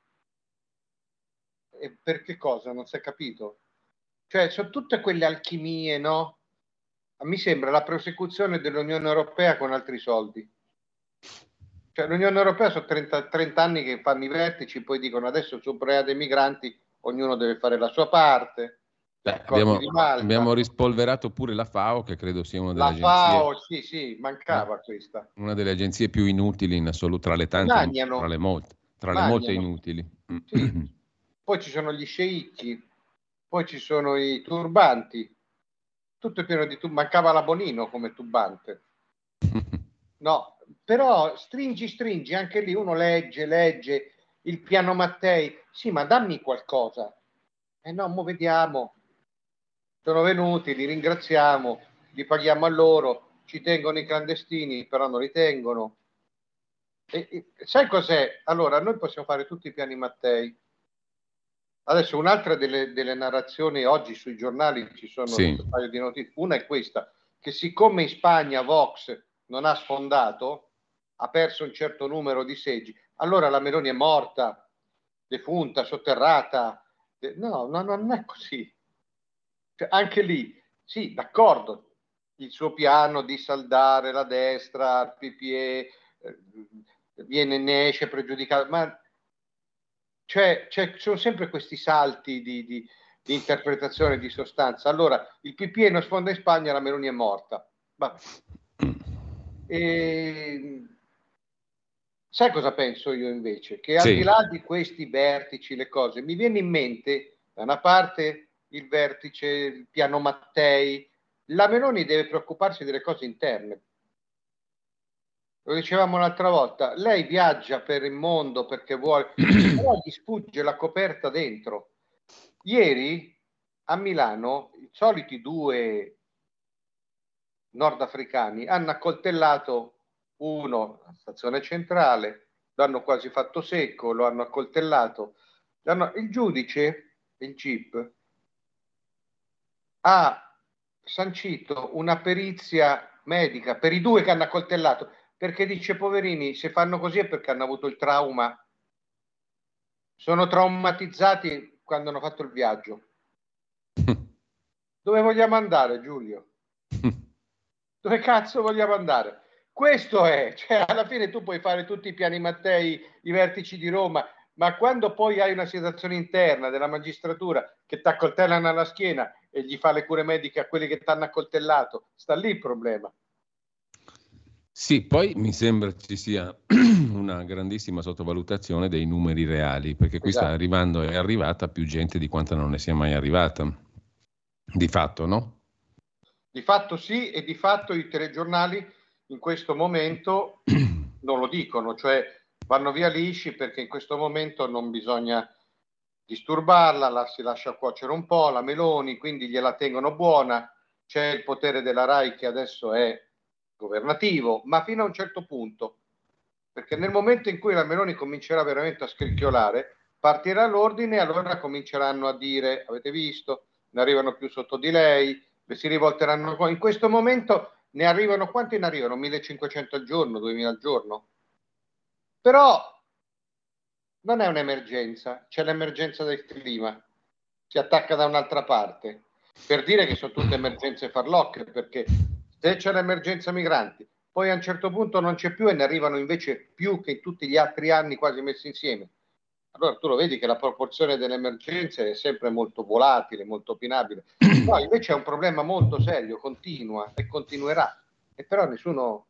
E per che cosa? Non si è capito. Cioè, sono tutte quelle alchimie, no? Mi sembra la prosecuzione dell'Unione Europea con altri soldi. Cioè, l'Unione Europea sono 30 anni che fanno i vertici, poi dicono adesso sul problema dei migranti ognuno deve fare la sua parte. Abbiamo rispolverato pure la FAO, che credo sia una delle agenzie. La FAO, sì, mancava questa. Una delle agenzie più inutili in assoluto, tra le tante, tra le molte inutili. Sì. Poi ci sono gli sceicchi, poi ci sono i turbanti, tutto è pieno di mancava la Bonino come turbante. No, però stringi, anche lì uno legge il piano Mattei, sì, ma dammi qualcosa. No, mo vediamo. Sono venuti, li ringraziamo, li paghiamo a loro, ci tengono i clandestini, però non li tengono. E sai cos'è? Allora, noi possiamo fare tutti i piani Mattei. Adesso un'altra delle narrazioni oggi sui giornali ci sono un paio di notizie. Una è questa, che siccome in Spagna Vox non ha sfondato, ha perso un certo numero di seggi, allora la Meloni è morta, defunta, sotterrata. No, non è così. Cioè, anche lì, sì, d'accordo, il suo piano di saldare la destra, il PPE, ne esce pregiudicato, ma sono sempre questi salti di interpretazione di sostanza. Allora, il PPE non sfonda in Spagna, la Meloni è morta. Sai cosa penso io invece? Che al di là di questi vertici, le cose, mi viene in mente, da una parte il vertice, il piano Mattei, la Meloni deve preoccuparsi delle cose interne. lo dicevamo l'altra volta, lei viaggia per il mondo perché vuole, però gli sfugge la coperta dentro. Ieri a Milano i soliti 2 nordafricani hanno accoltellato uno alla stazione centrale, l'hanno quasi fatto secco, lo hanno accoltellato. Il giudice, il GIP, ha sancito una perizia medica per i 2 che hanno accoltellato, perché dice, poverini, se fanno così è perché hanno avuto il trauma, sono traumatizzati quando hanno fatto il viaggio. Dove vogliamo andare, Giulio? Dove cazzo vogliamo andare? Questo è, cioè alla fine tu puoi fare tutti i piani Mattei, i vertici di Roma, ma quando poi hai una situazione interna della magistratura che ti accoltellano alla schiena e gli fa le cure mediche a quelli che ti hanno accoltellato, sta lì il problema. Sì, poi mi sembra ci sia una grandissima sottovalutazione dei numeri reali, perché qui sta arrivando, è arrivata più gente di quanta non ne sia mai arrivata. Di fatto, no? Di fatto sì, e di fatto i telegiornali in questo momento non lo dicono, cioè vanno via lisci perché in questo momento non bisogna disturbarla, si lascia cuocere un po', la Meloni, quindi gliela tengono buona, c'è il potere della RAI che adesso è governativo, ma fino a un certo punto, perché nel momento in cui la Meloni comincerà veramente a scricchiolare, partirà l'ordine e allora cominceranno a dire, avete visto, ne arrivano più sotto di lei, si rivolteranno. In questo momento ne arrivano, quanti ne arrivano? 1500 al giorno, 2000 al giorno? Però non è un'emergenza, c'è l'emergenza del clima, si attacca da un'altra parte, per dire che sono tutte emergenze farlocche, perché se c'è l'emergenza migranti, poi a un certo punto non c'è più e ne arrivano invece più che in tutti gli altri anni quasi messi insieme. Allora tu lo vedi che la proporzione delle emergenze è sempre molto volatile, molto opinabile. No, invece è un problema molto serio, continua e continuerà. E però nessuno...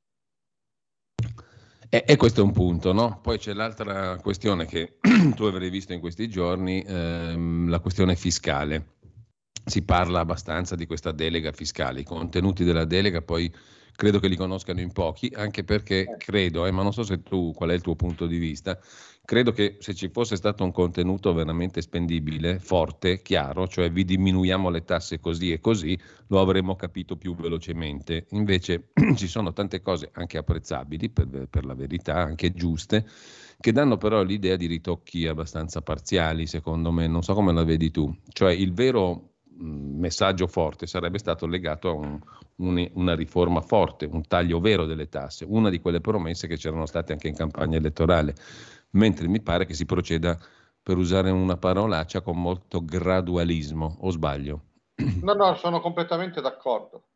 E questo è un punto, no? Poi c'è l'altra questione che tu avrai visto in questi giorni, la questione fiscale. Si parla abbastanza di questa delega fiscale, i contenuti della delega poi credo che li conoscano in pochi, anche perché credo, ma non so se tu, qual è il tuo punto di vista, credo che se ci fosse stato un contenuto veramente spendibile, forte, chiaro, cioè vi diminuiamo le tasse così e così, lo avremmo capito più velocemente. Invece ci sono tante cose anche apprezzabili, per la verità, anche giuste, che danno però l'idea di ritocchi abbastanza parziali, secondo me, non so come la vedi tu. Cioè il vero messaggio forte sarebbe stato legato a una riforma forte, un taglio vero delle tasse, una di quelle promesse che c'erano state anche in campagna elettorale, mentre mi pare che si proceda, per usare una parolaccia, con molto gradualismo, o sbaglio? No, sono completamente d'accordo.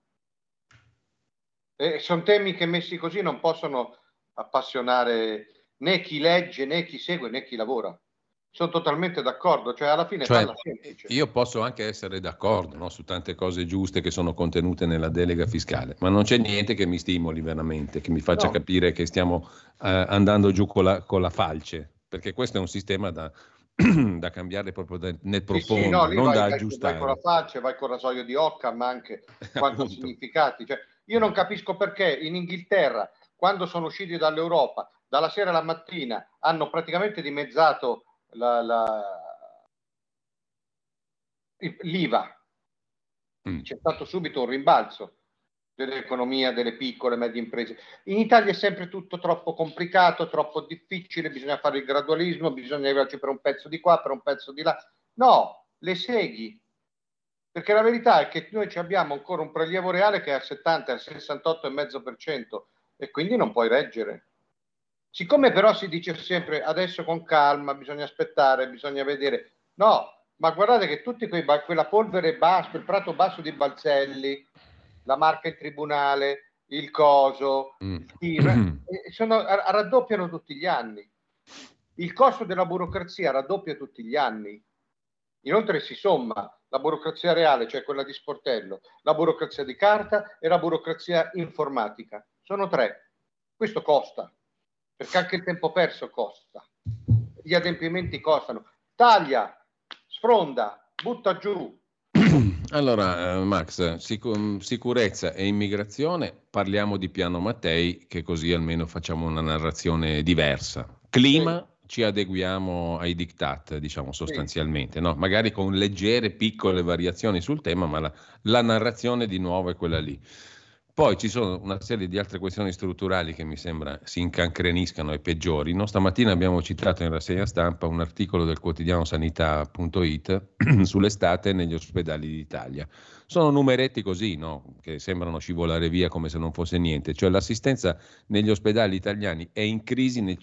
Sono temi che messi così non possono appassionare né chi legge, né chi segue, né chi lavora. Sono totalmente d'accordo, cioè alla fine parla semplice. Io posso anche essere d'accordo, no, su tante cose giuste che sono contenute nella delega fiscale, ma non c'è niente che mi stimoli veramente, che mi faccia capire che stiamo andando giù con la falce, perché questo è un sistema da cambiare proprio nel profondo, non da aggiustare. Vai con la falce, vai con il rasoio di Occam, ma anche quanto significati. Cioè, io non capisco perché in Inghilterra, quando sono usciti dall'Europa, dalla sera alla mattina hanno praticamente dimezzato l'IVA. C'è stato subito un rimbalzo dell'economia delle piccole e medie imprese. In Italia è sempre tutto troppo complicato, troppo difficile, bisogna fare il gradualismo, bisogna arrivarci per un pezzo di qua, per un pezzo di là. No, le segui. Perché la verità è che noi abbiamo ancora un prelievo reale che è al 70, al 68,5% e quindi non puoi reggere. Siccome però si dice sempre adesso con calma, bisogna aspettare, bisogna vedere. No, ma guardate che tutti quella polvere bassa, quel prato basso di Balzelli, la marca in tribunale, il coso, il TIR, raddoppiano tutti gli anni. Il costo della burocrazia raddoppia tutti gli anni. Inoltre si somma la burocrazia reale, cioè quella di sportello, la burocrazia di carta e la burocrazia informatica. Sono 3. Questo costa. Perché anche il tempo perso costa, gli adempimenti costano, taglia, sfronda, butta giù, Allora, Max, sicurezza e immigrazione, parliamo di Piano Mattei, che così almeno facciamo una narrazione diversa. Clima, ci adeguiamo ai diktat, diciamo sostanzialmente, no? Magari con leggere, piccole variazioni sul tema, ma la narrazione di nuovo è quella lì. Poi ci sono una serie di altre questioni strutturali che mi sembra si incancreniscano e peggiorino. Stamattina abbiamo citato in rassegna stampa un articolo del quotidiano sanità.it sull'estate negli ospedali d'Italia. Sono numeretti così, no? Che sembrano scivolare via come se non fosse niente. Cioè l'assistenza negli ospedali italiani è in crisi nel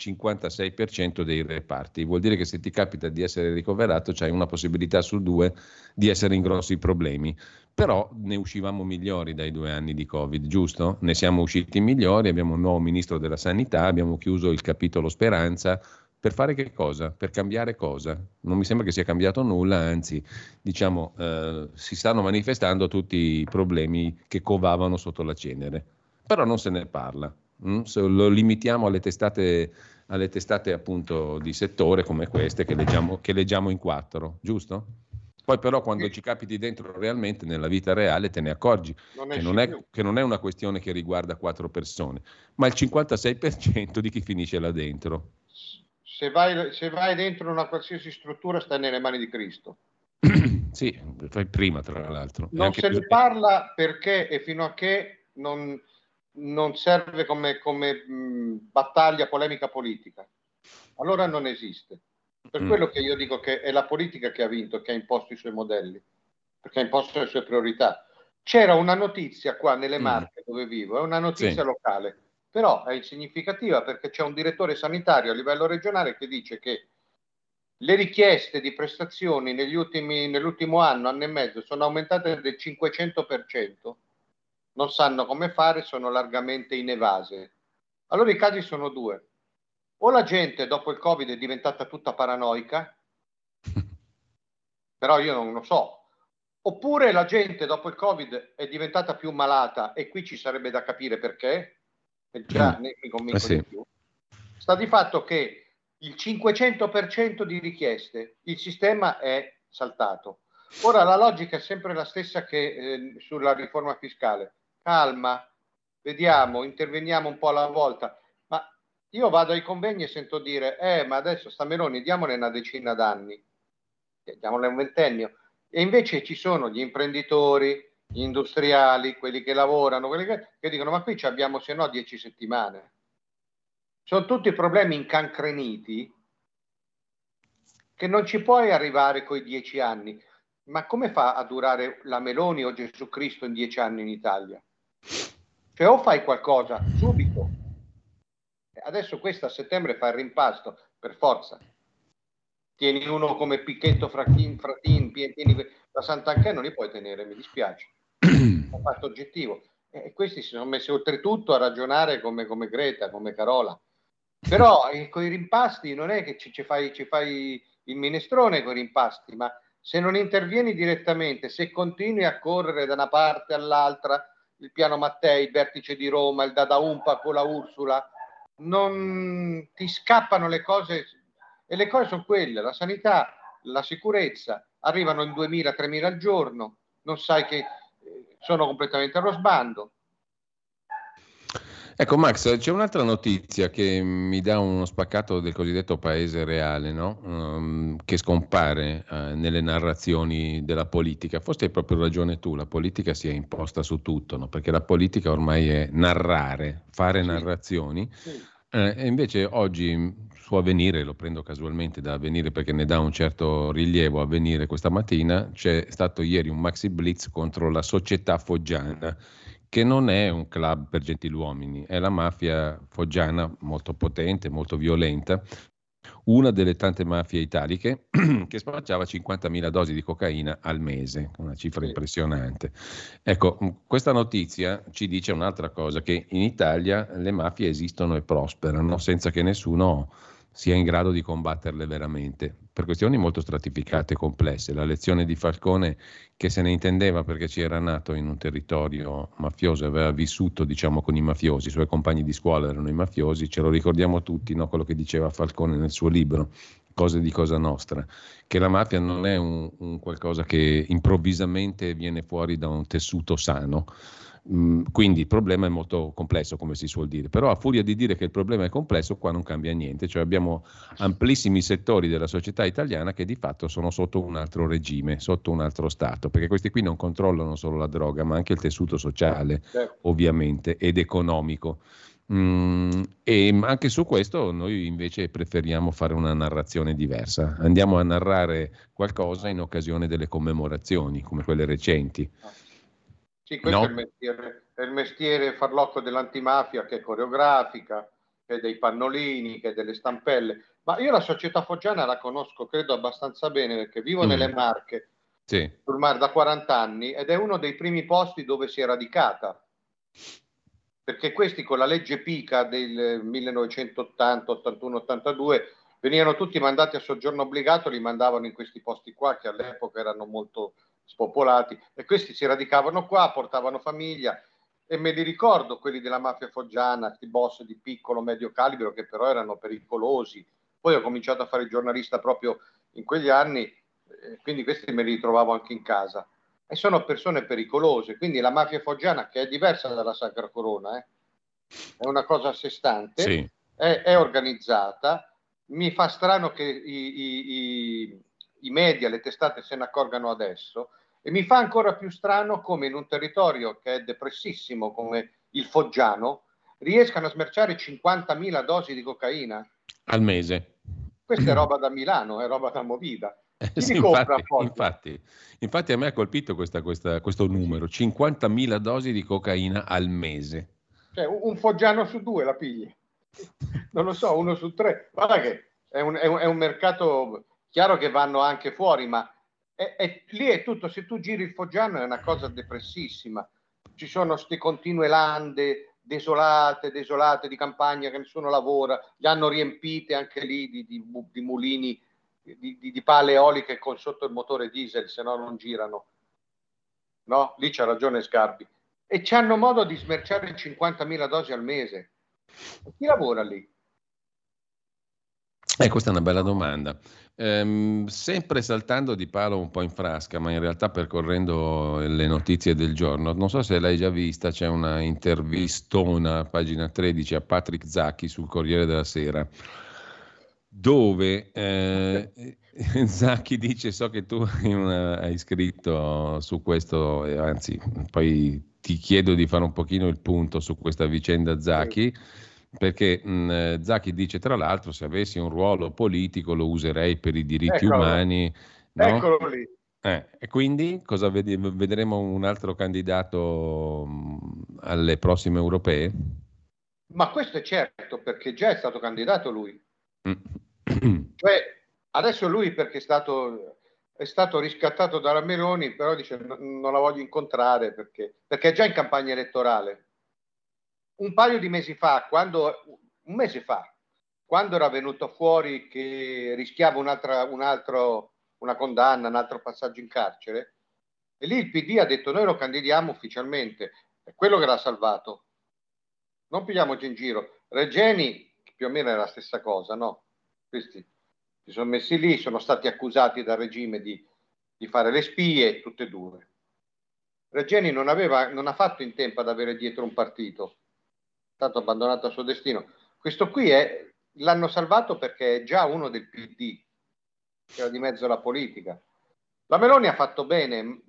56% dei reparti. Vuol dire che se ti capita di essere ricoverato c'hai una possibilità su 2 di essere in grossi problemi. Però ne uscivamo migliori dai 2 anni di Covid, giusto? Ne siamo usciti migliori, abbiamo un nuovo ministro della sanità, abbiamo chiuso il capitolo speranza. Per fare che cosa? Per cambiare cosa? Non mi sembra che sia cambiato nulla, anzi, diciamo, si stanno manifestando tutti i problemi che covavano sotto la cenere. Però non se ne parla. Se lo limitiamo alle testate appunto di settore come queste che leggiamo in 4, giusto? Poi però quando ci capiti dentro realmente nella vita reale te ne accorgi che non è una questione che riguarda 4 persone, ma il 56% di chi finisce là dentro. Se vai dentro una qualsiasi struttura stai nelle mani di Cristo. Sì, fai prima tra l'altro. Non se ne parla perché e fino a che non serve come battaglia polemica politica. Allora non esiste. Per quello che io dico che è la politica che ha vinto, che ha imposto i suoi modelli, perché ha imposto le sue priorità. C'era una notizia qua nelle Marche dove vivo, è una notizia locale, però è significativa perché c'è un direttore sanitario a livello regionale che dice che le richieste di prestazioni nell'ultimo anno e mezzo sono aumentate del 500%, non sanno come fare, sono largamente inevase. Allora i casi sono 2. O la gente dopo il Covid è diventata tutta paranoica, però io non lo so, oppure la gente dopo il Covid è diventata più malata e qui ci sarebbe da capire perché, e già mi convinco di più. Sta di fatto che il 500% di richieste, il sistema è saltato. Ora la logica è sempre la stessa che sulla riforma fiscale. Calma, vediamo, interveniamo un po' alla volta. Io vado ai convegni e sento dire ma adesso sta Meloni diamole una decina d'anni, diamole un 20ennio, e invece ci sono gli imprenditori, gli industriali, quelli che lavorano, quelli che dicono ma qui ci abbiamo se no 10 settimane. Sono tutti problemi incancreniti che non ci puoi arrivare coi 10 anni. Ma come fa a durare la Meloni o Gesù Cristo in 10 anni in Italia? Cioè o fai qualcosa subito. Adesso questa a settembre fa il rimpasto, per forza. Tieni uno come Picchetto, Fratin, tieni la Santanchè, non li puoi tenere, mi dispiace. È un fatto oggettivo. E questi si sono messi oltretutto a ragionare come Greta, come Carola. Però con i rimpasti non è che ci fai il minestrone con i rimpasti, ma se non intervieni direttamente, se continui a correre da una parte all'altra, il piano Mattei, il vertice di Roma, il Dada Umpa con la Ursula, non ti scappano le cose, e le cose sono quelle: la sanità, la sicurezza, arrivano in 2.000-3.000 al giorno, non sai che sono completamente allo sbando. Ecco Max, c'è un'altra notizia che mi dà uno spaccato del cosiddetto paese reale, no? Che scompare nelle narrazioni della politica. Forse hai proprio ragione tu, la politica si è imposta su tutto, no? Perché la politica ormai è narrare, fare narrazioni. E invece oggi su Avvenire, lo prendo casualmente da Avvenire perché ne dà un certo rilievo, Avvenire questa mattina, c'è stato ieri un maxi blitz contro la Società Foggiana, che non è un club per gentiluomini, è la mafia foggiana molto potente, molto violenta, una delle tante mafie italiche che spacciava 50.000 dosi di cocaina al mese, una cifra impressionante. Ecco, questa notizia ci dice un'altra cosa, che in Italia le mafie esistono e prosperano senza che nessuno sia in grado di combatterle veramente, per questioni molto stratificate e complesse. La lezione di Falcone, che se ne intendeva perché ci era nato in un territorio mafioso, aveva vissuto diciamo con i mafiosi, i suoi compagni di scuola erano i mafiosi, ce lo ricordiamo tutti, no? Quello che diceva Falcone nel suo libro, cose di Cosa Nostra, che la mafia non è un qualcosa che improvvisamente viene fuori da un tessuto sano. Quindi il problema è molto complesso, come si suol dire, però a furia di dire che il problema è complesso, qua non cambia niente, cioè abbiamo amplissimi settori della società italiana che di fatto sono sotto un altro regime, sotto un altro Stato, perché questi qui non controllano solo la droga, ma anche il tessuto sociale, ovviamente, ed economico. E anche su questo noi invece preferiamo fare una narrazione diversa, andiamo a narrare qualcosa in occasione delle commemorazioni, come quelle recenti. Sì, questo No? è il mestiere farlocco dell'antimafia, che è coreografica, che è dei pannolini, che è delle stampelle. Ma io la società foggiana la conosco, credo, abbastanza bene, perché vivo nelle Marche, sì, sul mare da 40 anni, ed è uno dei primi posti dove si è radicata. Perché questi con la legge Pica del 1980, 81, 82 venivano tutti mandati a soggiorno obbligato, li mandavano in questi posti qua che all'epoca erano molto spopolati, e questi si radicavano qua, portavano famiglia, e me li ricordo quelli della mafia foggiana, questi boss di piccolo medio calibro che però erano pericolosi. Poi ho cominciato a fare il giornalista proprio in quegli anni, quindi questi me li ritrovavo anche in casa. E sono persone pericolose, quindi la mafia foggiana, che è diversa dalla Sacra Corona, è una cosa a sé stante, sì. è organizzata. Mi fa strano che i media, le testate se ne accorgano adesso, e mi fa ancora più strano come in un territorio che è depressissimo come il Foggiano riescano a smerciare 50.000 dosi di cocaina Al mese. Questa è roba da Milano, è roba da Movida. Chi Sì, li compra a Foggia? infatti a me ha colpito questo numero, 50.000 dosi di cocaina al mese. Cioè, un foggiano su due la pigli. Non lo so, 1 su 3. Guarda che è un mercato, chiaro che vanno anche fuori, ma lì è tutto. Se tu giri il Foggiano è una cosa depressissima. Ci sono queste continue lande desolate di campagna che nessuno lavora, li hanno riempite anche lì di mulini, di pale eoliche con sotto il motore diesel, se no non girano. No? Lì c'ha ragione Sgarbi. E c'hanno modo di smerciare 50.000 dosi al mese. E chi lavora lì? Questa è una bella domanda. Sempre saltando di palo un po' in frasca, ma in realtà percorrendo le notizie del giorno, non so se l'hai già vista, c'è una intervistona, pagina 13, a Patrick Zacchi sul Corriere della Sera, dove Zacchi dice: so che tu hai scritto su questo, anzi poi ti chiedo di fare un pochino il punto su questa vicenda Zacchi, perché Zacchi dice, tra l'altro, se avessi un ruolo politico lo userei per i diritti umani, no? Eccolo lì. E quindi cosa vedremo un altro candidato alle prossime europee? Ma questo è certo, perché già è stato candidato lui. Cioè, adesso lui, perché è stato riscattato dalla Meloni, però dice non la voglio incontrare perché è già in campagna elettorale. Un paio di mesi fa, un mese fa, quando era venuto fuori che rischiava una condanna, un altro passaggio in carcere, e lì il PD ha detto noi lo candidiamo ufficialmente. È quello che l'ha salvato. Non pigliamoci in giro. Regeni più o meno è la stessa cosa, no? Questi si sono messi lì, sono stati accusati dal regime di fare le spie, tutte e due. Regeni non ha fatto in tempo ad avere dietro un partito, è stato abbandonato al suo destino. Questo qui l'hanno salvato perché è già uno del PD, che era di mezzo alla politica. La Meloni ha fatto bene,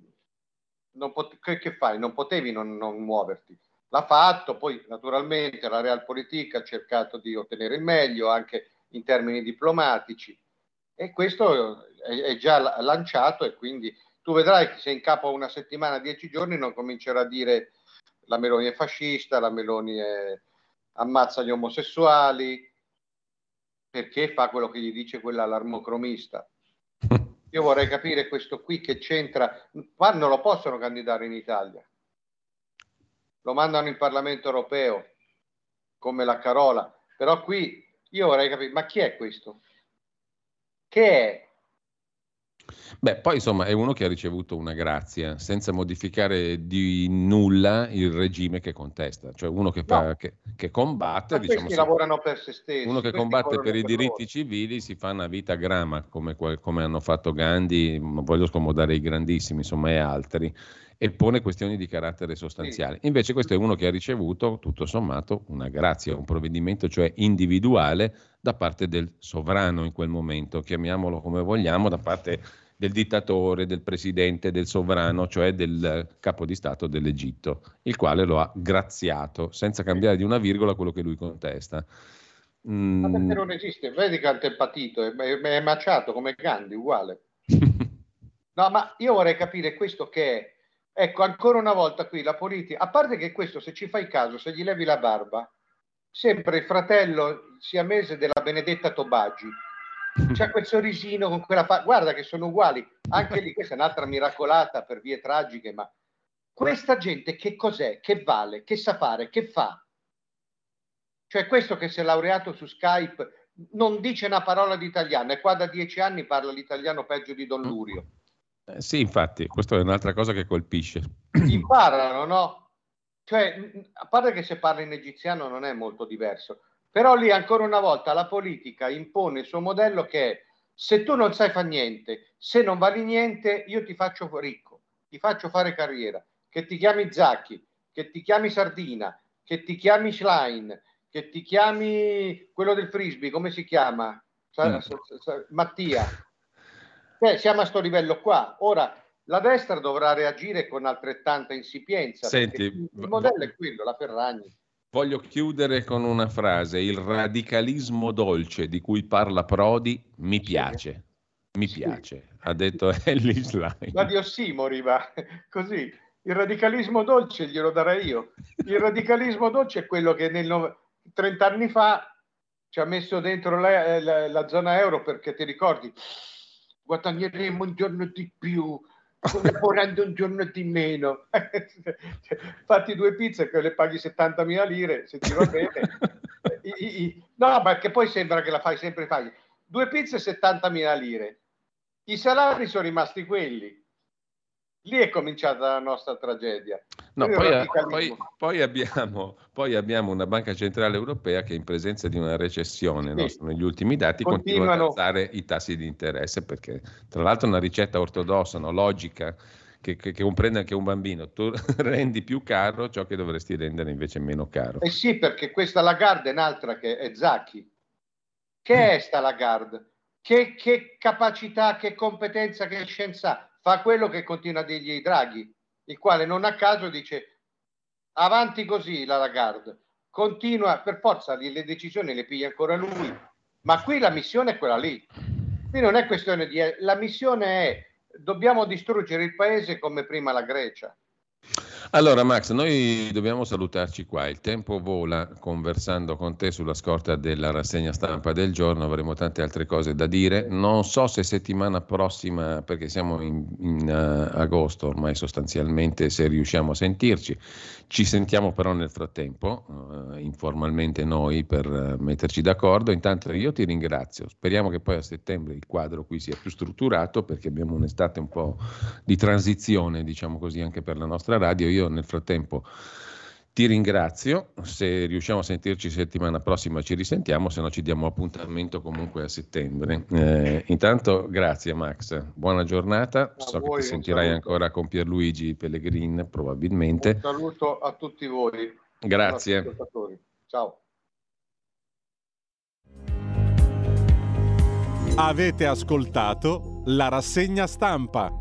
che fai? Non potevi non muoverti. L'ha fatto, poi naturalmente la Realpolitik ha cercato di ottenere il meglio anche in termini diplomatici, e questo è già lanciato, e quindi tu vedrai che se in capo a una settimana, 10 giorni, non comincerà a dire la Meloni è fascista, la Meloni ammazza gli omosessuali, perché fa quello che gli dice quella l'armocromista. Io vorrei capire questo qui che c'entra, ma non lo possono candidare in Italia, lo mandano in Parlamento europeo come la Carola, però qui io vorrei capire, ma chi è questo? Che è? Beh, poi insomma è uno che ha ricevuto una grazia senza modificare di nulla il regime che contesta, cioè uno che, che combatte, ma diciamo, questi lavorano per se stessi, uno che combatte per i diritti civili si fa una vita grama come hanno fatto Gandhi, non voglio scomodare i grandissimi, insomma, e altri, e pone questioni di carattere sostanziale. Sì. Invece questo è uno che ha ricevuto, tutto sommato, una grazia, un provvedimento, cioè individuale, da parte del sovrano in quel momento, chiamiamolo come vogliamo, da parte del dittatore, del presidente, del sovrano, cioè del capo di Stato dell'Egitto, il quale lo ha graziato, senza cambiare di una virgola quello che lui contesta. Ma perché non esiste? Vedi quanto è patito, è maciato come Gandhi, uguale. No, ma io vorrei capire questo che è. Ecco, ancora una volta qui la politica, a parte che questo, se ci fai caso, se gli levi la barba, sempre il fratello siamese della Benedetta Tobagi. C'ha quel sorrisino con quella guarda che sono uguali, anche lì questa è un'altra miracolata per vie tragiche, ma questa gente che cos'è, che vale, che sa fare, che fa? Cioè questo che si è laureato su Skype non dice una parola di italiano e qua da 10 anni parla l'italiano peggio di Don Lurio. Sì, infatti, questa è un'altra cosa che colpisce. Imparano, no? Cioè, a parte che se parla in egiziano non è molto diverso. Però lì ancora una volta la politica impone il suo modello che è: se tu non sai fare niente, se non vali niente, io ti faccio ricco, ti faccio fare carriera, che ti chiami Zacchi, che ti chiami Sardina, che ti chiami Schlein, che ti chiami quello del frisbee, come si chiama? Mattia. Siamo a sto livello qua. Ora la destra dovrà reagire con altrettanta insipienza. Senti, il modello è quello, la Ferragni. Voglio chiudere con una frase: il radicalismo dolce di cui parla Prodi mi piace, mi piace, ha detto Elly Schlein. La di ossimori, ma così, il radicalismo dolce glielo darei io. Il radicalismo dolce è quello che 30 anni fa ci ha messo dentro la zona euro, perché ti ricordi, guadagneremo un giorno di più, lavorando un giorno di meno. Fatti 2 pizze che le paghi 70.000 lire, se ti va bene. No, perché poi sembra che la fai sempre 2 pizze e 70.000 lire. I salari sono rimasti quelli. Lì è cominciata la nostra tragedia. No, poi abbiamo una banca centrale europea che in presenza di una recessione, sì, negli ultimi dati continua ad alzare i tassi di interesse, perché tra l'altro è una ricetta ortodossa, logica, che comprende anche un bambino. Tu rendi più caro ciò che dovresti rendere invece meno caro. Eh sì, perché questa Lagarde è un'altra, che è Zacchi. Che è sta Lagarde? Che capacità, che competenza, che scienza? Fa quello che continua a dirgli Draghi, il quale non a caso dice avanti così la Lagarde, continua, per forza le decisioni le piglia ancora lui, ma qui la missione è quella lì. Qui non è questione di... La missione è: dobbiamo distruggere il paese come prima la Grecia. Allora Max, noi dobbiamo salutarci qua, il tempo vola conversando con te sulla scorta della rassegna stampa del giorno, avremo tante altre cose da dire, non so se settimana prossima, perché siamo in agosto ormai sostanzialmente, se riusciamo a sentirci, ci sentiamo però nel frattempo, informalmente noi, per metterci d'accordo. Intanto io ti ringrazio, speriamo che poi a settembre il quadro qui sia più strutturato, perché abbiamo un'estate un po' di transizione, diciamo così, anche per la nostra radio. Io nel frattempo ti ringrazio, se riusciamo a sentirci settimana prossima ci risentiamo, se no ci diamo appuntamento comunque a settembre. Intanto grazie Max, buona giornata, so che ti sentirai ancora con Pierluigi Pellegrin probabilmente. Un saluto a tutti voi. Grazie. Ciao. Avete ascoltato la rassegna stampa.